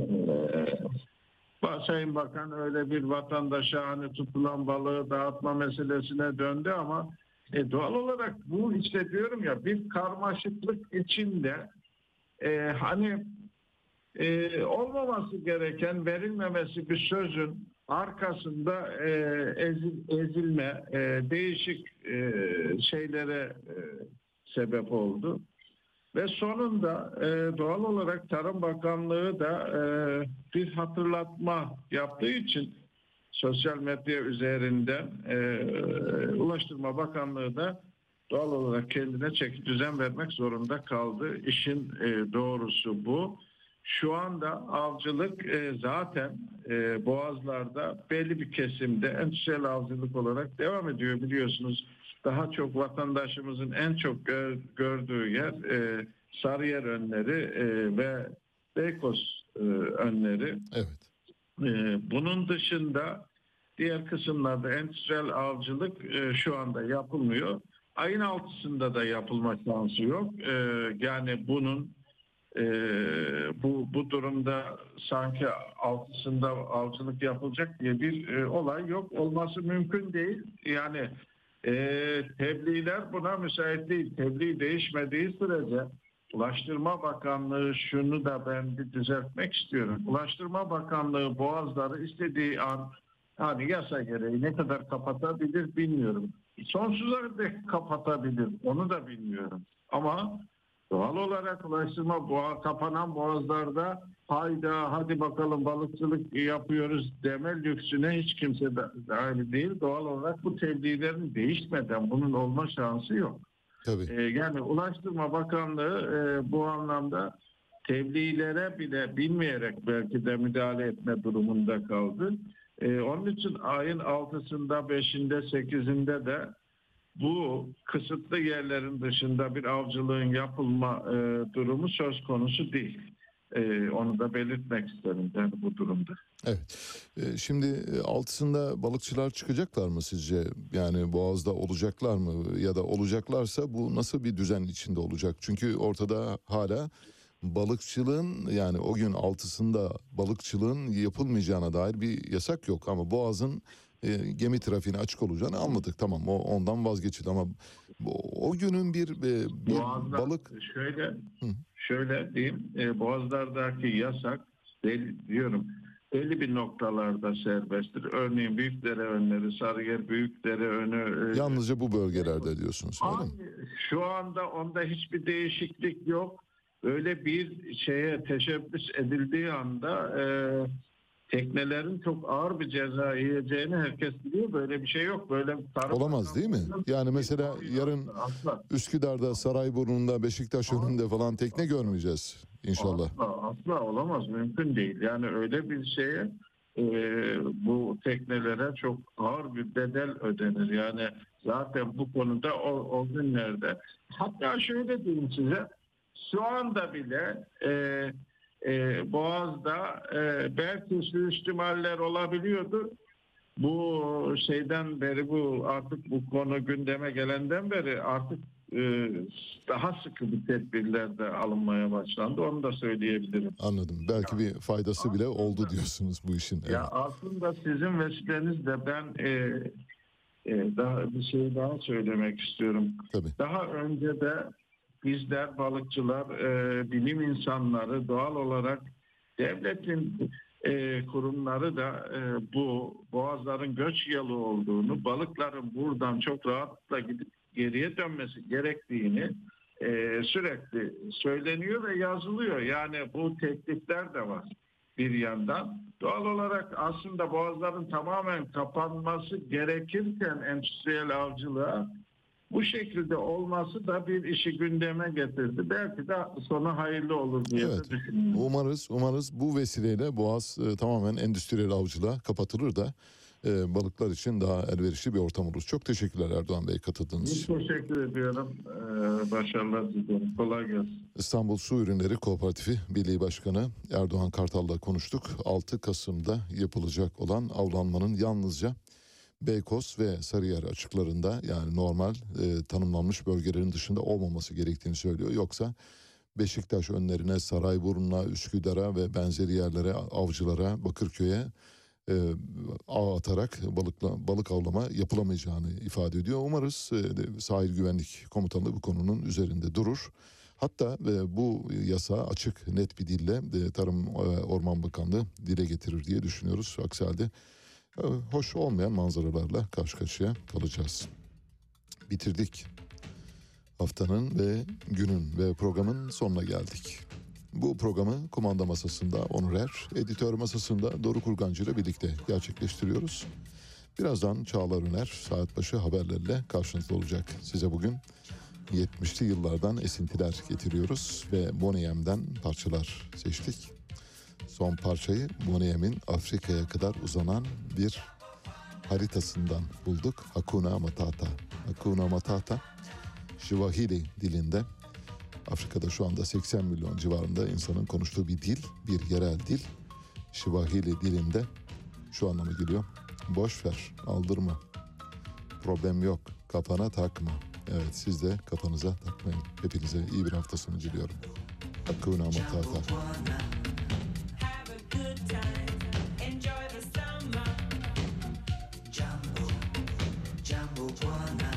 Sayın Bakan öyle bir vatandaşa hani tutulan balığı dağıtma meselesine döndü ama e, doğal olarak bu işte diyorum ya bir karmaşıklık içinde e, hani e, olmaması gereken verilmemesi bir sözün arkasında e, ezil, ezilme e, değişik e, şeylere e, sebep oldu. Ve sonunda e, doğal olarak Tarım Bakanlığı da e, bir hatırlatma yaptığı için sosyal medya üzerinden e, Ulaştırma Bakanlığı da doğal olarak kendine çeki düzen vermek zorunda kaldı. İşin e, doğrusu bu. Şu anda avcılık e, zaten e, boğazlarda belli bir kesimde endüstriyel avcılık olarak devam ediyor biliyorsunuz. Daha çok vatandaşımızın en çok gör, gördüğü yer e, Sarıyer önleri e, ve Beykoz e, önleri. Evet. E, bunun dışında diğer kısımlarda endüstriyel avcılık e, şu anda yapılmıyor. Ayın altısında da yapılma şansı yok. E, yani bunun e, bu bu durumda sanki altısında avcılık yapılacak diye bir e, olay yok. Olması mümkün değil. Yani E, tebliğler buna müsait değil. Tebliğ değişmediği sürece Ulaştırma Bakanlığı şunu da ben bir düzeltmek istiyorum. Ulaştırma Bakanlığı boğazları istediği an hani yasa gereği ne kadar kapatabilir bilmiyorum. Sonsuza dek kapatabilir. Onu da bilmiyorum. Ama doğal olarak ulaştırma boğa, kapanan boğazlarda hayda hadi bakalım balıkçılık yapıyoruz deme lüksüne hiç kimse dahil değil. Doğal olarak bu tebliğlerin değişmeden bunun olma şansı yok. Tabii. Ee, yani Ulaştırma Bakanlığı e, bu anlamda tebliğlere bile bilmeyerek belki de müdahale etme durumunda kaldı. Ee, onun için ayın altısında, beşinde, sekizinde de bu kısıtlı yerlerin dışında bir avcılığın yapılma e, durumu söz konusu değil. Ee, onu da belirtmek isterim yani bu durumda. Evet. Ee, şimdi altısında balıkçılar çıkacaklar mı sizce? Yani Boğaz'da olacaklar mı? Ya da olacaklarsa bu nasıl bir düzen içinde olacak? Çünkü ortada hala balıkçılığın, yani o gün altısında balıkçılığın yapılmayacağına dair bir yasak yok. Ama Boğaz'ın e, gemi trafiğine açık olacağını anladık. Tamam, o ondan vazgeçildi ama o, o günün bir, e, bir Boğazlar, balık... Şöyle, Hı. şöyle diyeyim, e, Boğazlardaki yasak deli, diyorum belli bir noktalarda serbesttir. Örneğin Büyükdere önleri, Sarıyer Büyükdere önü. E, Yalnızca bu bölgelerde diyorsunuz, öyle mi? Şu anda onda hiçbir değişiklik yok. Öyle bir şeye teşebbüs edildiği anda e, teknelerin çok ağır bir ceza yiyeceğini herkes biliyor. Böyle bir şey yok. Böyle bir tarım Olamaz değil mi? Yani mesela yarın Üsküdar'da, Sarayburnu'nda, Beşiktaş önünde falan tekne görmeyeceğiz inşallah. Asla, asla olamaz. Mümkün değil. Yani öyle bir şeye e, bu teknelere çok ağır bir bedel ödenir. Yani zaten bu konuda o, o günlerde, hatta şöyle diyeyim size, şu anda bile e, e, Boğaz'da e, belki suistimaller olabiliyordu. Bu şeyden beri, bu artık bu konu gündeme gelenden beri artık e, daha sıkı bir tedbirler de alınmaya başlandı. Onu da söyleyebilirim. Anladım. Belki bir faydası bile oldu diyorsunuz bu işin. Evet. Ya aslında sizin vesilenizle ben e, e, daha bir şey daha söylemek istiyorum. Tabii. Daha önce de bizler balıkçılar, e, bilim insanları, doğal olarak devletin e, kurumları da e, bu boğazların göç yolu olduğunu, balıkların buradan çok rahatlıkla gidip geriye dönmesi gerektiğini e, sürekli söyleniyor ve yazılıyor. Yani bu teklifler de var bir yandan. Doğal olarak aslında boğazların tamamen kapanması gerekirken endüstriyel avcılığa bu şekilde olması da bir işi gündeme getirdi. Belki de sonu hayırlı olur diye Evet. düşünüyorum. Umarız, umarız bu vesileyle Boğaz e, tamamen endüstriyel avcılığa kapatılır da e, balıklar için daha elverişli bir ortam olur. Çok teşekkürler Erdoğan Bey katıldığınız Biz için. teşekkür ediyorum. Ee, başarılar diliyorum. Kolay gelsin. İstanbul Su Ürünleri Kooperatifi Birliği Başkanı Erdoğan Kartal'la konuştuk. altı Kasım'da yapılacak olan avlanmanın yalnızca Beykoz ve Sarıyer açıklarında, yani normal e, tanımlanmış bölgelerin dışında olmaması gerektiğini söylüyor. Yoksa Beşiktaş önlerine, Sarayburnu'na, Üsküdar'a ve benzeri yerlere, avcılara, Bakırköy'e e, ağ atarak balıkla, balık avlama yapılamayacağını ifade ediyor. Umarız e, Sahil Güvenlik Komutanlığı bu konunun üzerinde durur. Hatta e, bu yasa açık, net bir dille e, Tarım e, Orman Bakanlığı dile getirir diye düşünüyoruz. Aksi halde e, hoş olmayan manzaralarla karşı karşıya kalacağız. Bitirdik. Haftanın ve günün ve programın sonuna geldik. Bu programı kumanda masasında Onur Er, editör masasında Doruk Urgancı ile birlikte gerçekleştiriyoruz. Birazdan Çağlar Öner saat başı haberlerle karşınızda olacak. Size bugün yetmişli yıllardan esintiler getiriyoruz ve Boney M'den parçalar seçtik. Son parçayı Boney M'in Afrika'ya kadar uzanan bir haritasından bulduk. Hakuna Matata. Hakuna Matata, Swahili dilinde. Afrika'da şu anda seksen milyon civarında insanın konuştuğu bir dil, bir yerel dil. Swahili dilinde şu anlama geliyor: boş ver, aldırma, problem yok, kafana takma. Evet, siz de kafanıza takmayın. Hepinize iyi bir hafta sonu diliyorum. Hakuna Matata. Jumbo, Jumbo Juana.